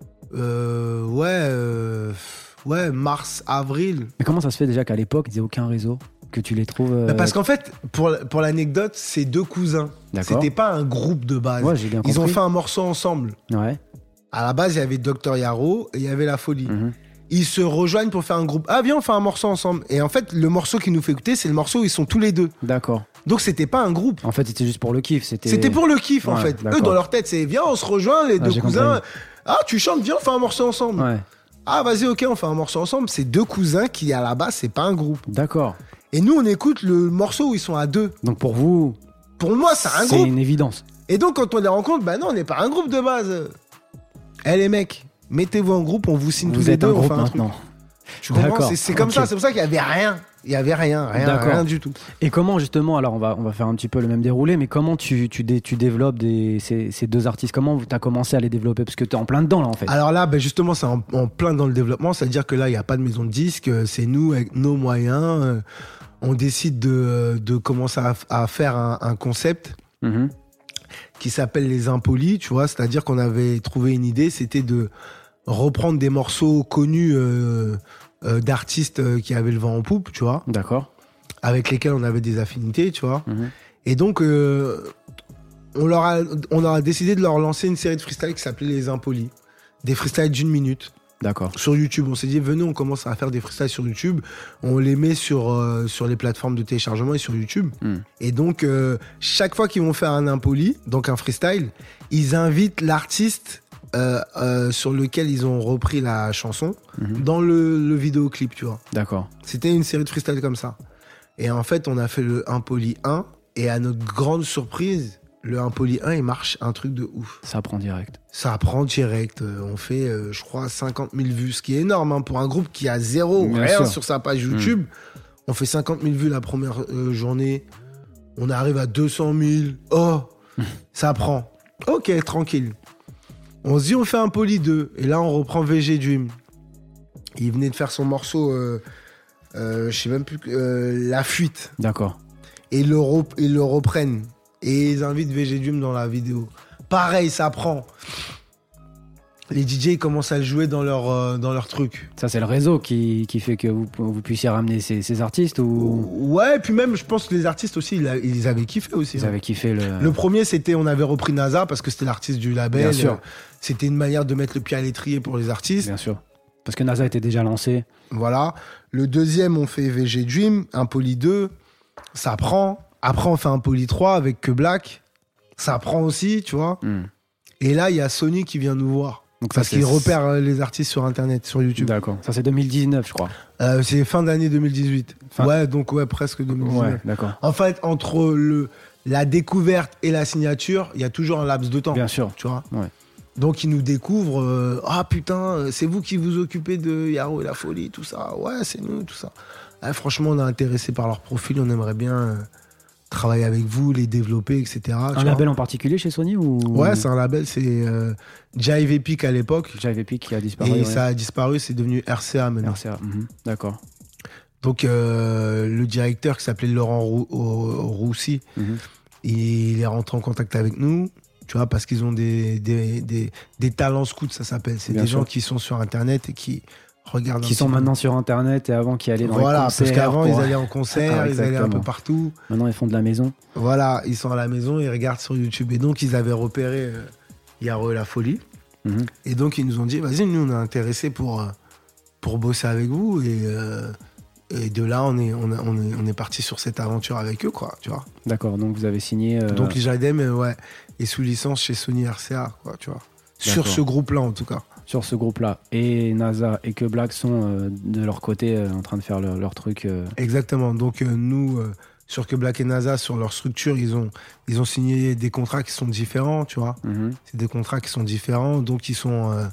euh, ouais, euh, ouais, mars, avril. Mais comment ça se fait déjà qu'à l'époque, ils n'avaient aucun réseau, que tu les trouves... Euh... Bah parce qu'en fait, pour, pour l'anecdote, c'est deux cousins. D'accord. C'était pas un groupe de base. Ouais, j'ai bien compris. Ils ont fait un morceau ensemble. Ouais. À la base, il y avait Docteur Yaro et il y avait La Folie. Mm-hmm. Ils se rejoignent pour faire un groupe. Ah, viens, on fait un morceau ensemble. Et en fait, le morceau qui nous fait écouter, c'est le morceau où ils sont tous les deux. D'accord. Donc, c'était pas un groupe. En fait, c'était juste pour le kiff. C'était, c'était pour le kiff, ouais, en fait. D'accord. Eux, dans leur tête, c'est viens, on se rejoint, les ah, deux cousins. Compris. Ah, tu chantes, viens, on fait un morceau ensemble. Ouais. Ah, vas-y, ok, on fait un morceau ensemble. C'est deux cousins qui, à la base, c'est pas un groupe. D'accord. Et nous, on écoute le morceau où ils sont à deux. Donc, pour vous. Pour moi, c'est un c'est groupe. C'est une évidence. Et donc, quand on les rencontre, bah non, on n'est pas un groupe de base. Eh, les mecs, mettez-vous en groupe, on vous signe vous tous les deux, on fait un maintenant. truc. Tu comprends, c'est, c'est comme okay. ça, c'est pour ça qu'il y avait rien. Il y avait rien, rien, rien du tout. Et comment justement, alors on va, on va faire un petit peu le même déroulé, mais comment tu, tu, dé, tu développes des, ces, ces deux artistes? Comment tu as commencé à les développer? Parce que tu es en plein dedans là en fait. Alors là, ben justement, c'est en, en plein dans le développement, c'est-à-dire que là, il n'y a pas de maison de disques, c'est nous avec nos moyens. Euh, on décide de, de commencer à, à faire un, un concept mm-hmm. qui s'appelle Les Impolis, tu vois, c'est-à-dire qu'on avait trouvé une idée, c'était de reprendre des morceaux connus euh, euh, d'artistes euh, qui avaient le vent en poupe, tu vois. D'accord. Avec lesquels on avait des affinités, tu vois. Mmh. Et donc, euh, on, leur a, on a décidé de leur lancer une série de freestyles qui s'appelait Les Impolis. Des freestyles d'une minute. D'accord. Sur YouTube. On s'est dit, venez, on commence à faire des freestyles sur YouTube. On les met sur, euh, sur les plateformes de téléchargement et sur YouTube. Mmh. Et donc, euh, chaque fois qu'ils vont faire un impoli, donc un freestyle, ils invitent l'artiste... Euh, euh, sur lequel ils ont repris la chanson mmh. dans le, le vidéoclip, tu vois. D'accord. C'était une série de freestyle comme ça. Et en fait, on a fait le Impoli un, et à notre grande surprise, le Impoli un, il marche un truc de ouf. Ça prend direct. Ça prend direct. On fait, euh, je crois, cinquante mille vues, ce qui est énorme hein, pour un groupe qui a zéro, Bien rien sûr. Sur sa page YouTube. Mmh. On fait cinquante mille vues la première euh, journée. On arrive à deux cent mille. Oh, mmh. Ça prend. Ok, tranquille. On se dit, on fait un Impoli deux. Et là, on reprend V G Dream. Il venait de faire son morceau, euh, euh, je sais même plus, euh, La Fuite. D'accord. Et ils le, rep- ils le reprennent. Et ils invitent V G Dream dans la vidéo. Pareil, ça prend. les D J ils commencent à le jouer dans leur, euh, dans leur truc. Ça, c'est le réseau qui, qui fait que vous, vous puissiez ramener ces, ces artistes ou... Ouais, et puis même, je pense que les artistes aussi, ils, ils avaient kiffé aussi. Ils hein. avaient kiffé le... Le premier, c'était, on avait repris NASA parce que c'était l'artiste du label. Bien sûr. C'était une manière de mettre le pied à l'étrier pour les artistes. Bien sûr. Parce que NASA était déjà lancé. Voilà. Le deuxième, on fait V G Dream, un Poly deux. Ça prend. Après, on fait un Poly trois avec Que Black. Ça prend aussi, tu vois. Mm. Et là, il y a Sony qui vient nous voir. Donc ça, parce qu'il repère euh, les artistes sur Internet, sur YouTube. D'accord. Ça, c'est deux mille dix-neuf, je crois. Euh, c'est fin d'année deux mille dix-huit. Fin... Ouais, donc ouais, presque deux mille dix-neuf. Ouais, d'accord. En fait, entre le, la découverte et la signature, il y a toujours un laps de temps. Bien sûr. Tu vois. Ouais. Donc, ils nous découvrent. Euh, ah putain, c'est vous qui vous occupez de Yaro et la folie, tout ça. Ouais, c'est nous, tout ça. Ah, franchement, on est intéressé par leur profil. On aimerait bien euh, travailler avec vous, les développer, et cetera. Un label vois. En particulier chez Sony ou... Ouais, c'est un label. C'est euh, Jive Epic à l'époque. Jive Epic qui a disparu. Et ouais. ça a disparu, c'est devenu R C A maintenant. R C A, mm-hmm. D'accord. Donc, euh, le directeur qui s'appelait Laurent Rou- Roussy, mm-hmm. il est rentré en contact avec nous. Tu vois, parce qu'ils ont des, des, des, des talents scouts, ça s'appelle. C'est Bien des sûr. gens qui sont sur Internet et qui regardent. Qui sont peu. Maintenant sur Internet et avant qui allaient dans voilà, les concerts. Voilà, parce qu'avant, pour... ils allaient en concert, ah, ils allaient un peu partout. Maintenant, ils font de la maison. Voilà, ils sont à la maison, ils regardent sur YouTube. Et donc, ils avaient repéré euh, Yaro et la folie. Mm-hmm. Et donc, ils nous ont dit, vas-y, nous, on est intéressés pour, euh, pour bosser avec vous. Et, euh, et de là, on est, on, a, on, est, on est parti sur cette aventure avec eux, quoi, tu vois. D'accord, donc vous avez signé... Euh... Donc, Jadem, euh, ouais. Et sous licence chez Sony R C A, quoi, tu vois. Sur ce groupe-là, en tout cas. Sur ce groupe-là. Et NASA et Que Black sont euh, de leur côté euh, en train de faire leur, leur truc. Euh... Exactement. Donc, euh, nous, euh, sur Que Black et NASA, sur leur structure, ils ont, ils ont signé des contrats qui sont différents, tu vois. Mm-hmm. C'est des contrats qui sont différents. Donc, ils sont euh,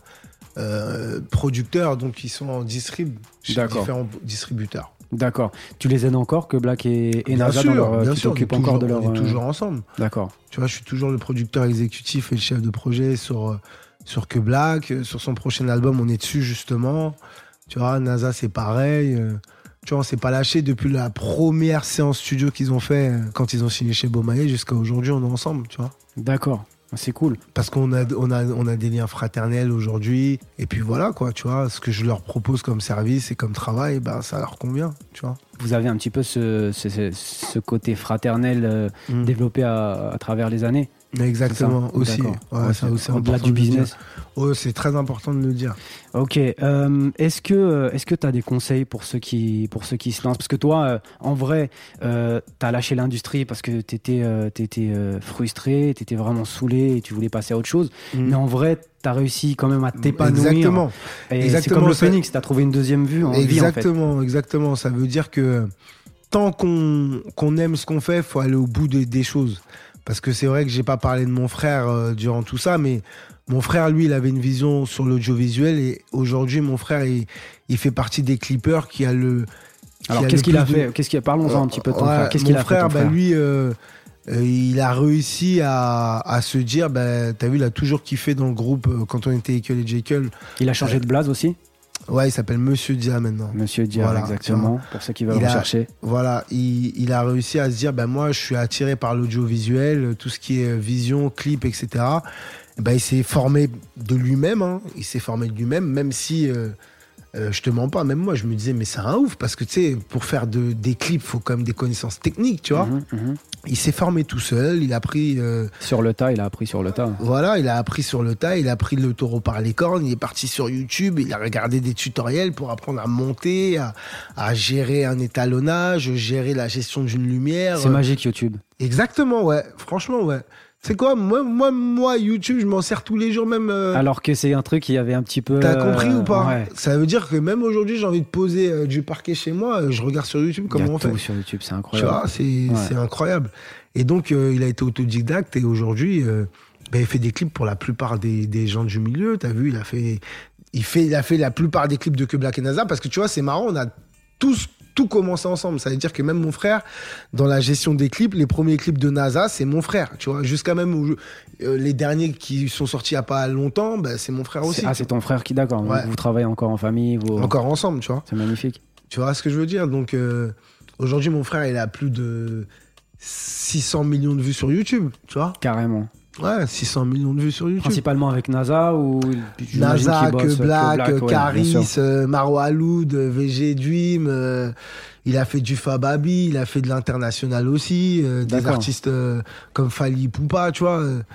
euh, producteurs, donc ils sont en distrib chez D'accord. différents distributeurs. D'accord. Tu les aides encore, Que Black et, et bien NASA sûr, dans leur, bien tu sûr, t'occupes toujours, encore de leur... On est toujours ensemble. D'accord. Tu vois, je suis toujours le producteur exécutif et le chef de projet sur, sur Que Black. Sur son prochain album, on est dessus, justement. Tu vois, NASA, c'est pareil. Tu vois, on s'est pas lâché depuis la première séance studio qu'ils ont fait quand ils ont signé chez Beaumaillé jusqu'à aujourd'hui, on est ensemble, tu vois. D'accord. C'est cool. Parce qu'on a, on a, on a des liens fraternels aujourd'hui. Et puis voilà, quoi, tu vois. Ce que je leur propose comme service et comme travail, bah, ça leur convient, tu vois. Vous avez un petit peu ce, ce, ce côté fraternel euh, mmh. développé à, à travers les années. Exactement, aussi. Ouais, ouais, ça aussi au-delà du business. Oh, c'est très important de le dire. Ok. Euh, est-ce que est-ce que tu as des conseils pour ceux qui pour ceux qui se lancent? Parce que toi, euh, en vrai, euh, tu as lâché l'industrie parce que tu étais euh, euh, frustré, tu étais vraiment saoulé et tu voulais passer à autre chose. Mmh. Mais en vrai, tu as réussi quand même à t'épanouir. Exactement. Et exactement. C'est comme le phénix, tu as trouvé une deuxième vue en exactement, vie, en fait. Exactement. Ça veut dire que tant qu'on, qu'on aime ce qu'on fait, il faut aller au bout de, des choses. Parce que c'est vrai que j'ai pas parlé de mon frère euh, durant tout ça, mais mon frère, lui, il avait une vision sur l'audiovisuel et aujourd'hui, mon frère, il, il fait partie des clippers qui a le. Qui Alors, a qu'est-ce qu'il a fait de... Qu'est-ce qu'il a... Parlons-en un petit peu de ton ouais, frère. Qu'est-ce mon qu'il a frère, fait, ton bah, frère lui, euh, euh, il a réussi à, à se dire, bah, t'as vu, il a toujours kiffé dans le groupe euh, quand on était Ekel et Jekyll. Il a changé euh, de blaze aussi. Ouais, il s'appelle Monsieur Dia maintenant. Monsieur Dia, voilà, exactement. Pour ceux qui veulent rechercher. Voilà, il, il a réussi à se dire, ben moi, je suis attiré par l'audiovisuel, tout ce qui est vision, clip, et cetera. Et ben, il s'est formé de lui-même. Hein. Il s'est formé de lui-même, même si euh, euh, je te mens pas. Même moi, je me disais, mais c'est un ouf parce que tu sais, pour faire de, des clips, il faut quand même des connaissances techniques, tu vois. Mmh, mmh. Il s'est formé tout seul, il a appris... Euh... Sur le tas, il a appris sur le tas. Voilà, il a appris sur le tas, il a pris le taureau par les cornes, il est parti sur YouTube, il a regardé des tutoriels pour apprendre à monter, à, à gérer un étalonnage, gérer la gestion d'une lumière. C'est magique, YouTube. Exactement, ouais. Franchement, ouais. C'est quoi, moi, moi, moi, YouTube, je m'en sers tous les jours, même. Euh... Alors que c'est un truc qui avait un petit peu. T'as compris euh... ou pas? Ouais. Ça veut dire que même aujourd'hui, j'ai envie de poser euh, du parquet chez moi, euh, je regarde sur YouTube comment on fait. Il y a tout sur YouTube, c'est incroyable. Tu vois, c'est, ouais. c'est incroyable. Et donc, euh, il a été autodidacte et aujourd'hui, euh, ben, il fait des clips pour la plupart des, des gens du milieu. T'as vu, il a fait, il fait, il a fait la plupart des clips de Que Black et NASA parce que tu vois, c'est marrant, on a tous tout commencé ensemble. Ça veut dire que même mon frère, dans la gestion des clips, les premiers clips de NASA, c'est mon frère, tu vois. Jusqu'à même où je, euh, les derniers qui sont sortis il n'y a pas longtemps, ben, c'est mon frère aussi. C'est, ah, c'est ton frère qui, d'accord. Ouais. Vous travaillez encore en famille. Vous... Encore ensemble, tu vois. C'est magnifique. Tu vois ce que je veux dire? Donc, euh, aujourd'hui, mon frère, il a plus de six cents millions de vues sur YouTube, tu vois. Carrément. Ouais, six cents millions de vues sur YouTube. Principalement avec NASA ou NASA, que Black, que Black Caris, ouais, euh, Marwa Aloud, V G Dream. Euh, il a fait du Fababi, il a fait de l'international aussi. Euh, des artistes euh, comme Fally Ipupa, tu vois. Euh,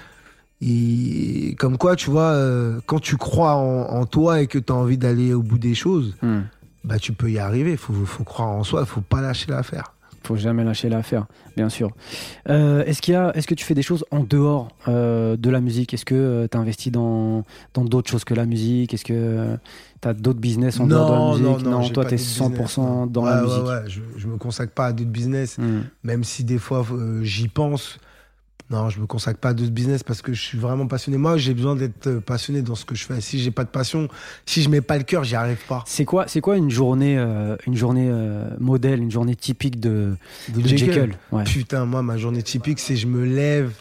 et comme quoi, tu vois, euh, quand tu crois en, en toi et que tu as envie d'aller au bout des choses, hmm. bah, tu peux y arriver. Il faut, faut croire en soi, il ne faut pas lâcher l'affaire. Faut jamais lâcher l'affaire, bien sûr. Euh, est-ce qu'il y a, est-ce que tu fais des choses en dehors euh, de la musique? Est-ce que euh, tu investis dans, dans d'autres choses que la musique? Est-ce que euh, tu as d'autres business en non, dehors de la musique? Non, non, non toi, tu es cent pour cent business, dans ouais, la ouais, musique. Ouais, je ne me consacre pas à d'autres business, mm. même si des fois euh, j'y pense. Non, je me consacre pas à d'autres business parce que je suis vraiment passionné. Moi, j'ai besoin d'être passionné dans ce que je fais. Si j'ai pas de passion, si je mets pas le cœur, j'y arrive pas. C'est quoi, c'est quoi une journée, euh, une journée euh, modèle, une journée typique de, de, de Jekyll? Ouais. Putain, moi, ma journée typique, c'est je me lève,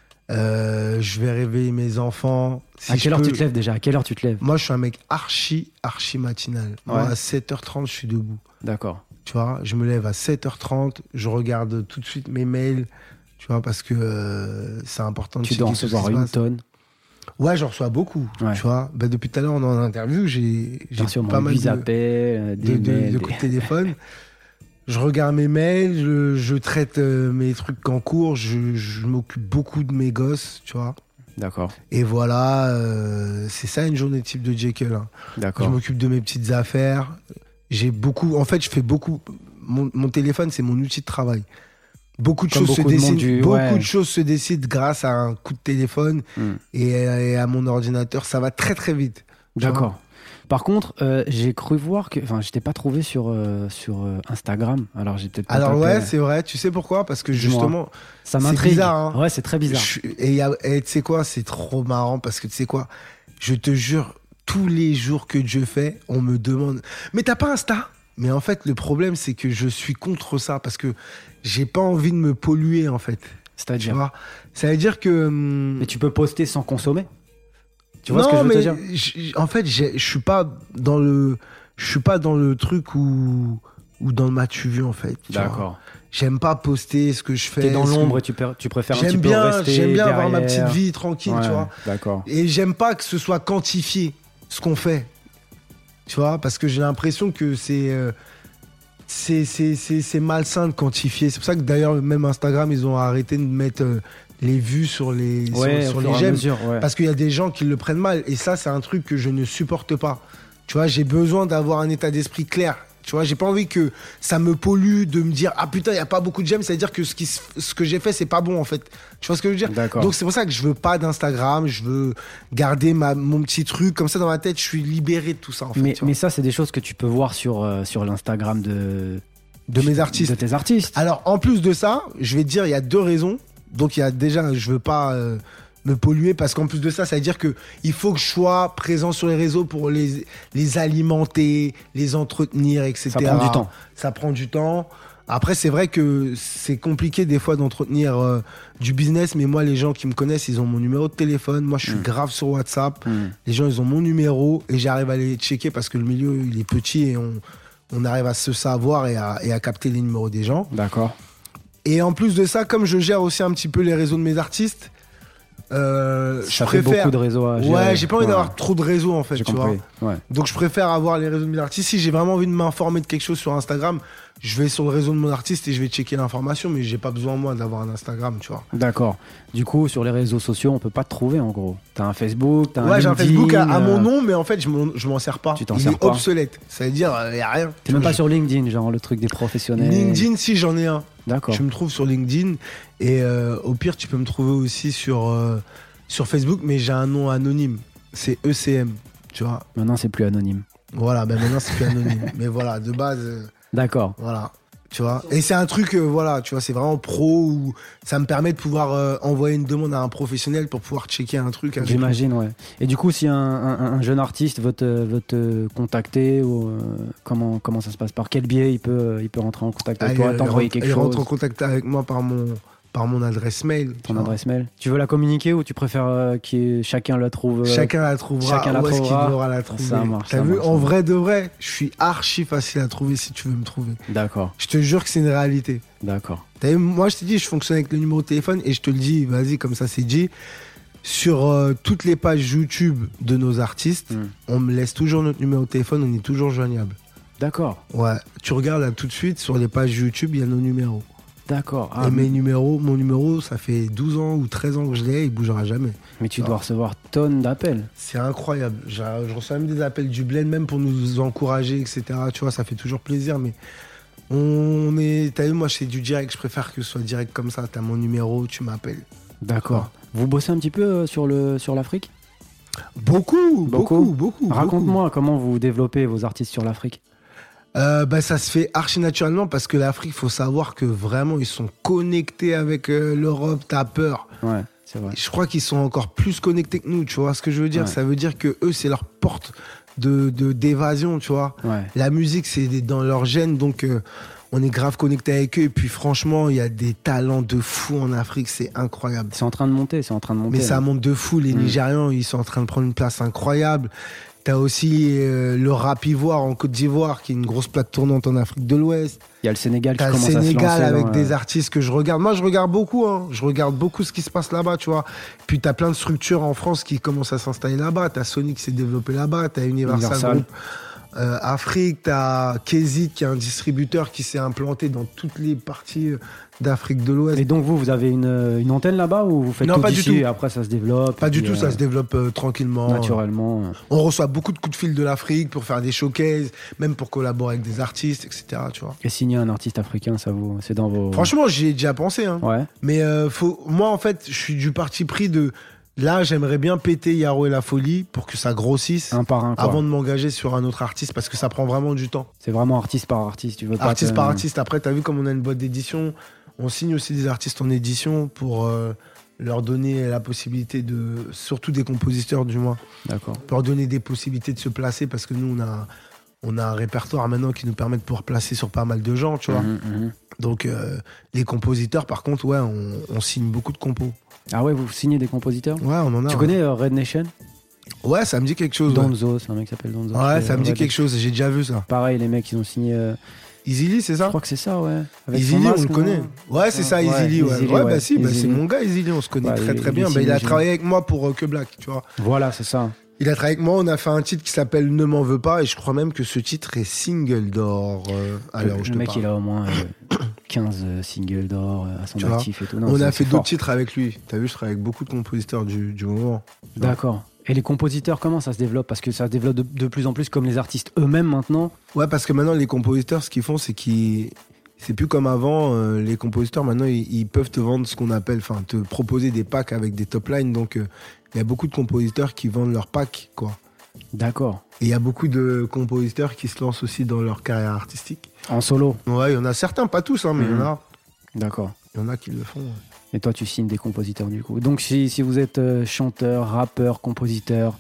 euh, je vais réveiller mes enfants. Si à quelle heure peux... tu te lèves déjà? À quelle heure tu te lèves? Moi, je suis un mec archi, archi matinal. Ouais. Moi, à sept heures trente, je suis debout. D'accord. Tu vois, je me lève à sept heures trente, je regarde tout de suite mes mails. Tu vois, parce que euh, c'est important de tu dois en recevoir une tonne. Ouais, j'en reçois beaucoup. Ouais. Tu vois, bah, depuis tout à l'heure, on est en interview, j'ai, j'ai pas mal de, appels, de, de, de coups de téléphone. Je regarde mes mails, je, je traite euh, mes trucs en cours, je, je m'occupe beaucoup de mes gosses, tu vois. D'accord. Et voilà, euh, c'est ça une journée type de Jekyll. Hein. D'accord. Je m'occupe de mes petites affaires. J'ai beaucoup, en fait, je fais beaucoup. Mon, mon téléphone, c'est mon outil de travail. Beaucoup de Comme choses beaucoup se décident. Du... Beaucoup ouais. de choses se décident grâce à un coup de téléphone mm. et, à, et à mon ordinateur. Ça va très très vite. D'accord. Par contre, euh, j'ai cru voir que, enfin, je t'ai pas trouvé sur euh, sur euh, Instagram. Alors j'ai peut-être. Pas Alors tapé, ouais, euh... c'est vrai. Tu sais pourquoi? Parce que justement, ça m'intrigue. C'est bizarre. Hein. Ouais, c'est très bizarre. Je, et tu sais quoi? C'est trop marrant parce que tu sais quoi? Je te jure, tous les jours que Dieu fait, on me demande. Mais t'as pas Insta? Mais en fait, le problème, c'est que je suis contre ça parce que j'ai pas envie de me polluer, en fait. C'est-à-dire tu vois, ça veut dire que. Hum... Mais tu peux poster sans consommer. Tu vois non, ce que je veux mais te dire j', En fait, je suis pas dans le, je suis pas dans le truc où, où dans le m'as-tu vu, en fait. D'accord. Vois. J'aime pas poster ce que je fais. T'es dans l'ombre que... et tu, per... tu préfères j'aime un petit bien, peu rester J'aime bien derrière. avoir ma petite vie tranquille, ouais, tu vois. D'accord. Et j'aime pas que ce soit quantifié ce qu'on fait, tu vois, parce que j'ai l'impression que c'est. Euh... C'est, c'est, c'est, c'est malsain de quantifier. C'est pour ça que d'ailleurs, même Instagram, ils ont arrêté de mettre euh, les vues sur les, ouais, sur, sur les j'aime. Mesure, ouais. Parce qu'il y a des gens qui le prennent mal. Et ça, c'est un truc que je ne supporte pas. Tu vois, j'ai besoin d'avoir un état d'esprit clair. Tu vois, j'ai pas envie que ça me pollue de me dire ah putain, il n'y a pas beaucoup de j'aime. C'est-à-dire que ce, qui, ce que j'ai fait, c'est pas bon en fait. Tu vois ce que je veux dire? D'accord. Donc c'est pour ça que je veux pas d'Instagram. Je veux garder ma, mon petit truc. Comme ça, dans ma tête, je suis libéré de tout ça en fait. Mais, mais ça, c'est des choses que tu peux voir sur, euh, sur l'Instagram de. De mes artistes. De tes artistes. Alors, en plus de ça, je vais te dire, il y a deux raisons. Donc, il y a déjà, je veux pas euh, me polluer parce qu'en plus de ça, ça veut dire que il faut que je sois présent sur les réseaux pour les, les alimenter, les entretenir, et cetera. Ça prend du temps. Ça prend du temps. Après, c'est vrai que c'est compliqué des fois d'entretenir euh, du business, mais moi, les gens qui me connaissent, ils ont mon numéro de téléphone. Moi, je suis mmh. grave sur WhatsApp. Mmh. Les gens, ils ont mon numéro et j'arrive à les checker parce que le milieu, il est petit et on... On arrive à se savoir et à, et à capter les numéros des gens. D'accord. Et en plus de ça, comme je gère aussi un petit peu les réseaux de mes artistes, euh, ça je fait préfère... beaucoup de réseaux à gérer. Ouais, j'ai pas envie ouais. d'avoir trop de réseaux en fait, j'ai tu compris. vois. Ouais. Donc je préfère avoir les réseaux de mes artistes. Si j'ai vraiment envie de m'informer de quelque chose sur Instagram, je vais sur le réseau de mon artiste et je vais checker l'information, mais j'ai pas besoin moi d'avoir un Instagram, tu vois. D'accord. Du coup, sur les réseaux sociaux, on peut pas te trouver en gros. T'as un Facebook, t'as un Ouais, j'ai un Facebook à, à mon euh... nom, mais en fait, je m'en, je m'en sers pas. Tu t'en Il sers est pas. obsolète. Ça veut dire, il euh, y a rien. T'es même pas je... sur LinkedIn, genre le truc des professionnels. LinkedIn, si j'en ai un. D'accord. Je me trouve sur LinkedIn et euh, au pire, tu peux me trouver aussi sur euh, sur Facebook, mais j'ai un nom anonyme. C'est E C M, tu vois. Maintenant, c'est plus anonyme. Voilà, ben maintenant c'est plus anonyme. Mais voilà, de base. Euh, D'accord. Voilà. Tu vois. Et c'est un truc, euh, voilà, tu vois, c'est vraiment pro où ça me permet de pouvoir euh, envoyer une demande à un professionnel pour pouvoir checker un truc. Avec J'imagine, lui. Ouais. Et du coup, si un, un, un jeune artiste veut te, veut te contacter, ou, euh, comment, comment ça se passe? Par quel biais il peut, il peut rentrer en contact avec ah, toi, t'envoyer quelque il chose? Il rentre en contact avec moi par mon, par mon adresse mail. Ton adresse mail. Tu veux la communiquer ou tu préfères euh, que chacun la trouve euh, Chacun la trouvera. Chacun la où trouvera. Est-ce qu'il devra la trouver? Ça marche. T'as ça vu, marche, en vrai de vrai, je suis archi facile à trouver si tu veux me trouver. D'accord. Je te jure que c'est une réalité. D'accord. T'as vu, moi, je t'ai dit, je fonctionne avec le numéro de téléphone et je te le dis, vas-y, comme ça, c'est dit. Sur euh, toutes les pages YouTube de nos artistes, mm. on me laisse toujours notre numéro de téléphone, on est toujours joignable. D'accord. Ouais, tu regardes là tout de suite, sur les pages YouTube, il y a nos numéros. D'accord. Ah, et mes numéros, mon numéro, ça fait douze ans ou treize ans que je l'ai, il bougera jamais. Mais tu dois recevoir tonnes d'appels. C'est incroyable. Je, je reçois même des appels du bled, même pour nous encourager, et cetera. Tu vois, ça fait toujours plaisir, mais on est... T'as vu, moi, c'est du direct. Je préfère que ce soit direct comme ça. T'as mon numéro, tu m'appelles. D'accord. Vous bossez un petit peu sur, le, sur l'Afrique ? Beaucoup, beaucoup, beaucoup. beaucoup Raconte-moi beaucoup. comment vous développez vos artistes sur l'Afrique. Euh, bah, ça se fait archi naturellement parce que l'Afrique, il faut savoir que vraiment, ils sont connectés avec euh, l'Europe. T'as peur. Ouais, c'est vrai. Je crois qu'ils sont encore plus connectés que nous, tu vois ce que je veux dire. Ouais. Ça veut dire que eux, c'est leur porte de, de, d'évasion, tu vois. Ouais. La musique, c'est dans leur gène, donc euh, on est grave connectés avec eux. Et puis franchement, il y a des talents de fou en Afrique, c'est incroyable. C'est en train de monter, c'est en train de monter. Mais ça monte de fou. Les mmh. Nigérians, ils sont en train de prendre une place incroyable. T'as aussi euh, le rap ivoire en Côte d'Ivoire, qui est une grosse plaque tournante en Afrique de l'Ouest. Il y a le Sénégal T'as qui commence Sénégal à se lancer. avec dans, des euh... artistes que je regarde. Moi, je regarde beaucoup. Hein. Je regarde beaucoup ce qui se passe là-bas, tu vois. Puis t'as plein de structures en France qui commencent à s'installer là-bas. T'as Sony qui s'est développé là-bas. T'as Universal, Universal. Group euh, Afrique. T'as Kezit qui est un distributeur qui s'est implanté dans toutes les parties d'Afrique de l'Ouest. Et donc vous, vous avez une, une antenne là-bas ou vous faites non, tout pas d'ici du tout. Et après ça se développe? Pas du puis, tout, euh, ça se développe euh, tranquillement. Naturellement. On reçoit beaucoup de coups de fil de l'Afrique pour faire des showcases, même pour collaborer avec des artistes, et cetera. Tu vois. Et signer un artiste africain, ça vous, c'est dans vos... Franchement, j'y ai déjà pensé. Hein. Ouais. Mais euh, faut... moi, en fait, je suis du parti pris de... Là, j'aimerais bien péter Yaro et la Folie pour que ça grossisse un par un, quoi. Avant de m'engager sur un autre artiste parce que ça prend vraiment du temps. C'est vraiment artiste par artiste. Tu veux pas artiste te... par artiste. Après, t'as vu comme on a une boîte d'édition, on signe aussi des artistes en édition pour euh, leur donner la possibilité de... Surtout des compositeurs, du moins. D'accord. Pour leur donner des possibilités de se placer parce que nous, on a, on a un répertoire maintenant qui nous permet de pouvoir placer sur pas mal de gens, tu vois. Mmh, mmh. Donc, euh, les compositeurs, par contre, ouais, on, on signe beaucoup de compos. Ah ouais, vous signez des compositeurs? Ouais, on en a. Tu ouais. connais euh, Red Nation? Ouais, ça me dit quelque chose. Donzo, ouais. c'est un mec qui s'appelle Donzo. Ouais, ça me dit Red quelque chose, j'ai déjà vu ça. Pareil, les mecs, ils ont signé... Euh... Eazy-Lee, c'est ça? Je crois que c'est ça, ouais. Eazy-Lee, on le connaît. Ouais, c'est ça, Eazy-Lee. Ouais, ouais, ouais, bah si, bah, c'est mon gars, Eazy-Lee, on se connaît ouais, très très il, bien. Il, bah, il a travaillé avec moi pour euh, Que Black, tu vois. Voilà, c'est ça. Il a travaillé avec moi, on a fait un titre qui s'appelle Ne m'en veux pas, et je crois même que ce titre est single d'or euh, à l'heure où je te parle. Le mec, parle. il a au moins euh, quinze singles d'or à son tu actif vois, et tout. Non, on c'est, a c'est fait fort. d'autres titres avec lui. T'as vu, je travaille avec beaucoup de compositeurs du, du moment. D'accord. Et les compositeurs, comment ça se développe? Parce que ça se développe de, de plus en plus comme les artistes eux-mêmes maintenant. Ouais, parce que maintenant, les compositeurs, ce qu'ils font, c'est qu'ils... C'est plus comme avant, euh, les compositeurs, maintenant, ils, ils peuvent te vendre ce qu'on appelle... Enfin, te proposer des packs avec des top lines. Donc, il euh, y a beaucoup de compositeurs qui vendent leurs packs, quoi. D'accord. Et il y a beaucoup de compositeurs qui se lancent aussi dans leur carrière artistique. En solo? Ouais, il y en a certains, pas tous, hein, mais il mmh. y en a. D'accord. Il y en a qui le font. Ouais. Et toi, tu signes des compositeurs du coup. Donc, si, si vous êtes euh, chanteur, rappeur, compositeur,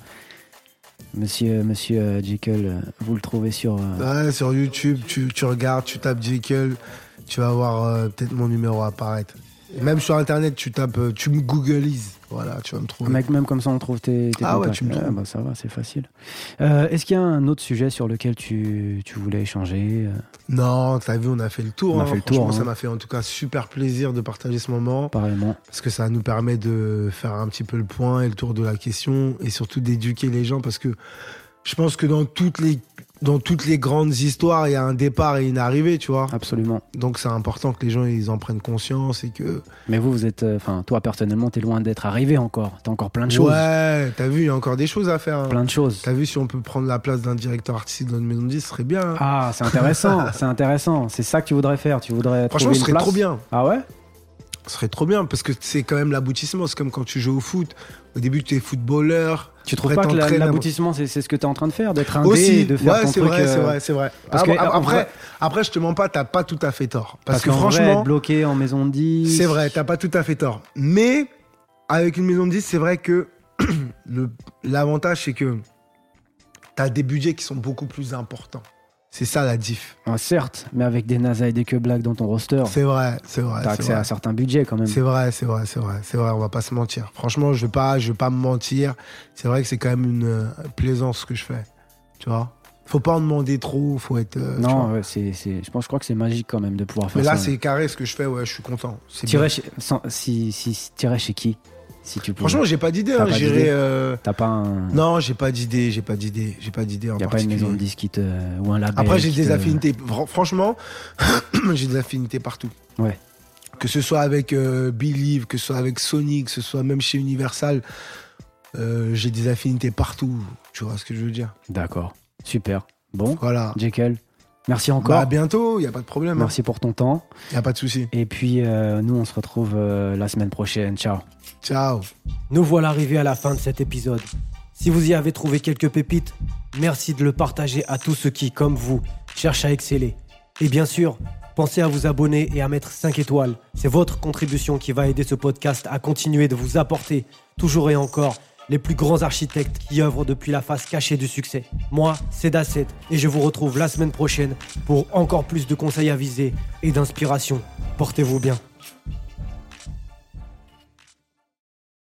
monsieur, monsieur euh, Jekyll, euh, vous le trouvez sur... Euh... Ouais, sur YouTube, tu, tu regardes, tu tapes Jekyll, tu vas voir euh, peut-être mon numéro apparaître. Et même sur Internet, tu tapes, tu me googlises. Voilà, tu vas me trouver. Mec, même comme ça, on trouve tes, tes ah contacts. Ouais, tu me trouves. Ah, bah, ça va, c'est facile. Euh, est-ce qu'il y a un autre sujet sur lequel tu, tu voulais échanger? Non, t'as vu, on a fait le tour. On hein. a fait le Franchement, tour. ça hein. m'a fait en tout cas super plaisir de partager ce moment. Pareillement. Parce que ça nous permet de faire un petit peu le point et le tour de la question et surtout d'éduquer les gens parce que je pense que dans toutes les, dans toutes les grandes histoires, il y a un départ et une arrivée, tu vois. Absolument. Donc c'est important que les gens ils en prennent conscience et que... Mais vous, vous êtes... Enfin, euh, toi, personnellement, t'es loin d'être arrivé encore. T'as encore plein de choses. Ouais, t'as vu, il y a encore des choses à faire. Hein. Plein de choses. T'as vu, si on peut prendre la place d'un directeur artistique dans une maison de disques, ce serait bien. Hein. Ah, c'est intéressant, c'est intéressant. C'est ça que tu voudrais faire. Tu voudrais Franchement, ce serait place. trop bien. Ah ouais? Ce serait trop bien parce que c'est quand même l'aboutissement. C'est comme quand tu joues au foot. Au début, tu es footballeur. Tu trouves pas que la, l'aboutissement, c'est, c'est ce que tu es en train de faire, d'être un aussi, dé et de faire ouais, ton c'est truc vrai, euh... c'est vrai, c'est vrai. Parce ah, que, après, vrai... après, je te mens pas, t'as pas tout à fait tort. Parce, parce que franchement, vrai, être bloqué en maison de disques. C'est vrai, t'as pas tout à fait tort. Mais avec une maison de disques, c'est vrai que le, l'avantage, c'est que t'as des budgets qui sont beaucoup plus importants. C'est ça la diff. Ah, certes, mais avec des NASA et des Que Black dans ton roster. C'est vrai, c'est vrai. T'as c'est accès vrai. à certains budgets quand même. C'est vrai, c'est vrai, c'est vrai, c'est vrai. On va pas se mentir. Franchement, je vais pas, je vais pas me mentir. C'est vrai que c'est quand même une euh, plaisance ce que je fais. Tu vois. Faut pas en demander trop. Faut être. Euh, non, ouais, c'est, c'est. Je pense, je crois que c'est magique quand même de pouvoir faire mais ça. Mais là, c'est carré ce que je fais. Ouais, je suis content. C'est t'irais chez, sans, si, si, si t'irais chez qui? Si tu peux. Franchement, j'ai pas d'idée. T'as Hein, pas j'irai, d'idée euh... Non, pas un. Non, j'ai pas d'idée. J'ai pas d'idée. J'ai pas d'idée. Il n'y a pas une maison de disques qui te... ou un label. Après, j'ai des te... affinités. Franchement, j'ai des affinités partout. Ouais. Que ce soit avec euh, Believe, que ce soit avec Sony, que ce soit même chez Universal, euh, j'ai des affinités partout. Tu vois ce que je veux dire? D'accord. Super. Bon. Voilà. Jekyll, merci encore. Bah, à bientôt, il n'y a pas de problème. Merci hein. pour ton temps. Il n'y a pas de souci. Et puis, euh, nous, on se retrouve euh, la semaine prochaine. Ciao. Ciao. Nous voilà arrivés à la fin de cet épisode. Si vous y avez trouvé quelques pépites, merci de le partager à tous ceux qui, comme vous, cherchent à exceller. Et bien sûr, pensez à vous abonner et à mettre cinq étoiles. C'est votre contribution qui va aider ce podcast à continuer de vous apporter, toujours et encore, les plus grands architectes qui œuvrent depuis la face cachée du succès. Moi, c'est Dasset et je vous retrouve la semaine prochaine pour encore plus de conseils avisés et d'inspiration. Portez-vous bien.